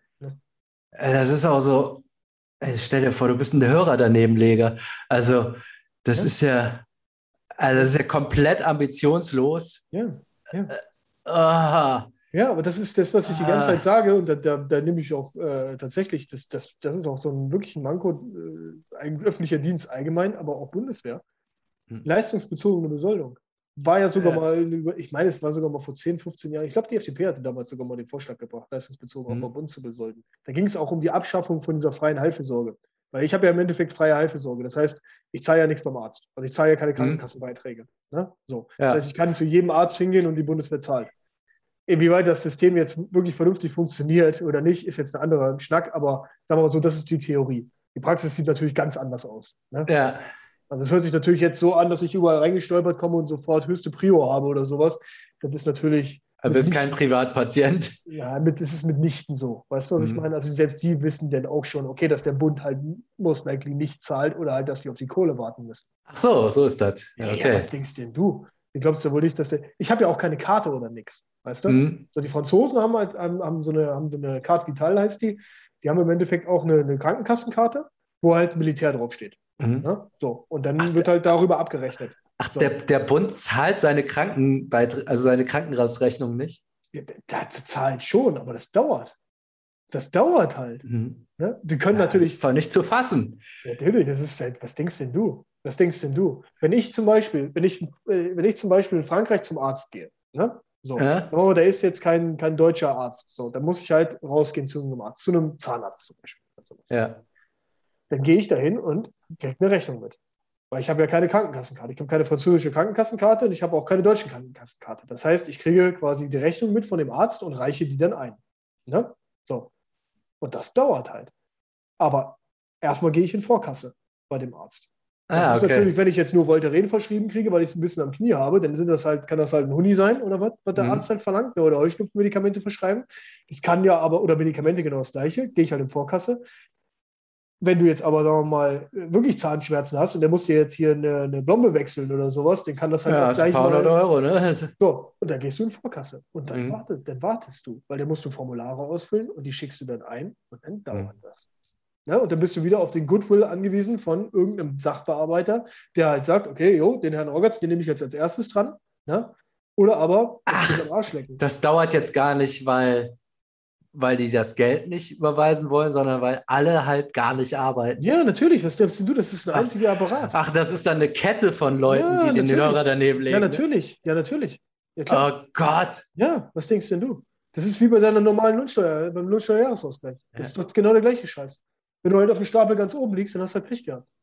Äh, Das ist auch so, ey, stell dir vor, du bist ein Hörer-Danebenleger. Also, das Ja. ist ja, also das ist ja komplett ambitionslos. Ja, ja. Ah, Ja, aber das ist das, was ich die ganze Ah. Zeit sage und da, da, da nehme ich auch äh, tatsächlich, das, das, das ist auch so ein wirklich ein Manko, äh, ein öffentlicher Dienst allgemein, aber auch Bundeswehr. Hm. Leistungsbezogene Besoldung. War ja sogar Ja. mal, eine Über- ich meine, es war sogar mal vor zehn, fünfzehn Jahren, ich glaube, die F D P hatte damals sogar mal den Vorschlag gebracht, leistungsbezogen Hm. auch beim Bund zu besolden. Da ging es auch um die Abschaffung von dieser freien Heilfürsorge. Weil ich habe ja im Endeffekt freie Heilfürsorge. Das heißt, ich zahle ja nichts beim Arzt. Also ich zahle ja keine Krankenkassenbeiträge. Ne? So. Das Ja. heißt, ich kann zu jedem Arzt hingehen und die Bundeswehr zahlt. Inwieweit das System jetzt wirklich vernünftig funktioniert oder nicht, ist jetzt ein anderer Schnack, aber sagen wir mal so, das ist die Theorie. Die Praxis sieht natürlich ganz anders aus. Ne? ja. Also es hört sich natürlich jetzt so an, dass ich überall reingestolpert komme und sofort höchste Prio habe oder sowas. Das ist natürlich, Du bist kein Privatpatient. ja, mit, das ist mitnichten so. Weißt du, was ich Mhm. meine? Also selbst die wissen dann auch schon, okay, dass der Bund halt most likely nicht zahlt oder halt, dass die auf die Kohle warten müssen. Ach so, so ist das. Ja, Ja, okay. was denkst denn du? Wie glaubst du wohl nicht, dass der. Ich habe ja auch keine Karte oder nichts, weißt du? Mhm. So, die Franzosen haben halt haben, haben so eine, haben so eine Carte Vitale, heißt die. Die haben im Endeffekt auch eine, eine Krankenkassenkarte, wo halt Militär draufsteht. Mhm. Ne? So, und dann Ach, wird halt darüber abgerechnet. Ach, So. der, der Bund zahlt seine Krankenbeiträ also seine Krankenhausrechnung nicht? Ja, da zahlt schon, aber das dauert. Das dauert halt. Mhm. Ne? Die können Ja, natürlich. das ist doch nicht zu fassen. Natürlich, das ist halt, was denkst denn du? Was denkst denn du? Wenn ich zum Beispiel, wenn ich, äh, wenn ich zum Beispiel in Frankreich zum Arzt gehe, ne? So, Ja? aber da ist jetzt kein, kein deutscher Arzt. So, dann muss ich halt rausgehen zu einem Arzt, zu einem Zahnarzt zum Beispiel. Ja. Dann gehe ich dahin und kriege eine Rechnung mit. Weil ich habe ja keine Krankenkassenkarte. Ich habe keine französische Krankenkassenkarte und ich habe auch keine deutsche Krankenkassenkarte. Das heißt, ich kriege quasi die Rechnung mit von dem Arzt und reiche die dann ein. Ne? So. Und das dauert halt. Aber erstmal gehe ich in Vorkasse bei dem Arzt. Das Ah, ist okay. natürlich, wenn ich jetzt nur Voltaren verschrieben kriege, weil ich es ein bisschen am Knie habe, dann sind das halt, kann das halt ein Huni sein oder was, was der Mhm. Arzt halt verlangt, oder Heuschnupfenmedikamente verschreiben. Das kann ja aber, oder Medikamente genau das gleiche, gehe ich halt in Vorkasse. Wenn du jetzt aber, sagen wir mal, wirklich Zahnschmerzen hast und der muss dir jetzt hier eine, eine Blombe wechseln oder sowas, dann kann das halt Ja, auch ist ein gleich paar hundert mal. Euro, ne? Also, So, und dann gehst du in Vorkasse. Und dann, Mhm. wartest, dann wartest du, weil dann musst du Formulare ausfüllen und die schickst du dann ein und dann dauert Mhm. das. Ja, und dann bist du wieder auf den Goodwill angewiesen von irgendeinem Sachbearbeiter, der halt sagt, okay, jo, den Herrn Rogertz, den nehme ich jetzt als erstes dran. Ne? Oder aber, Ach, das am Arsch lecken. Das dauert jetzt gar nicht, weil, weil die das Geld nicht überweisen wollen, sondern weil alle halt gar nicht arbeiten. Ja, natürlich, was denkst du, das ist ein Ach, einziger Apparat. ach, das ist dann eine Kette von Leuten, Ja, die den natürlich. Hörer daneben legen. Ja, Ne? natürlich, ja, natürlich. Ja, klar. Oh Gott. Ja, was denkst denn du? Das ist wie bei deiner normalen Lohnsteuer, beim Lohnsteuerjahresausgleich. Das Ja. ist doch genau der gleiche Scheiß. Wenn du halt auf dem Stapel ganz oben liegst, dann hast du halt Pech gehabt.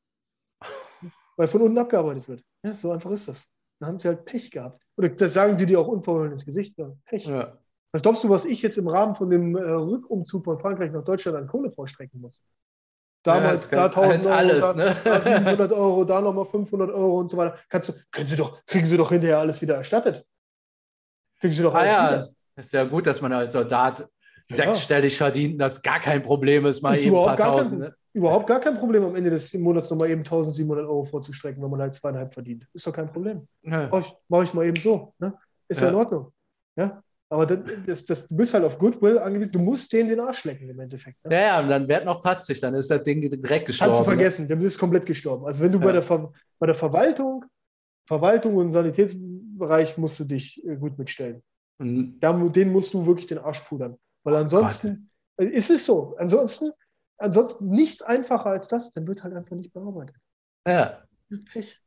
Weil von unten abgearbeitet wird. Ja, so einfach ist das. Dann haben sie halt Pech gehabt. Oder das sagen die dir auch unverhohlen ins Gesicht. Ja, Pech. Ja. Was glaubst du, was ich jetzt im Rahmen von dem äh, Rückumzug von Frankreich nach Deutschland an Kohle vorstrecken muss? Damals Ja, da tausend Euro, alles, da, ne? da siebenhundert Euro, da nochmal fünfhundert Euro und so weiter. Kannst du, können sie doch, kriegen sie doch hinterher alles wieder erstattet. Kriegen sie doch Ah alles ja, wieder. ist ja gut, dass man als Soldat Ja. sechsstellig verdient, das gar kein Problem ist, mal Ist eben ein paar überhaupt gar, Tausend. kein, Ne? überhaupt gar kein Problem, am Ende des Monats nochmal eben eintausendsiebenhundert Euro vorzustrecken, wenn man halt zweieinhalb verdient. Ist doch kein Problem. Ja. Mach ich, mach ich mal eben so. Ne? Ist ja. Ja. in Ordnung. Ja? Aber das, das, das, du bist halt auf Goodwill angewiesen. Du musst denen den Arsch lecken im Endeffekt. Ne? Ja, ja, und dann wird noch patzig, dann ist das Ding direkt gestorben. Kannst du vergessen, der ist komplett gestorben. Also wenn du Ja. bei, der Ver, bei der Verwaltung, Verwaltung und Sanitätsbereich musst du dich äh, gut mitstellen. Ne? Da, den musst du wirklich den Arsch pudern. Weil Oh ansonsten äh, ist es so. Ansonsten, ansonsten nichts einfacher als das, dann wird halt einfach nicht bearbeitet. Ja. Pech.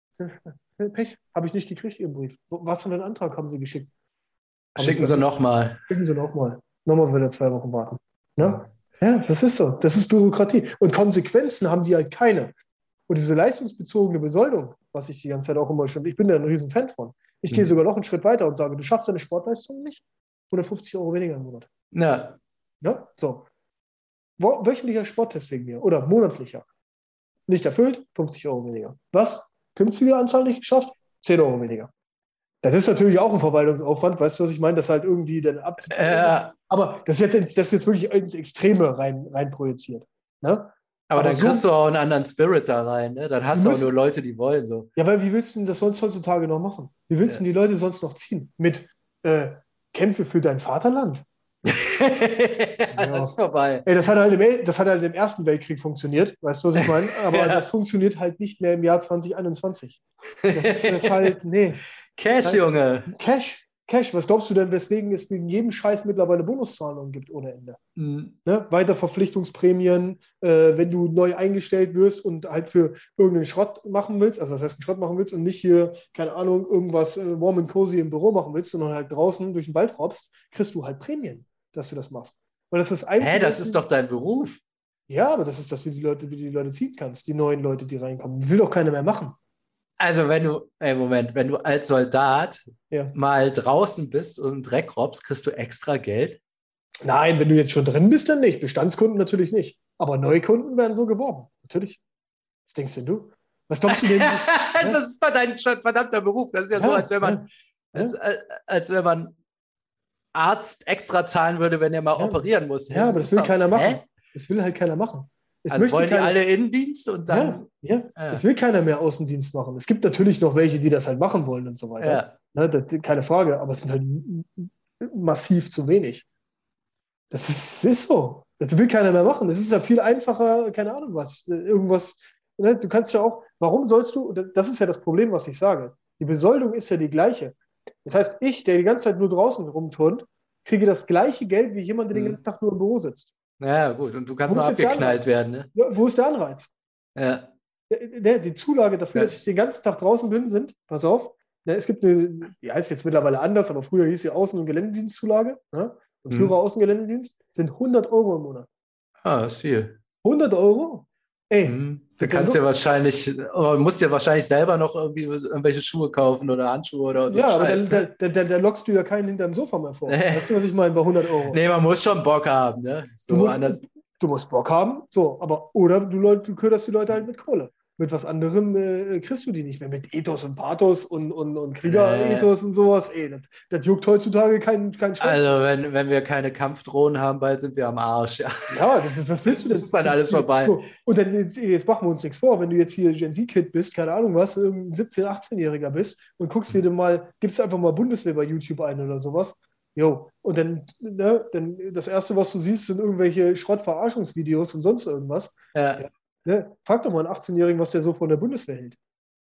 Pech. Habe ich nicht gekriegt, Ihren Brief. Was für einen Antrag haben Sie geschickt? Haben Schicken Sie nochmal. Schicken Sie nochmal. Nochmal wieder zwei Wochen warten. Ne? Ja, das ist so. Das ist Bürokratie. Und Konsequenzen haben die halt keine. Und diese leistungsbezogene Besoldung, was ich die ganze Zeit auch immer schon, ich bin da ein riesen Fan von. Ich Mhm. gehe sogar noch einen Schritt weiter und sage, du schaffst deine Sportleistung nicht, hundertfünfzig Euro weniger im Monat. Ja. Ja, so. Wo, wöchentlicher Sporttest wegen mir oder monatlicher. Nicht erfüllt, fünfzig Euro weniger. Was? fünfziger Anzahl nicht geschafft? zehn Euro weniger. Das ist natürlich auch ein Verwaltungsaufwand, weißt du, was ich meine? Das halt irgendwie dann ab. Äh, Aber das ist jetzt, ins, das ist jetzt wirklich ins Extreme rein, rein projiziert. Ne? aber, Aber dann so- kriegst du auch einen anderen Spirit da rein. Ne? Dann hast Du du auch musst- nur Leute, die wollen so. Ja, weil wie willst du denn das sonst heutzutage noch machen? Wie willst du Ja. denn die Leute sonst noch ziehen? Mit äh, Kämpfe für dein Vaterland? Das ist vorbei. Ey, das hat, halt im, das hat halt im Ersten Weltkrieg funktioniert, weißt du, was ich meine? Aber Ja. das funktioniert halt nicht mehr im Jahr zwanzig einundzwanzig. Das ist, das ist halt, nee. Cash, Junge. Cash, Cash, was glaubst du denn, weswegen es wegen jedem Scheiß mittlerweile Bonuszahlungen gibt ohne Ende? Mhm. Ne? Weiter Verpflichtungsprämien, äh, wenn du neu eingestellt wirst und halt für irgendeinen Schrott machen willst, also das heißt einen Schrott machen willst und nicht hier, keine Ahnung, irgendwas äh, warm and cozy im Büro machen willst, sondern halt draußen durch den Wald robbst, kriegst du halt Prämien, dass du das machst. Weil das ist das Einzige, Hä, das was ist du- doch dein Beruf. Ja, aber das ist das, wie die Leute, wie die Leute ziehen kannst, die neuen Leute, die reinkommen. Will doch keiner mehr machen. Also wenn du, ey, Moment, wenn du als Soldat Ja. mal draußen bist und Dreck robbst, kriegst du extra Geld? Nein, wenn du jetzt schon drin bist, dann nicht. Bestandskunden natürlich nicht. Aber Neukunden werden so geworben. Natürlich. Was denkst denn du? Was glaubst du denn? Das ist doch dein verdammter Beruf. Das ist ja, so, Ja, als wenn man, ja, als, als wenn man Arzt extra zahlen würde, wenn er mal Ja. operieren muss. Ja, aber das ist will doch- keiner machen. Hä? Das will halt keiner machen. Es Also möchte wollen die keiner, alle Innendienst und ja, dann. ja, Ja, es will keiner mehr Außendienst machen. Es gibt natürlich noch welche, die das halt machen wollen und so weiter. ja. Ne, das, keine Frage, aber es sind halt massiv zu wenig. Das ist, ist so. Das will keiner mehr machen. Es ist ja viel einfacher, keine Ahnung was, irgendwas. Ne? Du kannst ja auch, warum sollst du, das ist ja das Problem, was ich sage. Die Besoldung ist ja die gleiche. Das heißt, ich, der die ganze Zeit nur draußen rumturnt, kriege das gleiche Geld wie jemand, der den Hm. ganzen Tag nur im Büro sitzt. Ja, gut. Und du kannst Wo noch ist jetzt der abgeknallt Anreiz? werden, ne? Ja, wo ist der Anreiz? Ja. Der, der, die Zulage dafür, Ja. dass ich den ganzen Tag draußen bin, sind, pass auf, ne, es gibt eine, die heißt jetzt mittlerweile anders, aber früher hieß sie Außen- und Geländedienstzulage, ne? Und Hm. Führer Außengeländedienst sind hundert Euro im Monat. Ah, das ist viel. hundert Euro? Ey, Hm. Du der, der kannst ja Lo- wahrscheinlich, aber musst dir wahrscheinlich selber noch irgendwie irgendwelche Schuhe kaufen oder Handschuhe oder so ein ja, aber Scheiß, da, ne? da, da, da lockst du ja keinen hinterm Sofa mehr vor. Weißt du, was ich meine bei hundert Euro? Nee, man muss schon Bock haben, ne? Du So musst, anders. du musst Bock haben, so, aber oder du, Leut- du köderst die Leute halt mit Kohle. Mit was anderem äh, kriegst du die nicht mehr. Mit Ethos und Pathos und, und, und Äh, Kriegerethos und sowas. Ey, das, das juckt heutzutage kein, kein Schwanz. also, wenn, wenn wir keine Kampfdrohnen haben, bald sind wir am Arsch, ja. Ja, das, was willst Das du denn? ist dann alles vorbei. So, und dann jetzt, jetzt machen wir uns nichts vor, wenn du jetzt hier Gen Z-Kid bist, keine Ahnung was, irgendein siebzehn-, achtzehnjähriger bist und guckst dir dann mal, gibst einfach mal Bundeswehr bei YouTube ein oder sowas. Jo, und dann, ne, dann das Erste, was du siehst, sind irgendwelche Schrottverarschungsvideos und sonst irgendwas. Ja. Ne? Frag doch mal einen achtzehnjährigen, was der so von der Bundeswehr hält.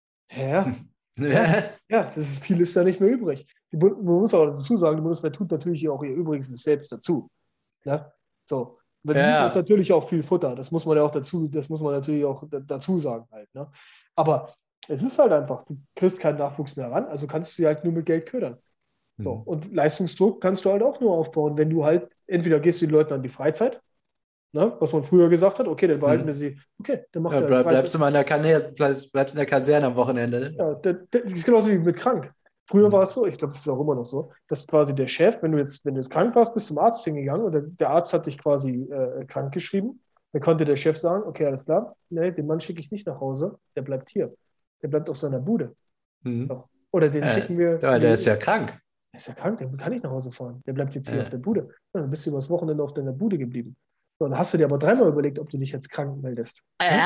Ja, ja, ja, das ist, viel ist da nicht mehr übrig. Die, Bund- man muss aber dazu sagen, die Bundeswehr tut natürlich auch ihr Übriges selbst dazu. Ne? So. Man liefert Ja. natürlich auch viel Futter, das muss man ja auch dazu, das muss man natürlich auch da, dazu sagen halt. Ne? Aber es ist halt einfach, du kriegst keinen Nachwuchs mehr ran, also kannst du sie halt nur mit Geld ködern. So. Hm. Und Leistungsdruck kannst du halt auch nur aufbauen, wenn du halt, entweder gehst du den Leuten an die Freizeit, ne? Was man früher gesagt hat, okay, dann behalten wir Hm. sie, okay, dann macht Ja, er bleib, Freizeit. bleibst du mal in der Kaserne, bleibst, bleibst in der Kaserne am Wochenende, ne? Ja, das, das ist genauso wie mit krank. Früher Hm. war es so, ich glaube, das ist auch immer noch so, dass quasi der Chef, wenn du jetzt, wenn du jetzt krank warst, bist zum Arzt hingegangen und der, der Arzt hat dich quasi äh, krank geschrieben, dann konnte der Chef sagen, okay, alles klar, nee, den Mann schicke ich nicht nach Hause, der bleibt hier. Der bleibt auf seiner Bude. Hm. So. Oder den Ja, schicken wir. der, der ist ja krank. Der ist ja krank, der kann nicht nach Hause fahren. Der bleibt jetzt hier Ja. auf der Bude. Ja, dann bist du übers Wochenende auf deiner Bude geblieben. So, dann hast du dir aber dreimal überlegt, ob du dich jetzt krank meldest.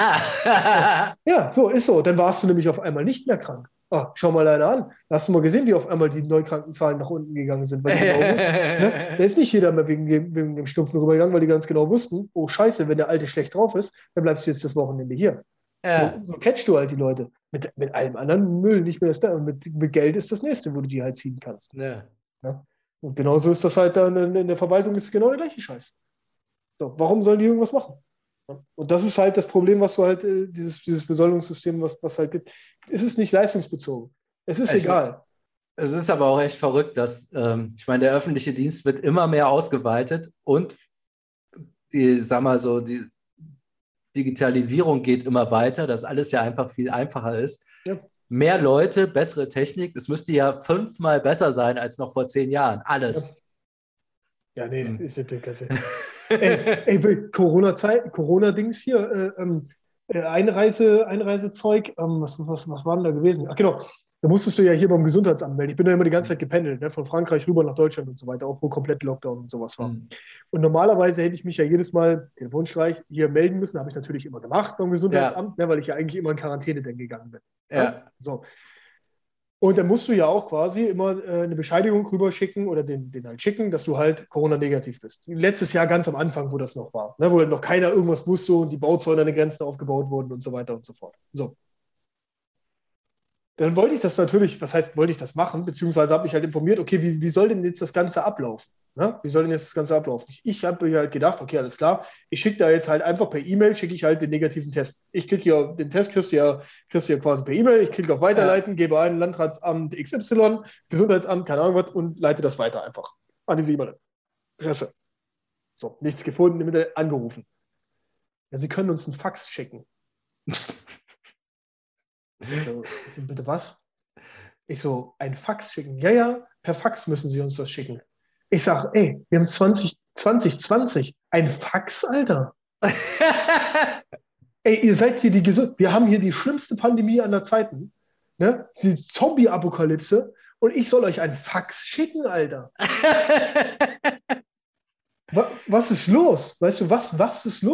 Ja. Ja, so ist so. Dann warst du nämlich auf einmal nicht mehr krank. Ah, schau mal einer an. Da hast du mal gesehen, wie auf einmal die Neukrankenzahlen nach unten gegangen sind. Weil die genau wussten, ne? Da ist nicht jeder mehr wegen dem, wegen dem Schnupfen rübergegangen, weil die ganz genau wussten, oh Scheiße, wenn der Alte schlecht drauf ist, dann bleibst du jetzt das Wochenende hier. Ja. So, so catchst du halt die Leute. Mit, mit allem anderen Müll nicht mehr das da. Und mit, mit Geld ist das nächste, wo du die halt ziehen kannst. Ja. Ja? Und genauso ist das halt dann in, in der Verwaltung ist genau der gleiche Scheiß. So, warum sollen die irgendwas machen? Ja? Und das ist halt das Problem, was du halt, äh, dieses, dieses Besoldungssystem, was, was halt gibt. Es ist nicht leistungsbezogen. Es ist Ich- egal. Es ist aber auch echt verrückt, dass, ähm, ich meine, der öffentliche Dienst wird immer mehr ausgeweitet und die, sag mal so, die Digitalisierung geht immer weiter, dass alles ja einfach viel einfacher ist. Ja. Mehr Leute, bessere Technik, es müsste ja fünfmal besser sein als noch vor zehn Jahren. Alles. Ja, nee, Hm. ist nicht das. Ey, ey, Corona-Zeit, Corona-Dings hier, äh, ähm, äh, Einreise, Einreisezeug, ähm, was, was, was war denn da gewesen? Ach genau, da musstest du ja hier beim Gesundheitsamt melden. Ich bin ja immer die ganze Zeit gependelt, ne, von Frankreich rüber nach Deutschland und so weiter, auch wo komplett Lockdown und sowas war. Hm. Und normalerweise hätte ich mich ja jedes Mal Telefonstreich hier melden müssen, habe ich natürlich immer gemacht beim Gesundheitsamt, ne, weil ich ja eigentlich immer in Quarantäne dann gegangen bin. Ja. So. Und dann musst du ja auch quasi immer äh, eine Bescheinigung rüberschicken oder den, den halt schicken, dass du halt Corona-negativ bist. Letztes Jahr ganz am Anfang, wo das noch war, ne, wo halt noch keiner irgendwas wusste und die Bauzäune an den Grenzen aufgebaut wurden und so weiter und so fort. So. Dann wollte ich das natürlich, was heißt, wollte ich das machen, beziehungsweise habe mich halt informiert, okay, wie, wie soll denn jetzt das Ganze ablaufen? Ne? Wie soll denn jetzt das Ganze ablaufen? Ich, ich habe mir halt gedacht, okay, alles klar, ich schicke da jetzt halt einfach per E-Mail, schicke ich halt den negativen Test. Ich klicke hier, den Test kriegst du ja, kriegst du ja quasi per E-Mail, ich klicke auf Weiterleiten, gebe ein Landratsamt X Y, Gesundheitsamt, keine Ahnung was, und leite das weiter einfach an diese E-Mail-Adresse. So, nichts gefunden, wird angerufen. Ja, Sie können uns einen Fax schicken. Ich so, ich so, bitte was? Ich so, ein Fax schicken? Ja, ja, per Fax müssen Sie uns das schicken. Ich sag, ey, wir haben zwanzig zwanzig, ein Fax, Alter. Ey, ihr seid hier die gesund. Wir haben hier die schlimmste Pandemie aller Zeiten, ne? Die Zombie-Apokalypse, und ich soll euch ein Fax schicken, Alter. Was, was ist los? Weißt du, was, was ist los?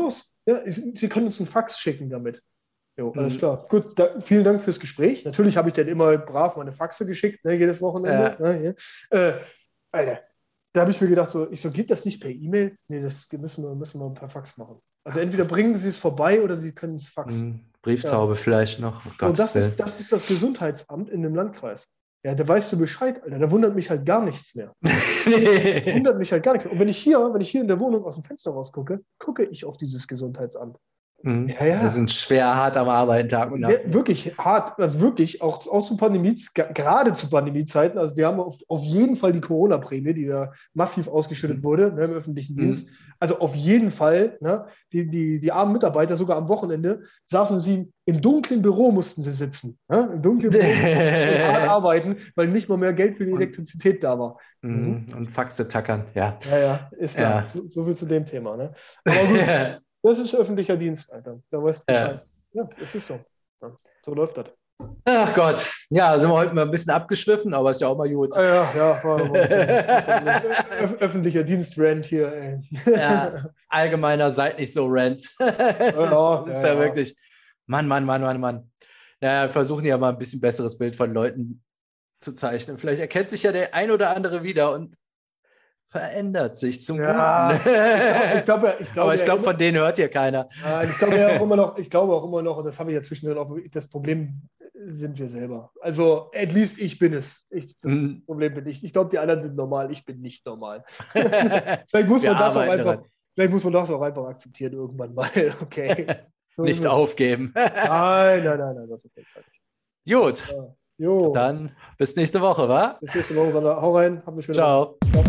Ja, Sie können uns einen Fax schicken damit. Jo, alles Mhm. klar. Gut, da, vielen Dank fürs Gespräch. Natürlich habe ich dann immer brav meine Faxe geschickt, ne, jedes Wochenende. Ja. Ne, ja. äh, Alter, da habe ich mir gedacht, so, ich so, geht das nicht per E-Mail? Nee, das müssen wir, müssen wir per Fax machen. Also entweder Was? bringen Sie es vorbei oder Sie können es faxen. Mhm. Brieftaube Ja. vielleicht noch. Oh Und Gottes das Willen. ist, das ist das Gesundheitsamt in dem Landkreis. Ja, da weißt du Bescheid, Alter. Da wundert mich halt gar nichts mehr. Wundert mich halt gar nichts mehr. Und wenn ich hier, wenn ich hier in der Wohnung aus dem Fenster rausgucke, gucke ich auf dieses Gesundheitsamt. Mhm. Ja, ja. Wir sind schwer hart am Arbeiten, Tag und Nacht. Ja, wirklich hart, also wirklich, auch, auch zu Pandemie, gerade zu Pandemiezeiten, also die haben auf, auf jeden Fall die Corona-Prämie, die da massiv ausgeschüttet wurde, ne, im öffentlichen Mhm. Dienst, also auf jeden Fall, ne, die, die, die armen Mitarbeiter, sogar am Wochenende, saßen sie im dunklen Büro, mussten sie sitzen, ne, im dunklen Büro und hart arbeiten, weil nicht mal mehr Geld für die Elektrizität da war. Mhm. Und Faxe tackern, ja. Ja, ja, ist klar, Ja. so, so viel zu dem Thema. Ne? Aber gut, das ist öffentlicher Dienst, Alter, da weißt du Bescheid. Ja, ja, es ist so. Ja, so läuft das. Ach Gott, ja, sind wir heute mal ein bisschen abgeschwiffen, aber ist ja auch mal gut. Ja, ja, ja, war ein bisschen, bisschen öf öffentlicher Dienstrand hier. Ey. Ja, allgemeiner seid nicht so Rant. Ja, ist ja, ja ja. wirklich, Mann, Mann, Mann, Mann, Mann. Naja, wir versuchen ja mal ein bisschen besseres Bild von Leuten zu zeichnen. Vielleicht erkennt sich ja der ein oder andere wieder und verändert sich zum Ja, Guten. ich glaube, ich glaube, Aber ich ja glaube, immer- von denen hört hier keiner. Ja, ich glaube ja auch immer noch, ich glaube auch immer noch, und das habe ich ja zwischendrin auch, das Problem sind wir selber. Also, at least ich bin es. Ich, das Mhm. Problem bin ich. Ich glaube, die anderen sind normal, ich bin nicht normal. Vielleicht muss Wir man das auch arbeiten einfach, daran. vielleicht muss man das auch einfach akzeptieren irgendwann mal. Okay. So ist Nicht es. aufgeben. Nein, nein, nein, nein, das ist okay. Gut, Ja. Jo, dann bis nächste Woche, wa? bis nächste Woche, Sandra. Hau rein, hab eine schöne Woche. Ciao.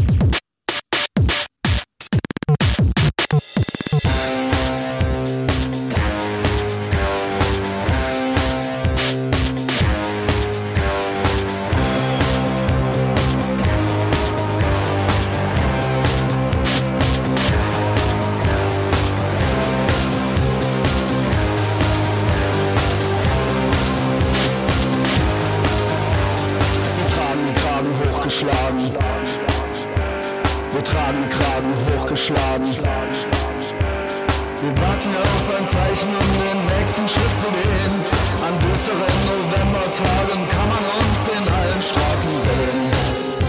Wir tragen den Kragen hochgeschlagen. Wir tragen den Kragen hochgeschlagen. Wir warten auf ein Zeichen, um den nächsten Schritt zu gehen. An düsteren Novembertagen kann man uns in allen Straßen sehen.